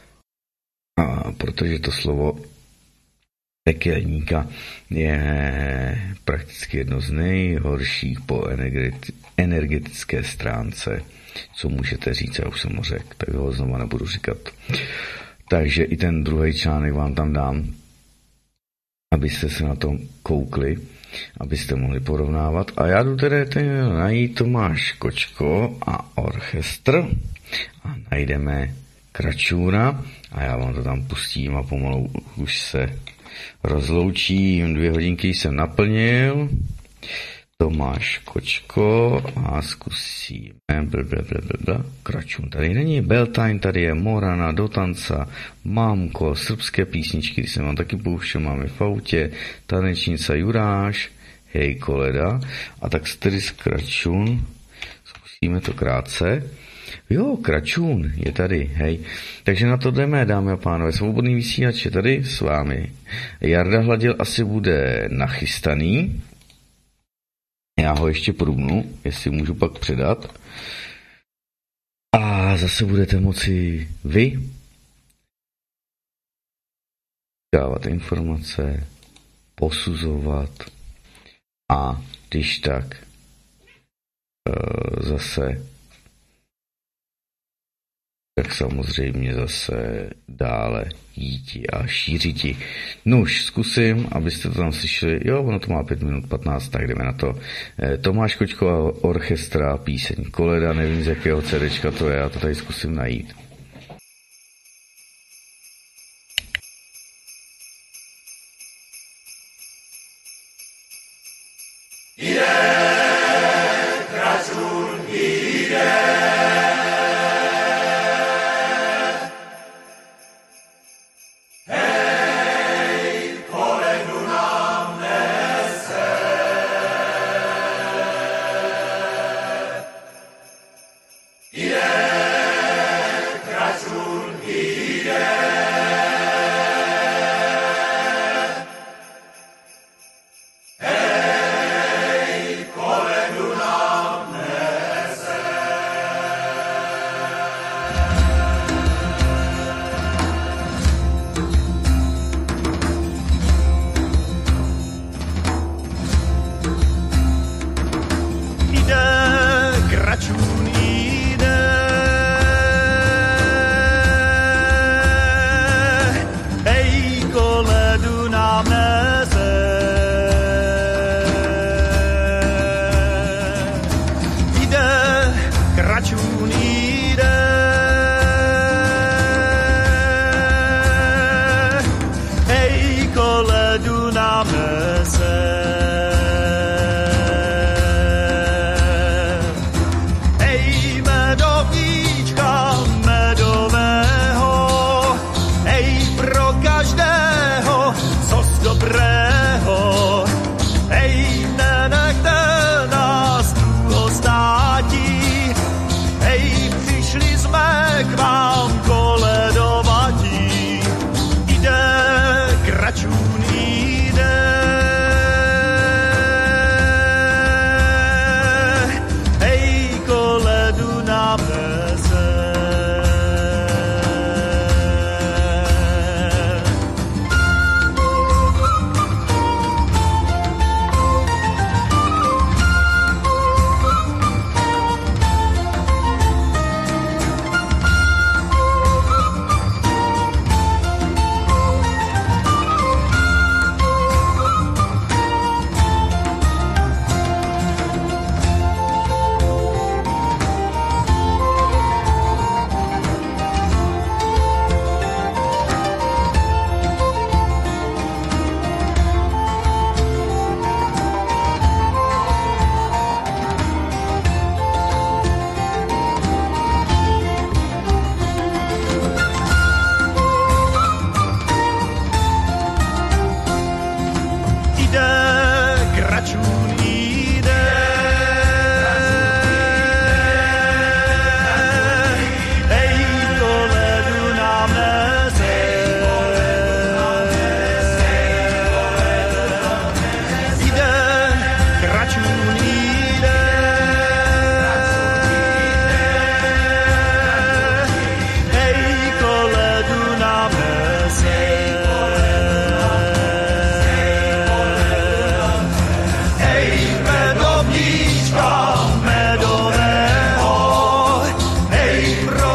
A protože to slovo pekelníka je prakticky jedno z nejhorších po energetické stránce, co můžete říct, já už jsem ho řekl, tak ho znovu nebudu říkat. Takže i ten druhý článek vám tam dám, abyste se na to koukli, abyste mohli porovnávat. A já jdu tedy najít Tomáš Kočko a orchestr a najdeme Kračůna a já vám to tam pustím a pomalu už se rozloučím, dvě hodinky jsem naplnil, Tomáš Kočko a zkusíme, blablabla, Kračůn tady není, Beltane tady je, Morana, Do tanca, Mámko, srbské písničky, když jsem vám taky pouštěl, máme v autě, Tanečnica Juráš, Hej Koleda, a tak tedy z Kračůn, zkusíme to krátce. Jo, Kračůn je tady, hej. Takže na to jdeme, dámy a pánové. Svobodný vysílač je tady s vámi. Jarda Hladil asi bude nachystaný. Já ho ještě průbnu, jestli můžu pak předat. A zase budete moci vy dávat informace, posuzovat a když tak zase tak samozřejmě zase dále jíti a šířiti. Nuž, zkusím, abyste to tam slyšeli. Jo, ono to má pět minut patnáct, tak jdeme na to. Tomáš Kočko a orchestra, píseň Koleda, nevím z jakého CDčka to je, já to tady zkusím najít. Yeah!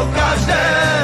pro každého.